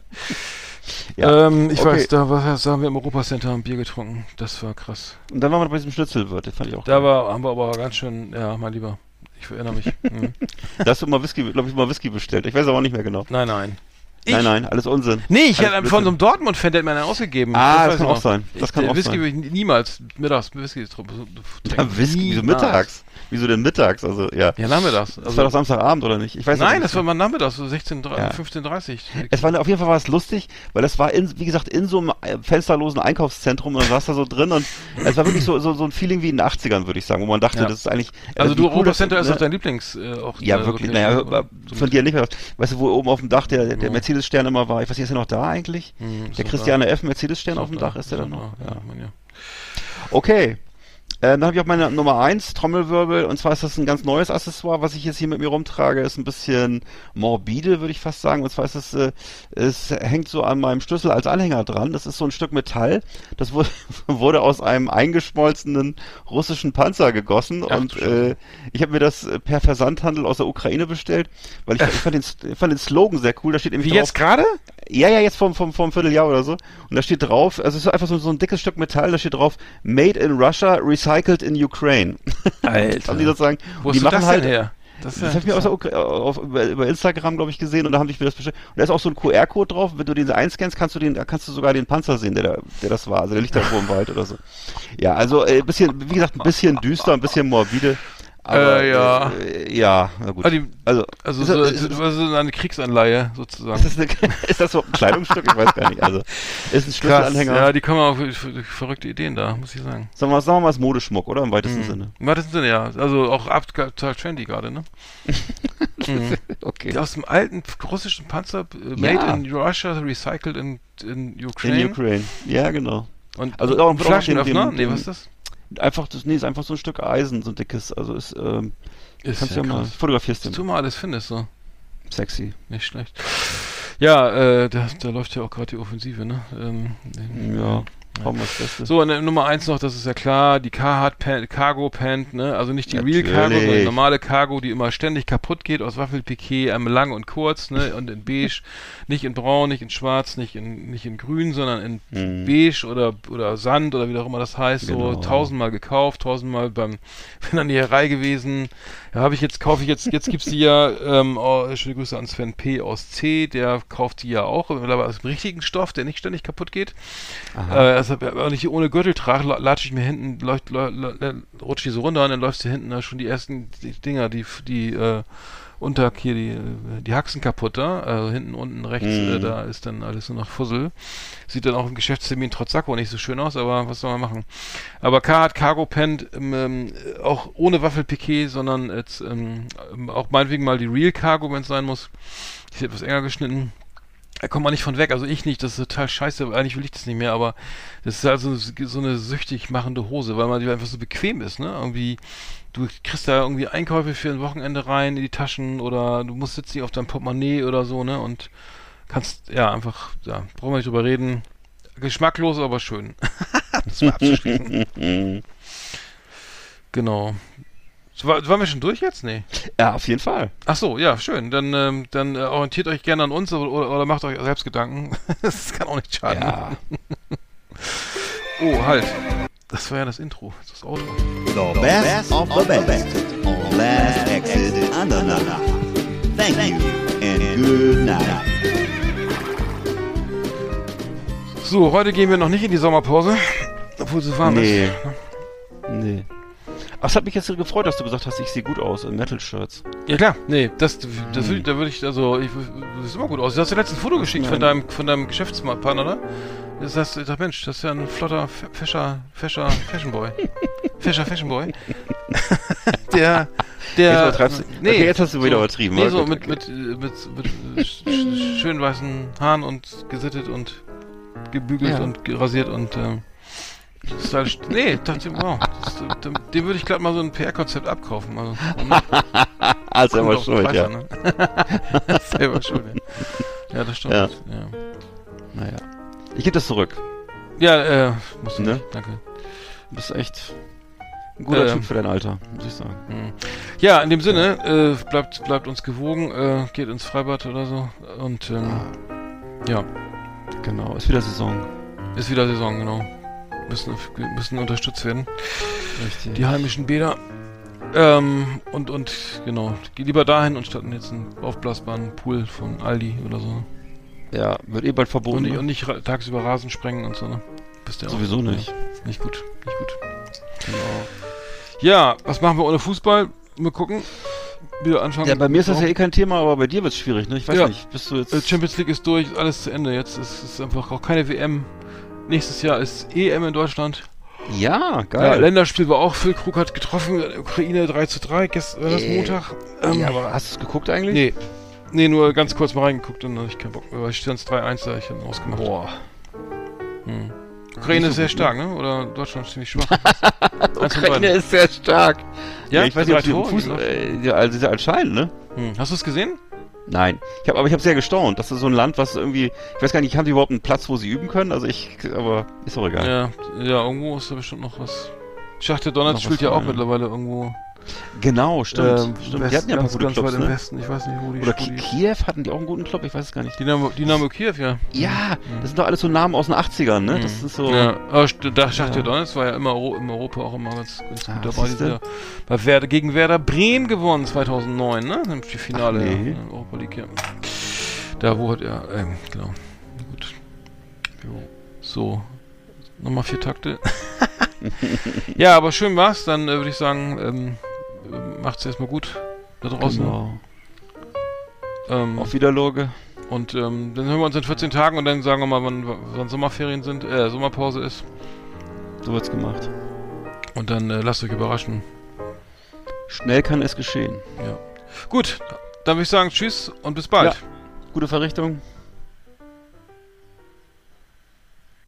Ich weiß, da haben wir im Europacenter ein Bier getrunken. Das war krass. Und dann waren wir bei diesem Schnitzelwirt, den fand ich auch geil. Haben wir aber ganz schön, ja, mein Lieber. Ich erinnere mich. Da hast du mal Whisky bestellt. Ich weiß aber auch nicht mehr genau. Nein. Nein, alles Unsinn. Nee, ich hätte von so einem Dortmund-Fan, der hat mir einen ausgegeben. Das kann auch sein. Whisky würde ich niemals mittags Whisky trinken. Wieso mittags? Wieso denn mittags? Also, ja. Ja, nachmittags. Das war doch Samstagabend, oder nicht? Ich weiß Nein, nicht. Das war mal nachmittags, so 15:30. Es war, auf jeden Fall war es lustig, weil das war wie gesagt, in so einem fensterlosen Einkaufszentrum und dann saß da so drin und es war wirklich so ein Feeling wie in den 80ern, würde ich sagen, wo man dachte, das ist eigentlich... Also du, Europacenter ist doch dein Lieblings... ja, wirklich. Naja, von dir nicht mehr. Weißt du, wo oben auf dem Dach der Mercedes-Stern immer war? Ich weiß nicht, ist er noch da eigentlich? Der Christiane F. Mercedes-Stern auf dem Dach, ist der da noch? Ja. Okay. Dann habe ich auch meine Nummer 1, Trommelwirbel, und zwar ist das ein ganz neues Accessoire, was ich jetzt hier mit mir rumtrage, ist ein bisschen morbide, würde ich fast sagen, und zwar ist es hängt so an meinem Schlüssel als Anhänger dran, das ist so ein Stück Metall, das wurde aus einem eingeschmolzenen russischen Panzer gegossen. Ach, und ich habe mir das per Versandhandel aus der Ukraine bestellt, weil ich fand den Slogan sehr cool, da steht nämlich drauf... Wie jetzt gerade? Ja, jetzt vom Vierteljahr oder so, und da steht drauf, also es ist einfach so ein dickes Stück Metall, da steht drauf, Made in Russia, recycled in Ukraine. Alter. Haben die sozusagen, wo die machen das halt her? Das habe ich mir über Instagram, glaube ich, gesehen, und da haben die mir das bestellt. Und da ist auch so ein QR-Code drauf, wenn du den einscannst, kannst du sogar den Panzer sehen, der das war. Also der liegt da irgendwo im Wald oder so. Ja, also wie gesagt, ein bisschen düster, ein bisschen morbide. Aber, ja, na gut. Also so eine Kriegsanleihe sozusagen. Ist das so ein Kleidungsstück? Ich weiß gar nicht. Also ist ein Schlüsselanhänger. Ja, die kommen auf verrückte Ideen da, muss ich sagen. Sagen wir mal, ist Modeschmuck, oder? Im weitesten Sinne. Im weitesten Sinne, ja. Also auch total trendy gerade, ne? Okay. Aus dem alten russischen Panzer, made in Russia, recycled in Ukraine. In Ukraine, ja, genau. Und also auch ein Flaschenöffner? Nee, was ist das? Ist einfach so ein Stück Eisen, so ein dickes, also kannst du ja mal, fotografierst du. Was du mal alles findest, so. Sexy. Nicht schlecht. Ja, da läuft ja auch gerade die Offensive, ne? Ja. Das Beste. So, und Nummer 1 noch, das ist ja klar, die Cargo Pant, ne? Also nicht die Real Cargo, sondern die normale Cargo, die immer ständig kaputt geht, aus Waffelpiquet, einmal lang und kurz, ne? Und in beige, nicht in braun, nicht in schwarz, nicht in grün, sondern in beige oder Sand oder wie auch immer das heißt, genau. So 1000-mal gekauft, 1000-mal bin an die Herei gewesen. Ja, kaufe ich jetzt gibt's die ja, schöne Grüße an Sven P. aus C, der kauft die ja auch, aber aus dem richtigen Stoff, der nicht ständig kaputt geht. Wenn ich die ohne Gürtel trage, latsche ich mir hinten, rutsche die so runter und dann läufst du hinten schon die ersten Dinger, die die Haxen kaputt da, also hinten, unten, rechts, da ist dann alles nur noch Fussel. Sieht dann auch im Geschäftstermin trotz Sakko nicht so schön aus, aber was soll man machen? Aber Cargo Pant, auch ohne Waffelpiquet, sondern jetzt, auch meinetwegen mal die Real Cargo, wenn es sein muss. Die ist etwas enger geschnitten. Da kommt man nicht von weg, also ich nicht, das ist total scheiße, eigentlich will ich das nicht mehr, aber das ist also so eine süchtig machende Hose, weil man die einfach so bequem ist, ne? Irgendwie, du kriegst da irgendwie Einkäufe für ein Wochenende rein in die Taschen oder du musst jetzt nicht auf deinem Portemonnaie oder so, ne? Und kannst, brauchen wir nicht drüber reden. Geschmacklos, aber schön. Das war abzuschließen. Genau. Waren wir schon durch jetzt? Nee. Ja, auf jeden Fall. Ach so, ja, schön. Dann orientiert euch gerne an uns oder macht euch selbst Gedanken. Das kann auch nicht schaden. Ja. Oh, halt. Das war ja das Intro, das Outro. The best of the best on Last Exit Andernach. Thank you and good night. So, heute gehen wir noch nicht in die Sommerpause, obwohl es warm ist. Nee. Ach, es hat mich jetzt gefreut, dass du gesagt hast, ich sehe gut aus in Metal-Shirts. Ja klar, nee, da würde ich, also, du siehst immer gut aus. Du hast ja letztens ein Foto geschickt von deinem Geschäftspartner, oder? Das heißt, ich dachte, Mensch, das ist ja ein flotter, fescher Fashionboy. Fescher Fashionboy. Der Der, okay, jetzt hast du wieder übertrieben. Nee, so mit schön weißen Haaren und gesittet und gebügelt und rasiert und stylisch. Nee, dachte ich, wow, dem würde ich glatt mal so ein PR-Konzept abkaufen. Also selber schuld, ja. Ne? Selber schuld, ja. Das stimmt. Ja. Naja. Ich gebe das zurück. Ja, musst du nicht. Danke. Du bist echt ein guter Typ für dein Alter, muss ich sagen. Ja, in dem Sinne, bleibt uns gewogen, geht ins Freibad oder so und ja. Genau, ist wieder Saison. Ist wieder Saison, genau. Müssen unterstützt werden. Richtig. Die heimischen Bäder. Und genau, geh lieber dahin und statt jetzt einen aufblasbaren Pool von Aldi oder so. Ja, wird bald verboten. Und nicht tagsüber Rasen sprengen und so, ne? Bist du sowieso auch, nicht. Nicht gut. Genau. Ja, was machen wir ohne Fußball? Mal gucken. Wieder anfangen. Ja, bei mir ist das ja eh kein Thema, aber bei dir wird es schwierig, ne? Ich weiß nicht, bist du jetzt... Champions League ist durch, alles zu Ende. Jetzt ist es einfach auch keine WM. Nächstes Jahr ist EM in Deutschland. Ja, geil. Ja, Länderspiel war auch, Phil Krug hat getroffen, Ukraine 3:3, gestern war das Montag. Ja, aber hast du es geguckt eigentlich? Nee, nur ganz kurz mal reingeguckt und dann hatte ich keinen Bock mehr, weil stand 3:1 da, ich habe ausgemacht. Boah. Ukraine ist sehr stark, ne? Oder Deutschland ist ziemlich schwach. Ukraine ist sehr stark. Ja, ich weiß nicht, ob also anscheinend, ne? Hast du es gesehen? Nein. Aber ich habe sehr gestaunt. Das ist so ein Land, was irgendwie, ich weiß gar nicht, haben die überhaupt einen Platz, wo sie üben können? Aber ist auch egal. Ja, irgendwo ist da bestimmt noch was. Schachtar Donetsk spielt ja auch mittlerweile irgendwo. Genau, stimmt. Die hatten ja ein paar gute Clubs, ne? Im Westen. Ich weiß nicht, wo die Oder Kiew, hatten die auch einen guten Club? Ich weiß es gar nicht. Dynamo Kiew, ja. Ja, das sind doch alles so Namen aus den 80ern, ne? Das ist so... Ja, aber Schachtar Donetsk war ja immer im Europa auch immer ganz gut dabei. Die sind gegen Werder Bremen gewonnen 2009, ne? Im Finale in der Europa League, ja. Da, wo hat er... genau. Gut. Jo. So. Nochmal 4 Takte. Ja, aber schön war's. Dann würde ich sagen, macht's erstmal gut da draußen. Genau. Auf Wiederloge. Und dann hören wir uns in 14 Tagen und dann sagen wir mal, wann Sommerferien sind, Sommerpause ist. So wird's gemacht. Und dann lasst euch überraschen. Schnell kann es geschehen. Ja. Gut, dann würde ich sagen, tschüss und bis bald. Ja. Gute Verrichtung.